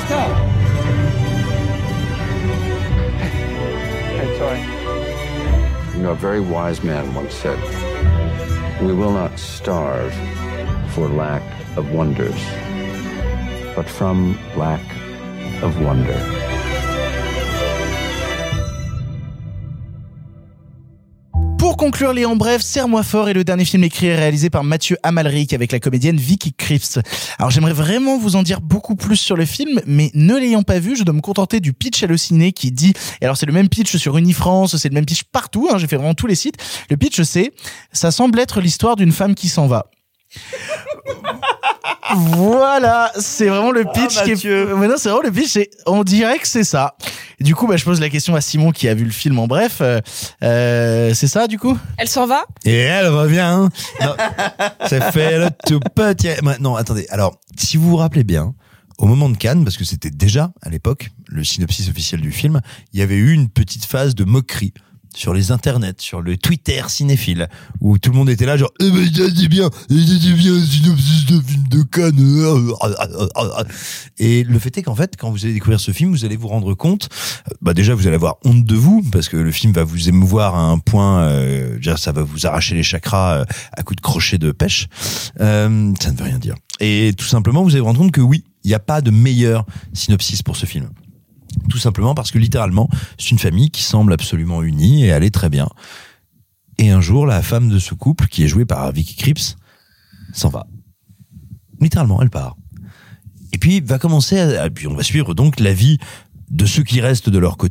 You know, a very wise man once said, "We will not starve for lack of wonders, but from lack of wonder." Pour conclure, Les En Bref, Serre-moi fort est le dernier film écrit et réalisé par Mathieu Amalric avec la comédienne Vicky Krieps. Alors j'aimerais vraiment vous en dire beaucoup plus sur le film, mais ne l'ayant pas vu, je dois me contenter du pitch Allociné qui dit, et alors c'est le même pitch sur Unifrance, c'est le même pitch partout, j'ai fait vraiment tous les sites. Le pitch c'est, ça semble être l'histoire d'une femme qui s'en va. Voilà, c'est vraiment le pitch qui est... Mais non, c'est vraiment le pitch, on dirait que c'est ça. Et du coup, je pose la question à Simon qui a vu le film en bref. C'est ça, du coup? Elle s'en va? Et elle revient. Non, ça fait le tout petit... Non, attendez. Alors, si vous vous rappelez bien, au moment de Cannes, parce que c'était déjà, à l'époque, le synopsis officiel du film, il y avait eu une petite phase de moquerie sur les internets, sur le Twitter cinéphile, où tout le monde était là genre c'est bien un synopsis de film de Cannes. Et le fait est qu'en fait, quand vous allez découvrir ce film, vous allez vous rendre compte, déjà vous allez avoir honte de vous, parce que le film va vous émouvoir à un point, ça va vous arracher les chakras à coups de crochet de pêche. Ça ne veut rien dire. Et tout simplement, vous allez vous rendre compte que oui, il n'y a pas de meilleur synopsis pour ce film. Tout simplement parce que littéralement, c'est une famille qui semble absolument unie et aller très bien. Et un jour, la femme de ce couple, qui est jouée par Vicky Krieps, s'en va. Littéralement, elle part. Et puis, puis on va suivre donc la vie de ceux qui restent de leur côté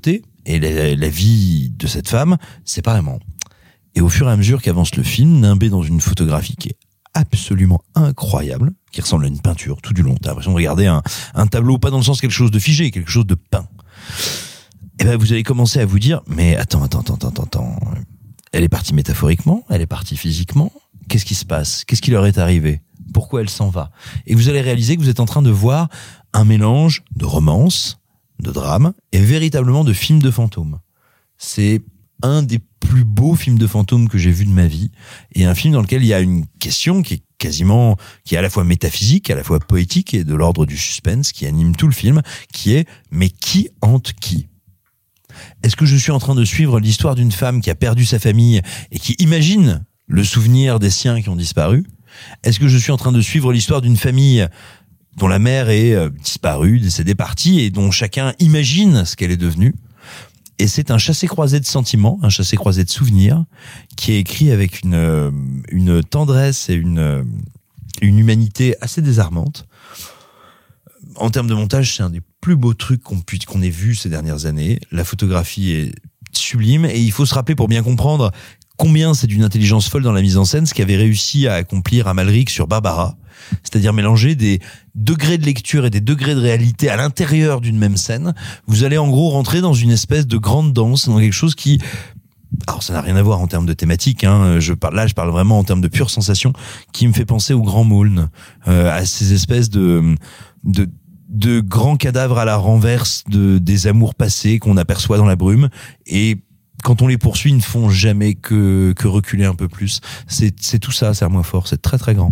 et la vie de cette femme séparément. Et au fur et à mesure qu'avance le film, nimbé dans une photographie qui est absolument incroyable, qui ressemble à une peinture tout du long. T'as l'impression de regarder un tableau, pas dans le sens quelque chose de figé, quelque chose de peint. Et ben vous allez commencer à vous dire, mais attends. Elle est partie métaphoriquement, elle est partie physiquement. Qu'est-ce qui se passe? Qu'est-ce qui leur est arrivé? Pourquoi elle s'en va? Et vous allez réaliser que vous êtes en train de voir un mélange de romance, de drame et véritablement de film de fantômes. C'est un des plus beaux films de fantômes que j'ai vu de ma vie, et un film dans lequel il y a une question qui est à la fois métaphysique, à la fois poétique et de l'ordre du suspense, qui anime tout le film, qui est mais qui hante qui? Est-ce que je suis en train de suivre l'histoire d'une femme qui a perdu sa famille et qui imagine le souvenir des siens qui ont disparu? Est-ce que je suis en train de suivre l'histoire d'une famille dont la mère est disparue, décédée, partie, et dont chacun imagine ce qu'elle est devenue? Et c'est un chassé-croisé de sentiments, un chassé-croisé de souvenirs, qui est écrit avec une tendresse et une humanité assez désarmante. En termes de montage, c'est un des plus beaux trucs qu'on ait vu ces dernières années. La photographie est sublime, et il faut se rappeler, pour bien comprendre combien c'est d'une intelligence folle dans la mise en scène, ce qu'avait réussi à accomplir Amalric sur Barbara. C'est-à-dire mélanger des degrés de lecture et des degrés de réalité à l'intérieur d'une même scène. Vous allez en gros rentrer dans une espèce de grande danse, dans quelque chose qui... Alors ça n'a rien à voir en termes de thématique, hein. Je parle vraiment en termes de pure sensation, qui me fait penser au Grand Maulne, à ces espèces de grands cadavres à la renverse des amours passés qu'on aperçoit dans la brume, et quand on les poursuit, ils ne font jamais que reculer un peu plus. C'est tout ça, Serre-moi fort, c'est très très grand.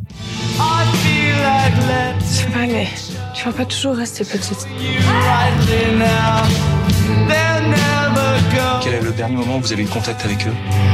C'est pas, mais tu vas pas toujours rester petite. Quel est le dernier moment où vous avez eu contact avec eux?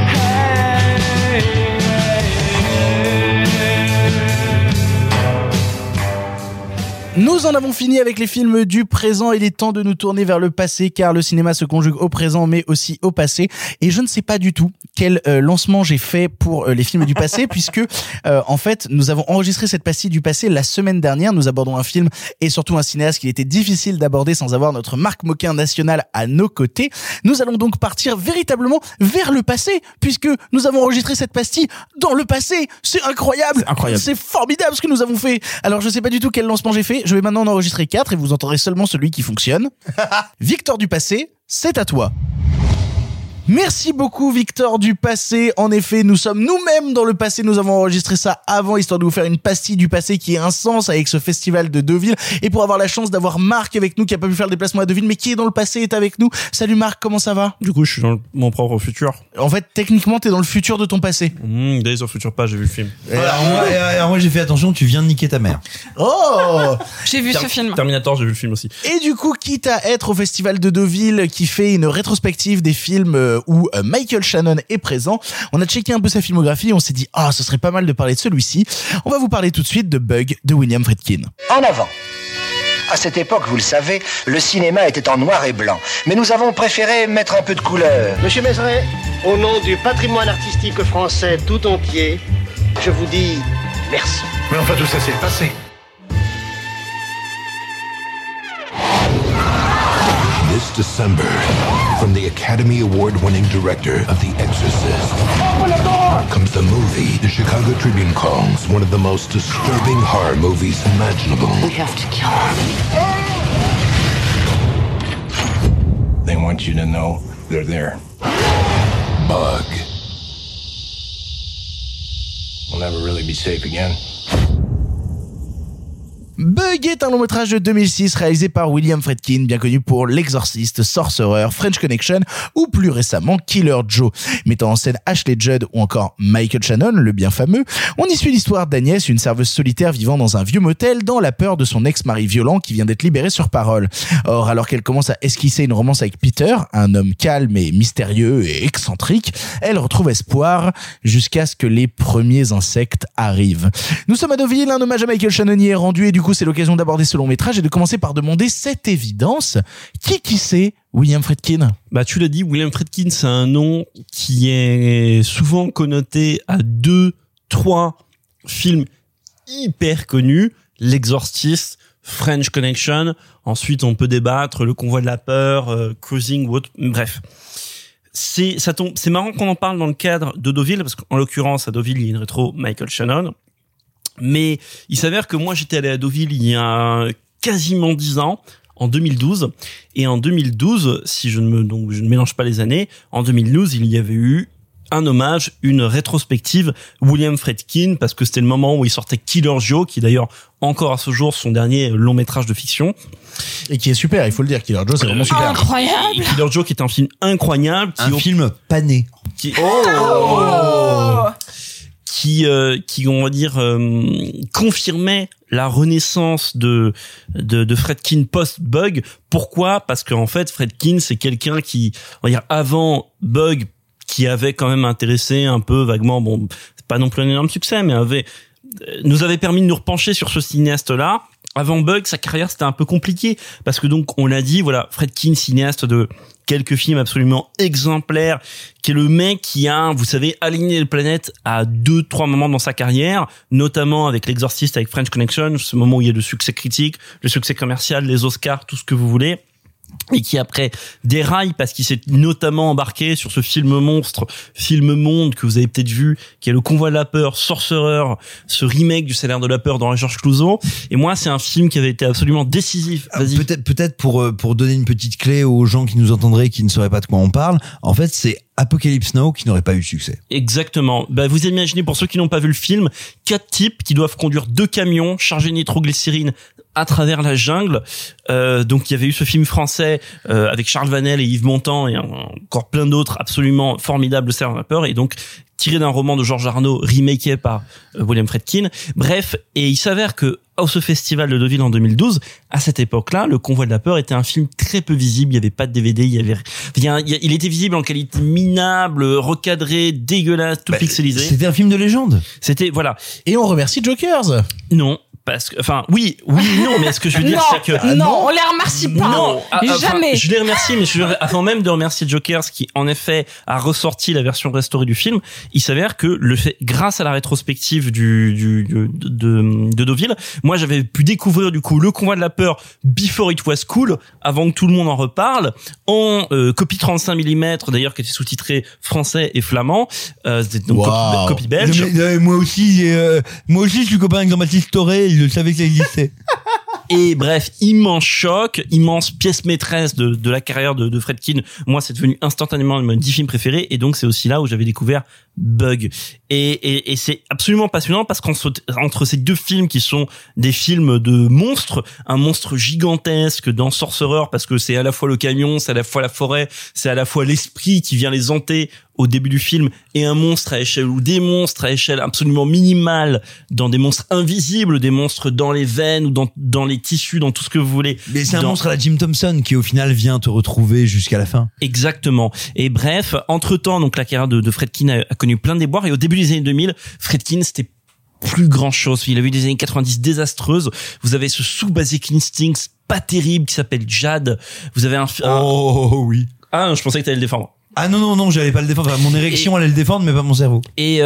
Nous en avons fini avec les films du présent. Il est temps de nous tourner vers le passé, car le cinéma se conjugue au présent mais aussi au passé. Et je ne sais pas du tout quel lancement j'ai fait pour les films du passé, puisque en fait nous avons enregistré cette pastille du passé la semaine dernière. Nous abordons un film et surtout un cinéaste qu'il était difficile d'aborder sans avoir notre Marc Moquin national à nos côtés. Nous allons donc partir véritablement vers le passé, puisque nous avons enregistré cette pastille dans le passé. C'est incroyable. C'est formidable ce que nous avons fait. Alors je sais pas du tout quel lancement j'ai fait. Je vais maintenant en enregistrer 4 et vous entendrez seulement celui qui fonctionne. Victor du passé, c'est à toi. Merci beaucoup Victor du passé. En effet, nous sommes nous-mêmes dans le passé. Nous avons enregistré ça avant, histoire de vous faire une pastille du passé qui ait un sens avec ce festival de Deauville. Et pour avoir la chance d'avoir Marc avec nous, qui a pas pu faire le déplacement à Deauville, mais qui est dans le passé, est avec nous. Salut Marc, comment ça va? Du coup, je suis dans mon propre futur. En fait, techniquement, t'es dans le futur de ton passé. Days of Future Past, j'ai vu le film. Alors moi j'ai fait attention, tu viens de niquer ta mère. Oh, j'ai vu ce film. Terminator, j'ai vu le film aussi. Et du coup, quitte à être au festival de Deauville qui fait une rétrospective des films où Michael Shannon est présent, on a checké un peu sa filmographie et on s'est dit ce serait pas mal de parler de celui-ci. On va vous parler tout de suite de Bug de William Friedkin. En avant. À cette époque, vous le savez, le cinéma était en noir et blanc. Mais nous avons préféré mettre un peu de couleur. Monsieur Mézeray, au nom du patrimoine artistique français tout entier, je vous dis merci. Mais enfin, tout ça, c'est le passé. This December, from the Academy Award-winning director of The Exorcist, open the door! Comes the movie the Chicago Tribune calls one of the most disturbing horror movies imaginable. We have to kill her. They want you to know they're there. Bug. We'll never really be safe again. Bug est un long métrage de 2006 réalisé par William Friedkin, bien connu pour L'Exorciste, Sorcerer, French Connection ou plus récemment Killer Joe. Mettant en scène Ashley Judd ou encore Michael Shannon, le bien fameux, on y suit l'histoire d'Agnès, une serveuse solitaire vivant dans un vieux motel dans la peur de son ex-mari violent qui vient d'être libéré sur parole. Or, alors qu'elle commence à esquisser une romance avec Peter, un homme calme et mystérieux et excentrique, elle retrouve espoir jusqu'à ce que les premiers insectes arrivent. Nous sommes à Deauville, un hommage à Michael Shannon y est rendu et du coup c'est l'occasion d'aborder ce long métrage et de commencer par demander cette évidence. Qui c'est William Friedkin? Bah tu l'as dit, William Friedkin, c'est un nom qui est souvent connoté à 2-3 films hyper connus. L'Exorciste, French Connection. Ensuite, on peut débattre le convoi de la peur, Cruising, ou autre. Bref. C'est marrant qu'on en parle dans le cadre de Deauville, parce qu'en l'occurrence, à Deauville, il y a une rétro Michael Shannon. Mais il s'avère que moi, j'étais allé à Deauville il y a quasiment 10 ans, en 2012. Et en 2012, si je ne mélange pas les années, en 2012, il y avait eu un hommage, une rétrospective William Friedkin, parce que c'était le moment où il sortait Killer Joe, qui est d'ailleurs encore à ce jour son dernier long métrage de fiction. Et qui est super, il faut le dire, Killer Joe, c'est vraiment super. Incroyable. Et Killer Joe qui est un film incroyable. Film pané. Qui, on va dire, confirmait la renaissance de Friedkin post-Bug. Pourquoi? Parce qu'en fait, Friedkin, c'est quelqu'un qui, on va dire, avant Bug, qui avait quand même intéressé un peu vaguement, bon, c'est pas non plus un énorme succès, mais nous avait permis de nous repencher sur ce cinéaste-là. Avant Bug, sa carrière, c'était un peu compliqué, parce que donc, on l'a dit, voilà, Friedkin, cinéaste de quelques films absolument exemplaires, qui est le mec qui a, vous savez, aligné les planètes à 2-3 moments dans sa carrière, notamment avec L'Exorciste, avec French Connection, ce moment où il y a le succès critique, le succès commercial, les Oscars, tout ce que vous voulez. Et qui après déraille parce qu'il s'est notamment embarqué sur ce film monstre, film monde que vous avez peut-être vu, qui est Le Convoi de la peur, Sorcerer, ce remake du Salaire de la peur dans Georges Clouzot. Et moi, c'est un film qui avait été absolument décisif. Vas-y. Peut-être pour donner une petite clé aux gens qui nous entendraient, qui ne sauraient pas de quoi on parle. En fait, c'est Apocalypse Now qui n'aurait pas eu de succès. Exactement. Vous imaginez, pour ceux qui n'ont pas vu le film, 4 types qui doivent conduire 2 camions chargés de nitroglycérine à travers la jungle. Donc il y avait eu ce film français avec Charles Vanel et Yves Montand et encore plein d'autres absolument formidables Salaire de la peur, et donc tiré d'un roman de Georges Arnaud, remaké par William Friedkin. Bref, et il s'avère que au ce festival de Deauville en 2012, à cette époque-là, Le Convoi de la peur était un film très peu visible. Il y avait pas de DVD, il était visible en qualité minable, recadré, dégueulasse, tout pixelisé. C'était un film de légende. C'était, voilà. Et on remercie Jokers. Non. Parce que, enfin, oui, non, mais ce que je veux dire, c'est que... Non, on les remercie pas. Non, jamais. Je les remercie, mais avant même de remercier Jokers, qui, en effet, a ressorti la version restaurée du film, il s'avère que grâce à la rétrospective de Deauville, moi, j'avais pu découvrir, du coup, Le Convoi de la peur before it was cool, avant que tout le monde en reparle, en copie 35 mm, d'ailleurs, qui était sous-titré français et flamand, c'était donc copie belge. Moi aussi, je suis copain avec Jean-Baptiste Toré, je savais que ça existait. Et bref, immense choc, immense pièce maîtresse de la carrière de Friedkin. Moi, c'est devenu instantanément un de mes 10 films préférés, et donc c'est aussi là où j'avais découvert Bug. Et c'est absolument passionnant parce qu'entre ces 2 films qui sont des films de monstres, un monstre gigantesque dans Sorcerer, parce que c'est à la fois le camion, c'est à la fois la forêt, c'est à la fois l'esprit qui vient les hanter au début du film, et un monstre à échelle, ou des monstres à échelle absolument minimale, dans des monstres invisibles, des monstres dans les veines ou dans les tissus, dans tout ce que vous voulez. Mais c'est un monstre à la Jim Thompson qui au final vient te retrouver jusqu'à la fin. Exactement. Et bref, entre-temps, donc la carrière de Friedkin a connu plein de déboires, et au début des années 2000, Friedkin, c'était plus grand chose. Il a eu des années 90 désastreuses. Vous avez ce sous-Basic Instincts pas terrible qui s'appelle Jad. Vous avez Oh oui. Ah, je pensais que t'allais le défendre. Ah non, j'allais pas le défendre. Mon érection allait le défendre, mais pas mon cerveau. Et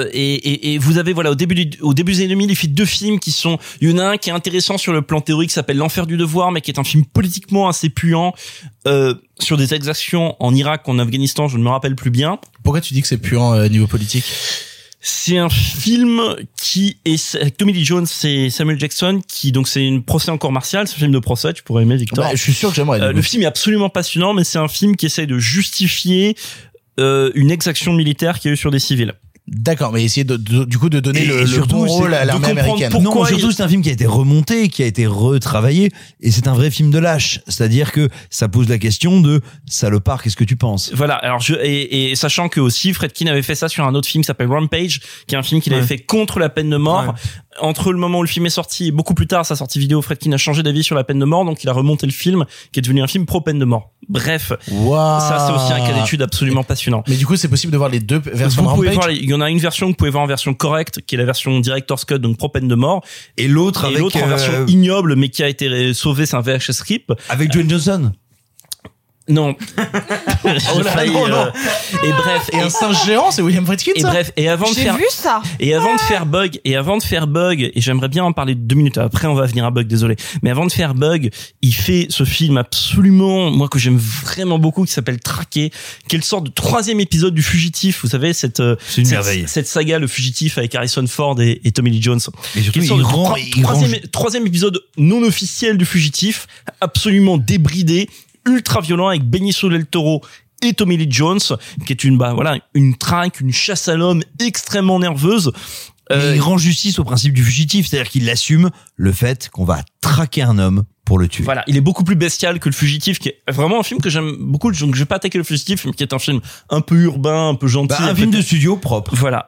vous avez, voilà, au début des années 2000, il fait 2 films qui sont, il y en a un qui est intéressant sur le plan théorique, qui s'appelle L'Enfer du Devoir, mais qui est un film politiquement assez puant, sur des exactions en Irak, en Afghanistan, je ne me rappelle plus bien. Pourquoi tu dis que c'est puant niveau politique? C'est un film qui est avec Tommy Lee Jones et Samuel Jackson, donc c'est une procès en cour martiale, c'est un film de procès, tu pourrais aimer, Victor. Je suis sûr que j'aimerais. Le film est absolument passionnant, mais c'est un film qui essaye de justifier une exaction militaire qu'il y a eu sur des civils. D'accord, mais essayer du coup de donner le bon rôle à l'armée américaine. Non, surtout c'est un film qui a été remonté, qui a été retravaillé, et c'est un vrai film de lâche. C'est-à-dire que ça pose la question de salopard, qu'est-ce que tu penses? Voilà. Alors et sachant que aussi Friedkin avait fait ça sur un autre film qui s'appelle Rampage, qui est un film qu'il avait fait contre la peine de mort. Ouais. Entre le moment où le film est sorti et beaucoup plus tard sa sortie vidéo, Friedkin a changé d'avis sur la peine de mort, donc il a remonté le film, qui est devenu un film pro peine de mort. Bref, ça c'est aussi un cas d'étude absolument passionnant. Mais du coup, c'est possible de voir les 2 versions de Rampage. Il y en a une version que vous pouvez voir en version correcte, qui est la version Director's Cut, donc pro peine de mort, et l'autre en version ignoble, mais qui a été sauvée, c'est un VHS RIP avec Dwayne Johnson. Non. J'ai failli, non. Et bref. Et un singe géant, c'est William Friedkin, et ça? bref, et avant de J'ai faire, vu ça. et avant de faire Bug, et j'aimerais bien en parler 2 minutes, après on va venir à Bug, désolé. Mais avant de faire Bug, il fait ce film absolument, moi, que j'aime vraiment beaucoup, qui s'appelle Traqué, qui est le sort de 3e épisode du Fugitif. Vous savez, cette merveille. Cette saga, le Fugitif, avec Harrison Ford et Tommy Lee Jones. Et surtout, troisième épisode non officiel du Fugitif, absolument débridé, ultra violent, avec Benicio del Toro et Tommy Lee Jones, qui est une traque, une chasse à l'homme extrêmement nerveuse. Mais il rend justice au principe du fugitif, c'est-à-dire qu'il assume le fait qu'on va traquer un homme pour le tuer. Voilà, il est beaucoup plus bestial que le Fugitif, qui est vraiment un film que j'aime beaucoup. Donc je vais pas attaquer le Fugitif, mais qui est un film un peu urbain, un peu gentil, un film de studio propre. Voilà.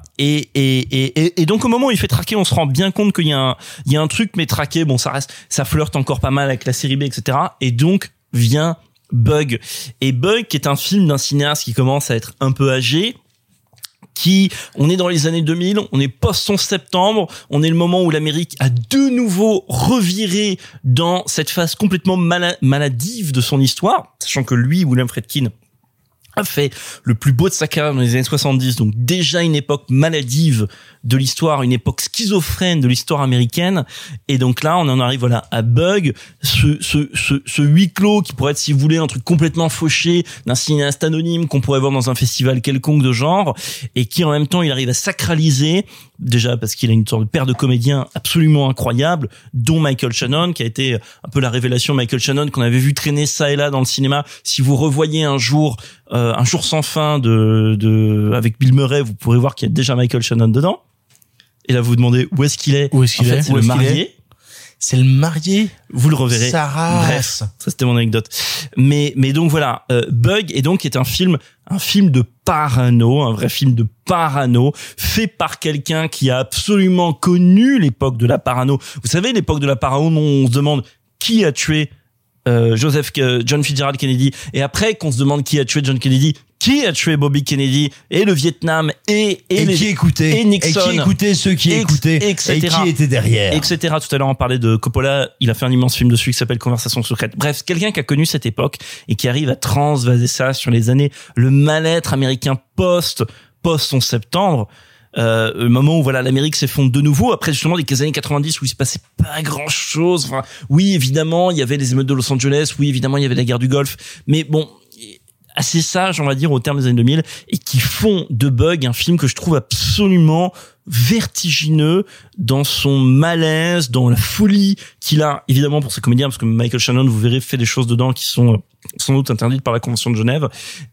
Et donc au moment où il fait Traquer, on se rend bien compte qu'il y a un truc, mais Traquer, bon, ça flirte encore pas mal avec la série B, etc. Et donc vient Bug. Et Bug, qui est un film d'un cinéaste qui commence à être un peu âgé, on est dans les années 2000, on est post-11 septembre, on est le moment où l'Amérique a de nouveau reviré dans cette phase complètement maladive de son histoire, sachant que lui, William Friedkin, a fait le plus beau de sa carrière dans les années 70, donc déjà une époque maladive de l'histoire, une époque schizophrène de l'histoire américaine. Et donc là, on en arrive à Bug, ce huis clos qui pourrait être, si vous voulez, un truc complètement fauché d'un cinéaste anonyme qu'on pourrait voir dans un festival quelconque de genre, et qui en même temps, il arrive à sacraliser, déjà parce qu'il a une sorte de paire de comédiens absolument incroyable, dont Michael Shannon, qui a été un peu la révélation. Michael Shannon qu'on avait vu traîner ça et là dans le cinéma. Si vous revoyez un jour sans fin avec Bill Murray, vous pourrez voir qu'il y a déjà Michael Shannon dedans. Et là, vous vous demandez où est-ce qu'il est. C'est le marié. C'est le marié. Vous le reverrez. Sarah. Bref, ça c'était mon anecdote. Mais donc voilà, Bug est un film de parano, un vrai film de parano, fait par quelqu'un qui a absolument connu l'époque de la parano. Vous savez, l'époque de la parano, on se demande qui a tué John Fitzgerald Kennedy, et après qu'on se demande qui a tué John Kennedy, qui a tué Bobby Kennedy, et le Vietnam, et qui écoutait, et Nixon, et qui écoutait ceux qui écoutaient, etc., et qui étaient derrière, etc. Tout à l'heure on parlait de Coppola, il a fait un immense film dessus qui s'appelle Conversation secrète. Bref, quelqu'un qui a connu cette époque et qui arrive à transvaser ça sur les années, le mal-être américain post 11 septembre. Le moment où l'Amérique s'effondre de nouveau après justement les années 90 où il se passait pas grand chose. Enfin, oui, évidemment, il y avait les émeutes de Los Angeles, oui, évidemment, il y avait la guerre du Golfe, mais bon, assez sage, on va dire, au terme des années 2000, et qui font de Bug un film que je trouve absolument vertigineux dans son malaise, dans la folie qu'il a, évidemment, pour ses comédiens, parce que Michael Shannon, vous verrez, fait des choses dedans qui sont sans doute interdites par la Convention de Genève.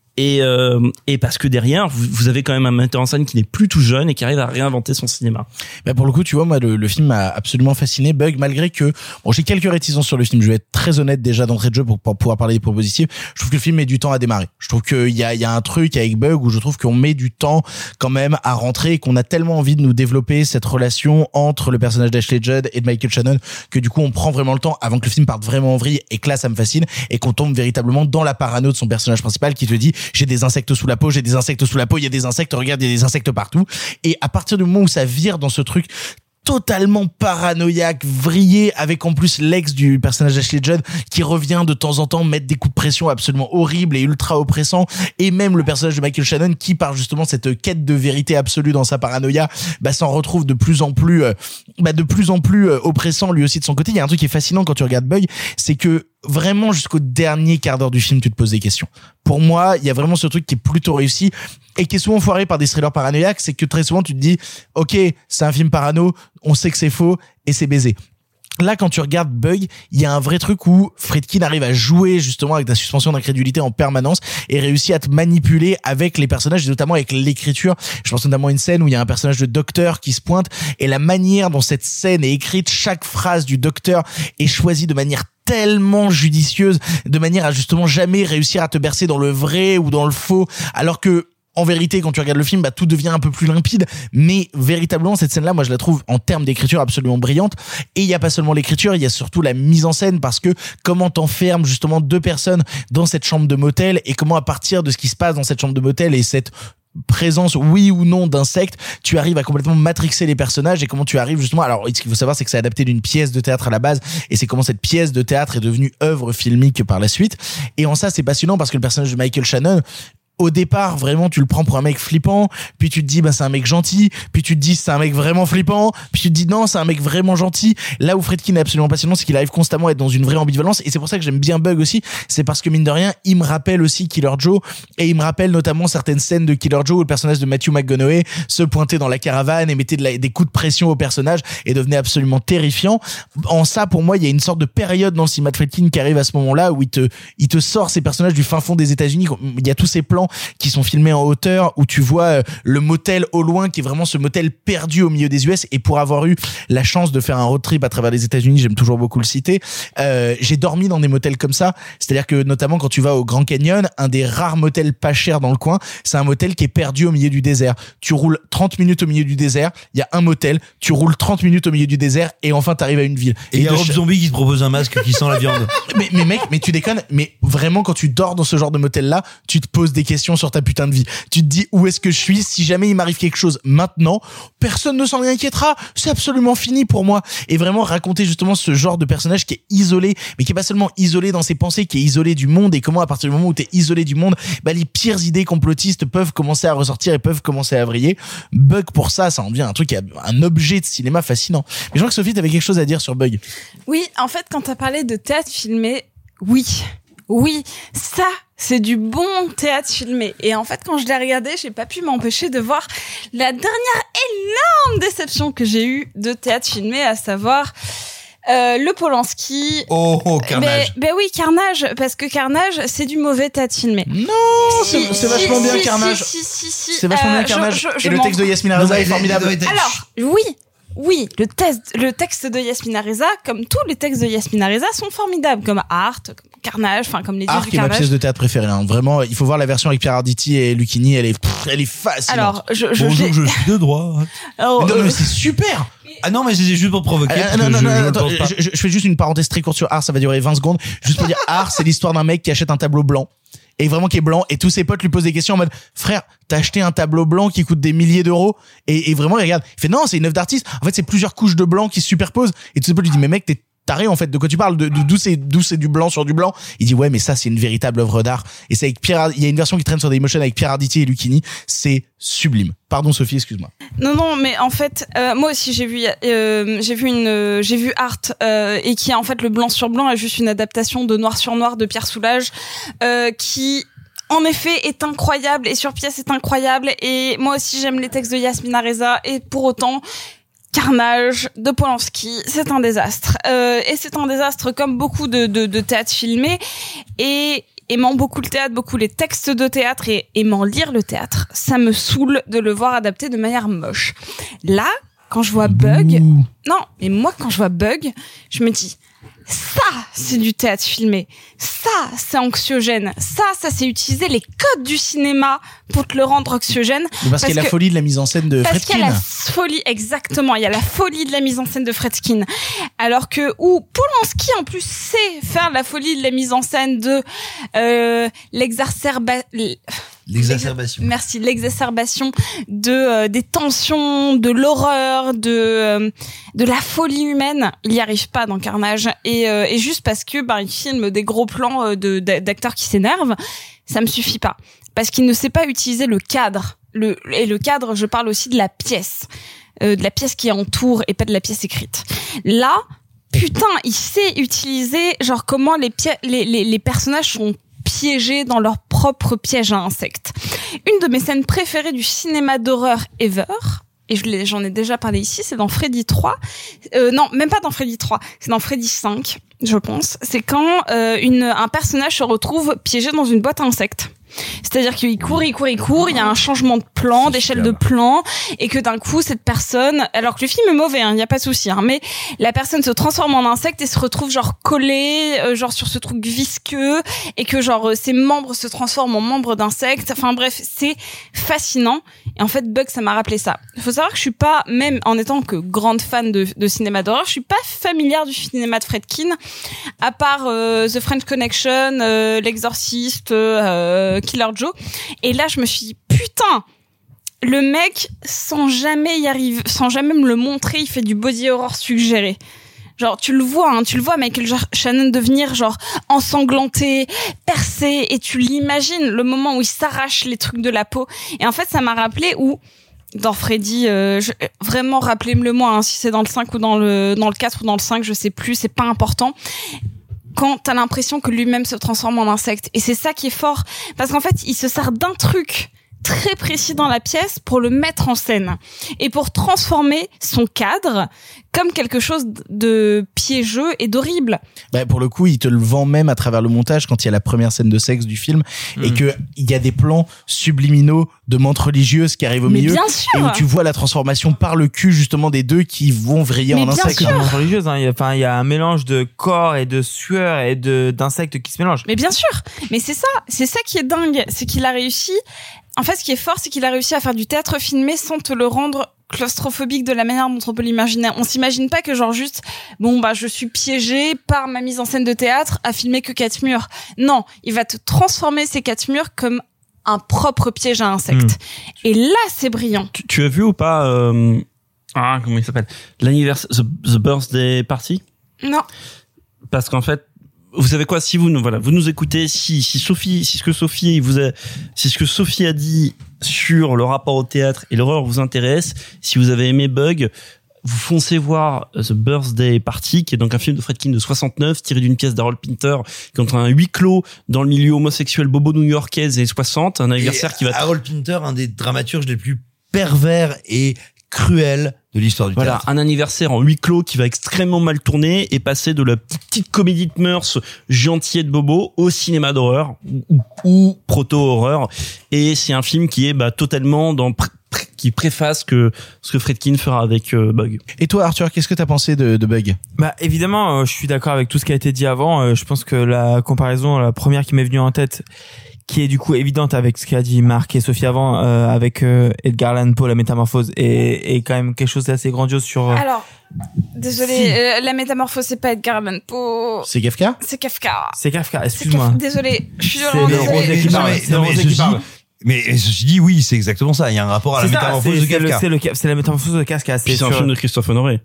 Et parce que derrière, vous avez quand même un metteur en scène qui n'est plus tout jeune et qui arrive à réinventer son cinéma. Bah pour le coup, tu vois, moi, le film m'a absolument fasciné. Bug, malgré que, bon, j'ai quelques réticences sur le film. Je vais être très honnête déjà d'entrée de jeu pour pouvoir parler des points positifs. Je trouve que le film met du temps à démarrer. Je trouve qu'il y a un truc avec Bug où je trouve qu'on met du temps quand même à rentrer et qu'on a tellement envie de nous développer cette relation entre le personnage d'Ashley Judd et de Michael Shannon que du coup, on prend vraiment le temps avant que le film parte vraiment en vrille, et que là, ça me fascine, et qu'on tombe véritablement dans la parano de son personnage principal qui te dit, j'ai des insectes sous la peau, il y a des insectes, regarde, il y a des insectes partout. Et à partir du moment où ça vire dans ce truc totalement paranoïaque, vrillé, avec en plus l'ex du personnage d'Ashley Judd qui revient de temps en temps mettre des coups de pression absolument horribles et ultra oppressants, et même le personnage de Michael Shannon qui, par justement cette quête de vérité absolue dans sa paranoïa, s'en retrouve de plus en plus oppressant lui aussi de son côté. Il y a un truc qui est fascinant quand tu regardes Bug, c'est que vraiment jusqu'au dernier quart d'heure du film, tu te poses des questions. Pour moi, il y a vraiment ce truc qui est plutôt réussi et qui est souvent foiré par des thrillers paranoïaques, c'est que très souvent tu te dis, ok, c'est un film parano, on sait que c'est faux et c'est baisé. Là, quand tu regardes Bug, il y a un vrai truc où Friedkin arrive à jouer justement avec ta suspension d'incrédulité en permanence et réussit à te manipuler avec les personnages, et notamment avec l'écriture. Je pense notamment à une scène où il y a un personnage de docteur qui se pointe, et la manière dont cette scène est écrite, chaque phrase du docteur est choisie de manière tellement judicieuse, de manière à justement jamais réussir à te bercer dans le vrai ou dans le faux, alors que en vérité, quand tu regardes le film, tout devient un peu plus limpide, mais véritablement, cette scène-là, moi, je la trouve en termes d'écriture absolument brillante. Et il y a pas seulement l'écriture, il y a surtout la mise en scène, parce que comment t'enfermes justement deux personnes dans cette chambre de motel, et comment à partir de ce qui se passe dans cette chambre de motel et cette présence oui ou non d'insectes, tu arrives à complètement matrixer les personnages et comment tu arrives justement. Alors ce qu'il faut savoir, c'est que c'est adapté d'une pièce de théâtre à la base et c'est comment cette pièce de théâtre est devenue œuvre filmique par la suite. Et en ça c'est passionnant parce que le personnage de Michael Shannon, au départ, vraiment, tu le prends pour un mec flippant, puis tu te dis, bah, c'est un mec gentil, puis tu te dis, c'est un mec vraiment flippant, puis tu te dis, non, c'est un mec vraiment gentil. Là où Friedkin est absolument passionnant, c'est qu'il arrive constamment à être dans une vraie ambivalence, et c'est pour ça que j'aime bien Bug aussi, c'est parce que mine de rien, il me rappelle aussi Killer Joe, et il me rappelle notamment certaines scènes de Killer Joe où le personnage de Matthew McConaughey se pointait dans la caravane et mettait des coups de pression au personnage et devenait absolument terrifiant. En ça, pour moi, il y a une sorte de période dans le cinéma de Friedkin qui arrive à ce moment-là où il te sort ces personnages du fin fond des États-Unis. Il y a tous ces plans qui sont filmés en hauteur où tu vois le motel au loin qui est vraiment ce motel perdu au milieu des US. Et pour avoir eu la chance de faire un road trip à travers les États-Unis, j'aime toujours beaucoup le citer, j'ai dormi dans des motels comme ça. C'est-à-dire que notamment quand tu vas au Grand Canyon, un des rares motels pas chers dans le coin, c'est un motel qui est perdu au milieu du désert. Tu roules 30 minutes au milieu du désert, il y a un motel, tu roules 30 minutes au milieu du désert et enfin t'arrives à une ville. Et il y a Rob Zombie qui te propose un masque qui sent la viande. Mais mec, mais tu déconnes, mais vraiment quand tu dors dans ce genre de motel là, tu te poses des questions sur ta putain de vie. Tu te dis où est-ce que je suis? Si jamais il m'arrive quelque chose maintenant, personne ne s'en inquiétera. C'est absolument fini pour moi. Et vraiment raconter justement ce genre de personnage qui est isolé, mais qui est pas seulement isolé dans ses pensées, qui est isolé du monde, et comment à partir du moment où t'es isolé du monde, bah les pires idées complotistes peuvent commencer à ressortir et peuvent commencer à vriller. Bug pour ça en devient un truc, un objet de cinéma fascinant. Mais je crois que Sophie, t'avais quelque chose à dire sur Bug. Oui, en fait, quand t'as parlé de théâtre filmé, oui, ça, c'est du bon théâtre filmé. Et en fait, quand je l'ai regardé, j'ai pas pu m'empêcher de voir la dernière énorme déception que j'ai eue de théâtre filmé, à savoir le Polanski. Oh, Carnage. Ben oui, Carnage, parce que Carnage, c'est du mauvais théâtre filmé. Non, c'est vachement bien Carnage. C'est vachement bien Carnage. Et le texte de Yasmina Reza est formidable. Alors, oui, le texte de Yasmina Reza, comme tous les textes de Yasmina Reza, sont formidables, comme Art, comme Carnage, enfin comme les dieux du Carnage. Art est ma pièce de théâtre préférée. Hein. Vraiment, il faut voir la version avec Pierre Arditi et Lucchini. Elle est fascinante. Alors, bonjour, je suis de droit. Non, mais c'est super. Ah non, mais c'est juste pour provoquer. Je fais juste une parenthèse très courte sur Art, ça va durer 20 secondes. Juste pour dire, Art, c'est l'histoire d'un mec qui achète un tableau blanc. Et vraiment qui est blanc, et tous ses potes lui posent des questions en mode, frère, t'as acheté un tableau blanc qui coûte des milliers d'euros, et vraiment il regarde, il fait non, c'est une œuvre d'artiste. En fait, c'est plusieurs couches de blanc qui se superposent, et tous ses potes lui disent, mais mec, t'es taré en fait, de quoi tu parles, d'où c'est du blanc sur du blanc. Il dit ouais, mais ça c'est une véritable œuvre d'art, et c'est avec Pierre, il y a une version qui traîne sur Dailymotion avec Pierre Arditi et Lucchini, c'est sublime. Pardon Sophie, excuse-moi. Non, mais en fait, moi aussi j'ai vu Art, et qui est en fait le blanc sur blanc est juste une adaptation de Noir sur Noir de Pierre Soulages, qui en effet est incroyable, et sur pièce est incroyable, et moi aussi j'aime les textes de Yasmina Reza, et pour autant Carnage de Polanski, c'est un désastre, et c'est un désastre comme beaucoup de théâtre filmé, et aimant beaucoup le théâtre, beaucoup les textes de théâtre et aimant lire le théâtre, ça me saoule de le voir adapté de manière moche. Là, quand je vois Bug, quand je vois Bug, je me dis, ça, c'est du théâtre filmé. Ça, c'est anxiogène. Ça, c'est utiliser les codes du cinéma pour te le rendre anxiogène. Parce qu'il y a la folie de la mise en scène de Friedkin. Parce qu'il y a la folie, exactement. Il y a la folie de la mise en scène de Friedkin. Alors que, Polanski, en plus, sait faire la folie de la mise en scène de, l'exacerbation des tensions, de l'horreur, de la folie humaine. Il y arrive pas dans Carnage, et juste parce que il filme des gros plans d'acteurs qui s'énervent, ça me suffit pas, parce qu'il ne sait pas utiliser le cadre. Le cadre, je parle aussi de la pièce qui entoure, et pas de la pièce écrite. Là, putain, il sait utiliser genre comment les personnages sont piégés dans leur propre piège à insectes. Une de mes scènes préférées du cinéma d'horreur ever, et j'en ai déjà parlé ici, c'est dans Freddy 3. Non, même pas dans Freddy 3, c'est dans Freddy 5, je pense. C'est quand un personnage se retrouve piégé dans une boîte à insectes. C'est-à-dire qu'il court, il y a un changement de plan, d'échelle de plan, et que d'un coup, cette personne, alors que le film est mauvais, il y a pas de souci, mais la personne se transforme en insecte et se retrouve genre collée, genre sur ce truc visqueux, et que genre ses membres se transforment en membres d'insectes. Enfin bref, c'est fascinant. Et en fait, Bug, ça m'a rappelé ça. Il faut savoir que je suis pas, même en étant que grande fan de cinéma d'horreur, je suis pas familière du cinéma de Friedkin, à part The French Connection, L'Exorciste, Killer Joe. Et là, je me suis dit, putain, le mec, sans jamais y arriver, sans jamais me le montrer, il fait du body horror suggéré. Genre, tu le vois, Michael Shannon devenir genre ensanglanté, percé, et tu l'imagines, le moment où il s'arrache les trucs de la peau. Et en fait, ça m'a rappelé où, dans Freddy, vraiment, rappelez-le moi, hein, si c'est dans le 5 ou dans le 4 ou dans le 5, je sais plus, c'est pas important. Quand t'as l'impression que lui-même se transforme en insecte. Et c'est ça qui est fort. Parce qu'en fait, il se sert d'un truc très précis dans la pièce pour le mettre en scène et pour transformer son cadre comme quelque chose de piégeux et d'horrible. Bah, pour le coup, il te le vend même à travers le montage quand il y a la première scène de sexe du film et que il y a des plans subliminaux de mantes religieuses qui arrivent au milieu et où tu vois la transformation par le cul justement des deux qui vont vriller en insectes. Religieuse, hein. Il y a un mélange de corps et de sueur et d'insectes qui se mélangent. Mais bien sûr. Mais c'est ça qui est dingue, c'est qu'il a réussi. En fait, ce qui est fort, c'est qu'il a réussi à faire du théâtre filmé sans te le rendre claustrophobique de la manière dont on peut l'imaginer. On s'imagine pas que genre juste, je suis piégé par ma mise en scène de théâtre à filmer que 4 murs. Non, il va te transformer ces 4 murs comme un propre piège à insectes. Et là, c'est brillant. Tu as vu ou pas, comment il s'appelle? L'anniversaire, The Birthday Party? Non. Parce qu'en fait, vous savez quoi, si vous nous écoutez, si ce que Sophie a dit sur le rapport au théâtre et l'horreur vous intéresse, si vous avez aimé Bug, vous foncez voir The Birthday Party, qui est donc un film de Friedkin de 69, tiré d'une pièce d'Harold Pinter, qui est un huis clos dans le milieu homosexuel bobo new-yorkais des années 60, un anniversaire qui va... Harold Pinter, un des dramaturges les plus pervers et cruels de l'histoire du théâtre. Un anniversaire en huis clos qui va extrêmement mal tourner et passer de la petite comédie de mœurs gentillette bobo au cinéma d'horreur ou proto-horreur. Et c'est un film qui est totalement qui préface ce que Friedkin fera avec Bug. Et toi, Arthur, qu'est-ce que t'as pensé de Bug? Évidemment, je suis d'accord avec tout ce qui a été dit avant. Je pense que la comparaison, la première qui m'est venue en tête, qui est du coup évidente avec ce qu'a dit Marc et Sophie avant, avec Edgar Allan Poe, la métamorphose, et quand même quelque chose d'assez grandiose sur... Alors, désolé, la métamorphose, c'est pas Edgar Allan Poe. C'est Kafka? C'est Kafka. C'est Kafka, excuse-moi. Désolé, je suis vraiment désolée. C'est le rosé qui parle. Mais ceci dit, oui, c'est exactement ça. Il y a un rapport à la métamorphose de Kafka. C'est la métamorphose de Kafka. C'est un film de Christophe Honoré.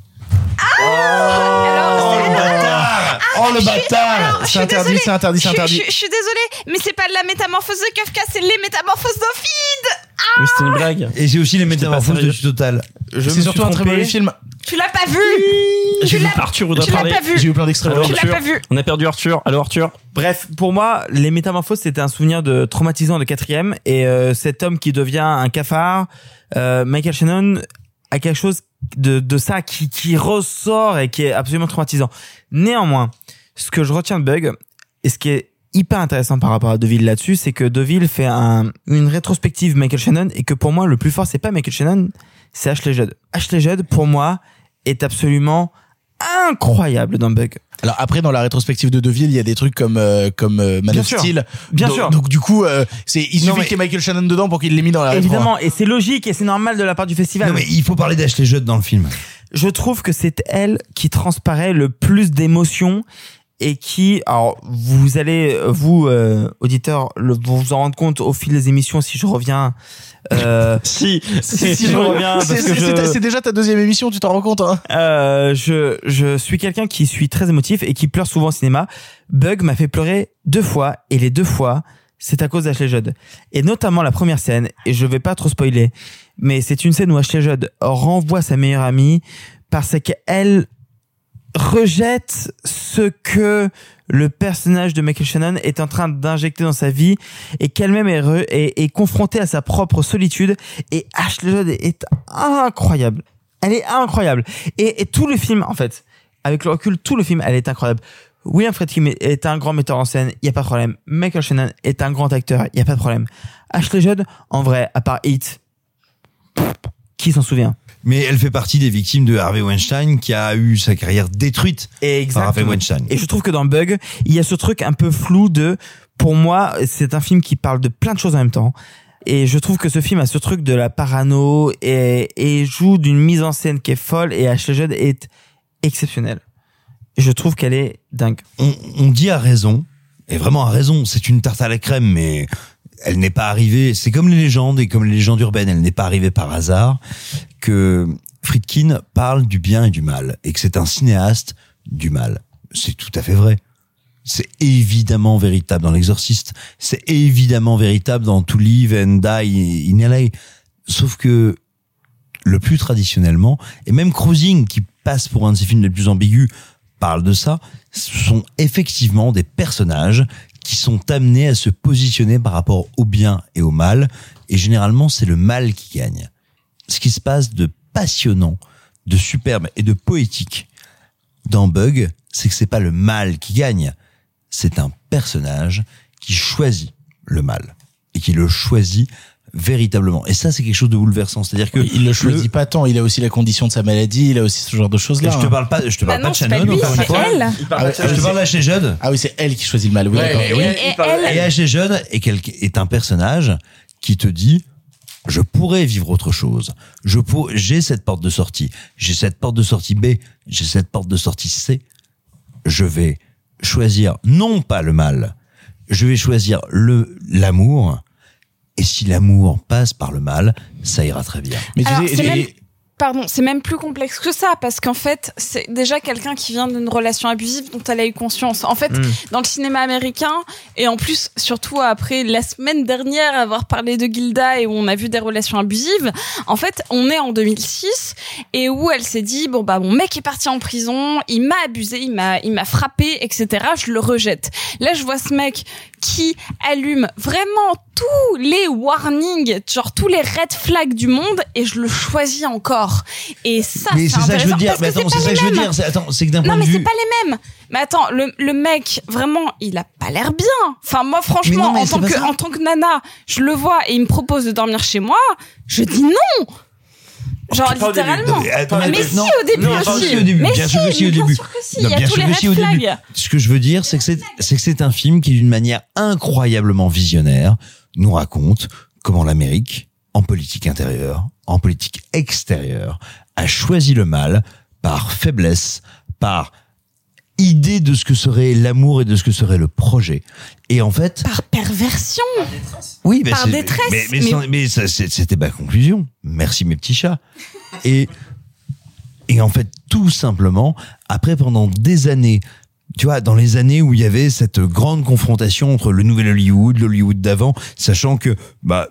Oh le bâtard! C'est interdit. Je suis désolée, mais c'est pas la métamorphose de Kafka, c'est les métamorphoses d'Ophide! Mais c'était une blague. Et j'ai aussi les métamorphoses de Total. C'est surtout un très mauvais film. Tu l'as pas vu? J'ai vu Arthur ou Tu l'as pas vu? J'ai eu plein d'extraits. Tu l'as pas vu? On a perdu Arthur. Allô Arthur. Bref, pour moi, les métamorphoses, c'était un souvenir de traumatisant de 4e, et cet homme qui devient un cafard, Michael Shannon a quelque chose de ça qui ressort et qui est absolument traumatisant. Néanmoins, ce que je retiens de Bug, et ce qui est hyper intéressant par rapport à Deville là-dessus, c'est que Deville fait une rétrospective Michael Shannon, et que pour moi, le plus fort, c'est pas Michael Shannon, c'est Ashley Judd. Ashley Judd, pour moi, est absolument incroyable dans Bug. Alors après, dans la rétrospective de Deville, il y a des trucs comme Man of Steel. Bien sûr. Donc du coup, il suffit qu'il y ait Michael Shannon dedans pour qu'il l'ait mis dans la rétro. Évidemment, et c'est logique et c'est normal de la part du festival. Non mais il faut parler d'Ashley Judd dans le film. Je trouve que c'est elle qui transparaît le plus d'émotions, et qui, alors vous allez, vous auditeurs, vous en rendre compte au fil des émissions si je reviens. Si je reviens, parce que c'est déjà ta deuxième émission, tu t'en rends compte, hein? Je suis quelqu'un qui suis très émotif et qui pleure souvent au cinéma. Bug m'a fait pleurer 2 fois, et les 2 fois, c'est à cause d'Ashley Judd. Et notamment la première scène, et je vais pas trop spoiler, mais c'est une scène où Ashley Judd renvoie sa meilleure amie parce qu'elle rejette ce que le personnage de Michael Shannon est en train d'injecter dans sa vie, et qu'elle-même est confrontée à sa propre solitude. Et Ashley Judd est incroyable. Elle est incroyable. Et tout le film, en fait, avec le recul, tout le film, elle est incroyable. William Friedkin est un grand metteur en scène, il y a pas de problème. Michael Shannon est un grand acteur, il y a pas de problème. Ashley Judd, en vrai, à part Heat, qui s'en souvient? Mais elle fait partie des victimes de Harvey Weinstein, qui a eu sa carrière détruite par Harvey Weinstein. Et je trouve que dans Bug, il y a ce truc un peu flou pour moi, c'est un film qui parle de plein de choses en même temps. Et je trouve que ce film a ce truc de la parano et joue d'une mise en scène qui est folle, et Ashley Judd est exceptionnelle. Je trouve qu'elle est dingue. On dit à raison, et vraiment à raison, c'est une tarte à la crème, mais elle n'est pas arrivée, c'est comme les légendes et comme les légendes urbaines, elle n'est pas arrivée par hasard que Friedkin parle du bien et du mal et que c'est un cinéaste du mal. C'est tout à fait vrai. C'est évidemment véritable dans L'Exorciste. C'est évidemment véritable dans To Live and Die in LA. Sauf que le plus traditionnellement, et même Cruising, qui passe pour un de ses films les plus ambigus, parle de ça, ce sont effectivement des personnages qui sont amenés à se positionner par rapport au bien et au mal, et généralement c'est le mal qui gagne. Ce qui se passe de passionnant, de superbe et de poétique dans Bug, c'est que c'est pas le mal qui gagne, c'est un personnage qui choisit le mal, et qui le choisit véritablement. Et ça, c'est quelque chose de bouleversant. C'est-à-dire que il le choisit pas tant. Il a aussi la condition de sa maladie. Il a aussi ce genre de choses-là. Je te parle pas de Shannon. Lui, encore une fois. elle. Je te parle d'Ashley Judd. Ah oui, c'est elle qui choisit le mal. Oui, d'accord. Et Ashley Judd est un personnage qui te dit, je pourrais vivre autre chose. J'ai cette porte de sortie. J'ai cette porte de sortie B. J'ai cette porte de sortie C. Je vais choisir non pas le mal. Je vais choisir l'amour. Et si l'amour passe par le mal, ça ira très bien. Mais alors, c'est même plus complexe que ça, parce qu'en fait, c'est déjà quelqu'un qui vient d'une relation abusive dont elle a eu conscience. En fait, dans le cinéma américain, et en plus, surtout après la semaine dernière, avoir parlé de Gilda et où on a vu des relations abusives, en fait, on est en 2006 et où elle s'est dit, bon bah, mon mec est parti en prison, il m'a abusé, il m'a frappé, etc. Je le rejette. Là, je vois ce mec qui allume vraiment tous les warnings, genre tous les red flags du monde, et je le choisis encore. Et ça, mais c'est ça que je veux dire. Mais attends, c'est ça que je veux dire. C'est que d'un point non, de mais vue. c'est pas les mêmes. Mais attends, le mec, vraiment, il a pas l'air bien. Enfin, moi, franchement, non, en tant que nana, je le vois et il me propose de dormir chez moi, je dis non. Genre, littéralement. Mais si, au début aussi. Bien sûr que si, au début. Il y a tous les red flags. Ce que je veux dire, c'est que c'est un film qui, d'une manière incroyablement visionnaire, nous raconte comment l'Amérique, en politique intérieure, en politique extérieure, a choisi le mal par faiblesse, par idée de ce que serait l'amour et de ce que serait le projet. Et en fait... Par perversion. Oui, par détresse. Mais c'était ma conclusion. Merci mes petits chats. Et en fait, tout simplement, après, pendant des années, tu vois, dans les années où il y avait cette grande confrontation entre le nouvel Hollywood, l'Hollywood d'avant, sachant que, bah,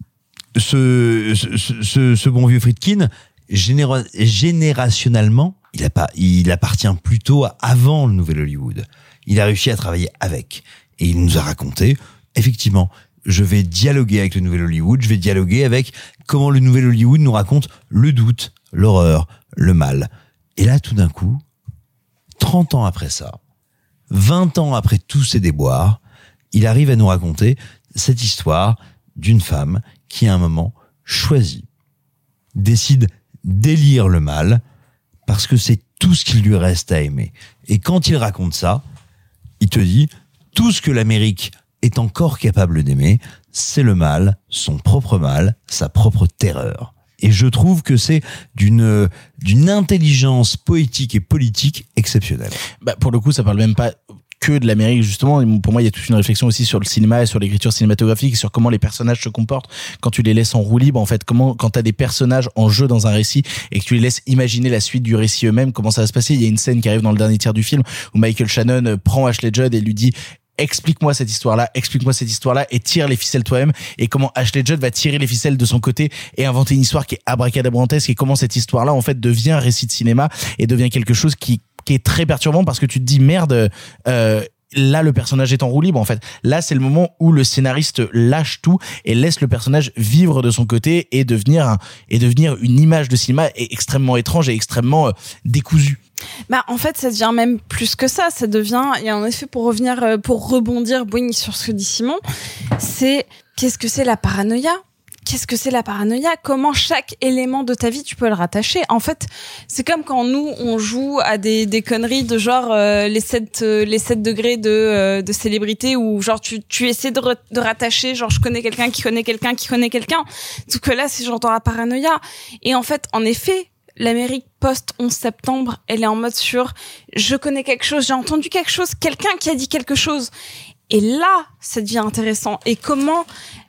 ce bon vieux Friedkin, générationnellement, il appartient plutôt à avant le nouvel Hollywood. Il a réussi à travailler avec. Et il nous a raconté, effectivement, je vais dialoguer avec le nouvel Hollywood, je vais dialoguer avec comment le nouvel Hollywood nous raconte le doute, l'horreur, le mal. Et là, tout d'un coup, 30 ans après ça, 20 ans après tous ces déboires, il arrive à nous raconter cette histoire d'une femme qui, à un moment, décide d'élire le mal, parce que c'est tout ce qu'il lui reste à aimer. Et quand il raconte ça, il te dit, tout ce que l'Amérique est encore capable d'aimer, c'est le mal, son propre mal, sa propre terreur. Et je trouve que c'est d'une intelligence poétique et politique exceptionnelle. Bah, pour le coup, ça parle même pas que de l'Amérique, justement. Pour moi, il y a toute une réflexion aussi sur le cinéma et sur l'écriture cinématographique, sur comment les personnages se comportent quand tu les laisses en roue libre. En fait, quand t'as des personnages en jeu dans un récit et que tu les laisses imaginer la suite du récit eux-mêmes, comment ça va se passer. Il y a une scène qui arrive dans le dernier tiers du film où Michael Shannon prend Ashley Judd et lui dit: explique-moi cette histoire-là, et tire les ficelles toi-même, et comment Ashley Judd va tirer les ficelles de son côté et inventer une histoire qui est abracadabrantesque, et comment cette histoire-là, en fait, devient un récit de cinéma et devient quelque chose qui est très perturbant, parce que tu te dis, merde, là, le personnage est en roue libre, en fait. Là, c'est le moment où le scénariste lâche tout et laisse le personnage vivre de son côté et devenir une image de cinéma extrêmement étrange et extrêmement décousue. Bah, en fait, ça devient même plus que ça. Ça devient, et en effet, pour rebondir, Boing, sur ce que dit Simon, qu'est-ce que c'est la paranoïa? Qu'est-ce que c'est la paranoïa? Comment chaque élément de ta vie tu peux le rattacher? En fait, c'est comme quand nous on joue à des conneries de genre les 7 degrés de célébrité, où genre tu essaies de rattacher, genre je connais quelqu'un qui connaît quelqu'un qui connaît quelqu'un. Tout que là c'est genre dans la paranoïa. Et en fait, en effet, l'Amérique post 11 septembre, elle est en mode sur je connais quelque chose, j'ai entendu quelque chose, quelqu'un qui a dit quelque chose. Et là, ça devient intéressant. Et comment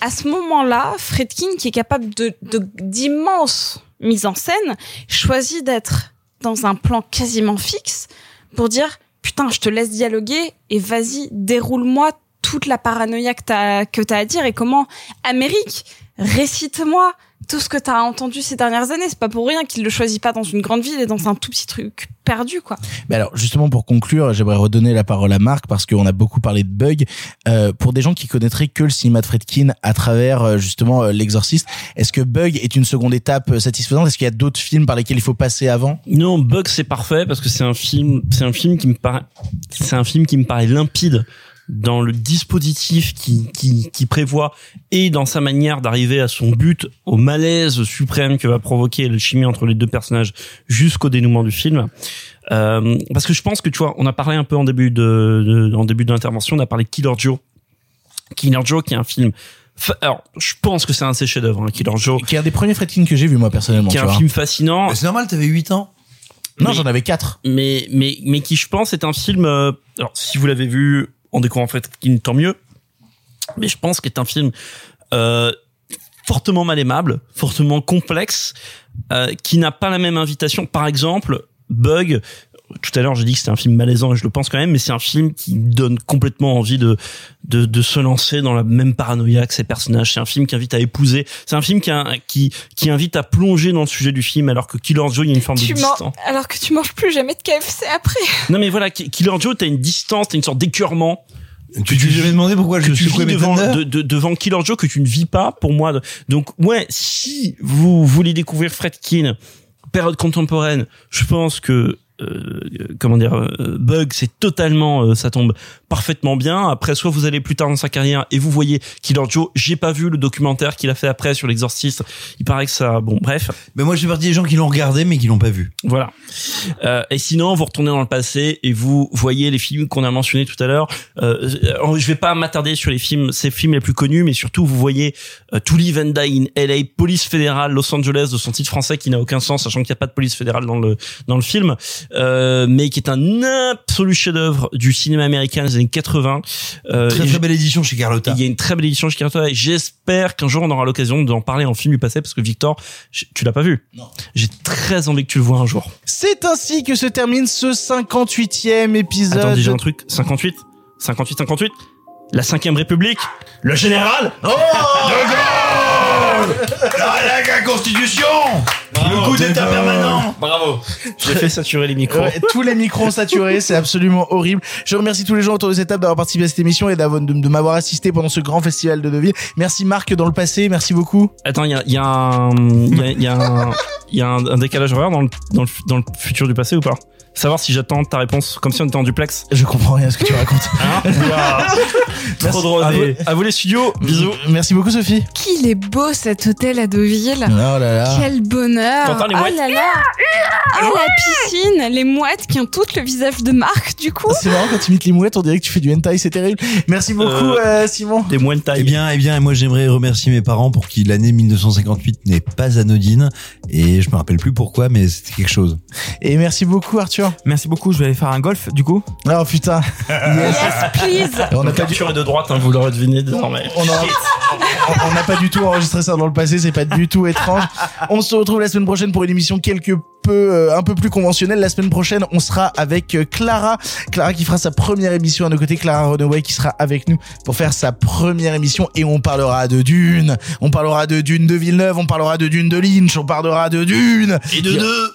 à ce moment-là, Friedkin, qui est capable d'immenses mises en scène, choisit d'être dans un plan quasiment fixe pour dire putain, je te laisse dialoguer et vas-y, déroule-moi toute la paranoïa que t'as à dire et comment, Amérique, récite-moi tout ce que t'as entendu ces dernières années. C'est pas pour rien qu'il le choisit pas dans une grande ville et dans un tout petit truc perdu, quoi. Mais alors, justement, pour conclure, j'aimerais redonner la parole à Marc parce qu'on a beaucoup parlé de Bug. Pour des gens qui connaîtraient que le cinéma de Friedkin à travers, justement, L'Exorciste, est-ce que Bug est une seconde étape satisfaisante? Est-ce qu'il y a d'autres films par lesquels il faut passer avant? Non, Bug, c'est parfait parce que c'est un film qui me paraît limpide dans le dispositif qui prévoit et dans sa manière d'arriver à son but, au malaise suprême que va provoquer l'alchimie entre les deux personnages jusqu'au dénouement du film. Parce que je pense que, tu vois, on a parlé un peu en début de l'intervention, on a parlé de Killer Joe. Killer Joe, qui est un film. Alors, je pense que c'est un de ses chefs-d'œuvre, hein, Killer Joe. Qui est un des premiers Friedkin que j'ai vu, moi, personnellement. Qui est un film fascinant. Mais c'est normal, t'avais 8 ans. Non, j'en avais 4. Mais qui, je pense, est un film, alors, si vous l'avez vu, en découvrant Friedkin, tant mieux. Mais je pense qu'il est un film fortement mal aimable, fortement complexe, qui n'a pas la même invitation. Par exemple, Bug, tout à l'heure j'ai dit que c'était un film malaisant et je le pense quand même, mais c'est un film qui donne complètement envie de se lancer dans la même paranoïa que ces personnages. C'est un film qui invite à épouser. C'est un film qui invite à plonger dans le sujet du film, alors que Killer Joe, il y a une forme de distance. Alors que tu manges plus jamais de KFC après. Non mais voilà, Killer Joe, t'as une distance, t'as une sorte d'écœurement. Tu lui avais demandé pourquoi je suis devant Killer Joe que tu ne vis pas, pour moi. Donc ouais, si vous voulez découvrir Friedkin, période contemporaine, je pense que Bug, c'est totalement, ça tombe parfaitement bien. Après, soit vous allez plus tard dans sa carrière et vous voyez Killer Joe. J'ai pas vu le documentaire qu'il a fait après sur l'Exorciste. Il paraît que ça, bon, bref. Mais moi, j'ai partie des gens qui l'ont regardé mais qui l'ont pas vu. Voilà. Et sinon, vous retournez dans le passé et vous voyez les films qu'on a mentionnés tout à l'heure. Je vais pas m'attarder sur ces films les plus connus, mais surtout, vous voyez To Live and Die in LA, Police fédérale Los Angeles, de son titre français qui n'a aucun sens, sachant qu'il n'y a pas de police fédérale dans le film. Mais qui est un absolu chef-d'œuvre du cinéma américain des années 80. Très belle édition chez Carlotta. Il y a une très belle édition chez Carlotta et j'espère qu'un jour on aura l'occasion d'en parler en film du passé, parce que Victor, tu l'as pas vu. Non. J'ai très envie que tu le vois un jour. C'est ainsi que se termine ce 58e épisode. Attends, déjà un truc, 58, la 5e République, le général De Gaulle, la Constitution, le coup d'état permanent. Bravo. J'ai fait saturer les micros. Ouais, tous les micros ont saturé, c'est absolument horrible. Je remercie tous les gens autour de cette table d'avoir participé à cette émission et de m'avoir assisté pendant ce grand festival de Deauville. Merci Marc dans le passé, merci beaucoup. Attends, il y a un décalage horaire dans le futur du passé ou pas? Savoir si j'attends ta réponse comme si on était en duplex. Je comprends rien à ce que tu racontes. Trop drôle. À vous les studios. Bisous. Merci beaucoup Sophie. Qu'il est beau cet hôtel à Deauville. Oh là là. Quel bonheur. T'entends les mouettes? Oh là là. Oh la piscine, les mouettes qui ont toutes le visage de Marc du coup. C'est marrant quand tu imites les mouettes, on dirait que tu fais du hentai, c'est terrible. Merci beaucoup Simon. Des mouettes taille. Eh bien, moi j'aimerais remercier mes parents pour qui l'année 1958 n'est pas anodine et je me rappelle plus pourquoi, mais c'était quelque chose. Et merci beaucoup Arthur. Merci beaucoup, je vais aller faire un golf du coup. Oh putain. Yes, please. On a pas est de droite, hein, vous l'aurez deviné désormais. On n'a pas du tout enregistré ça dans le passé, c'est pas du tout étrange. On se retrouve la semaine prochaine pour une émission un peu plus conventionnelle. La semaine prochaine, on sera avec Clara qui fera sa première émission à nos côtés, Clara Runaway qui sera avec nous pour faire sa première émission et on parlera de Dune. On parlera de Dune de Villeneuve, on parlera de Dune de Lynch, on parlera de Dune et de deux.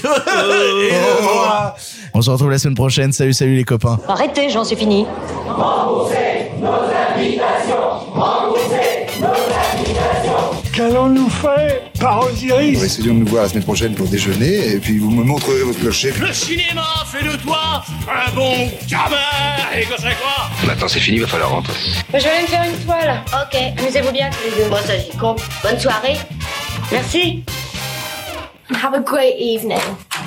On se retrouve la semaine prochaine. Salut les copains. Arrêtez, j'en suis fini. Remboursez nos invitations. Remboursez nos invitations. Qu'allons-nous faire par Osiris? Essayons de nous voir la semaine prochaine pour déjeuner et puis vous me montrerez votre clocher. Le cinéma fait de toi un bon gamin. Et que c'est quoi? Maintenant c'est fini, il va falloir rentrer. Je vais aller me faire une toile. Ok, amusez-vous bien tous les deux. Bon, ça j'y compte. Bonne soirée. Merci. Have a great evening.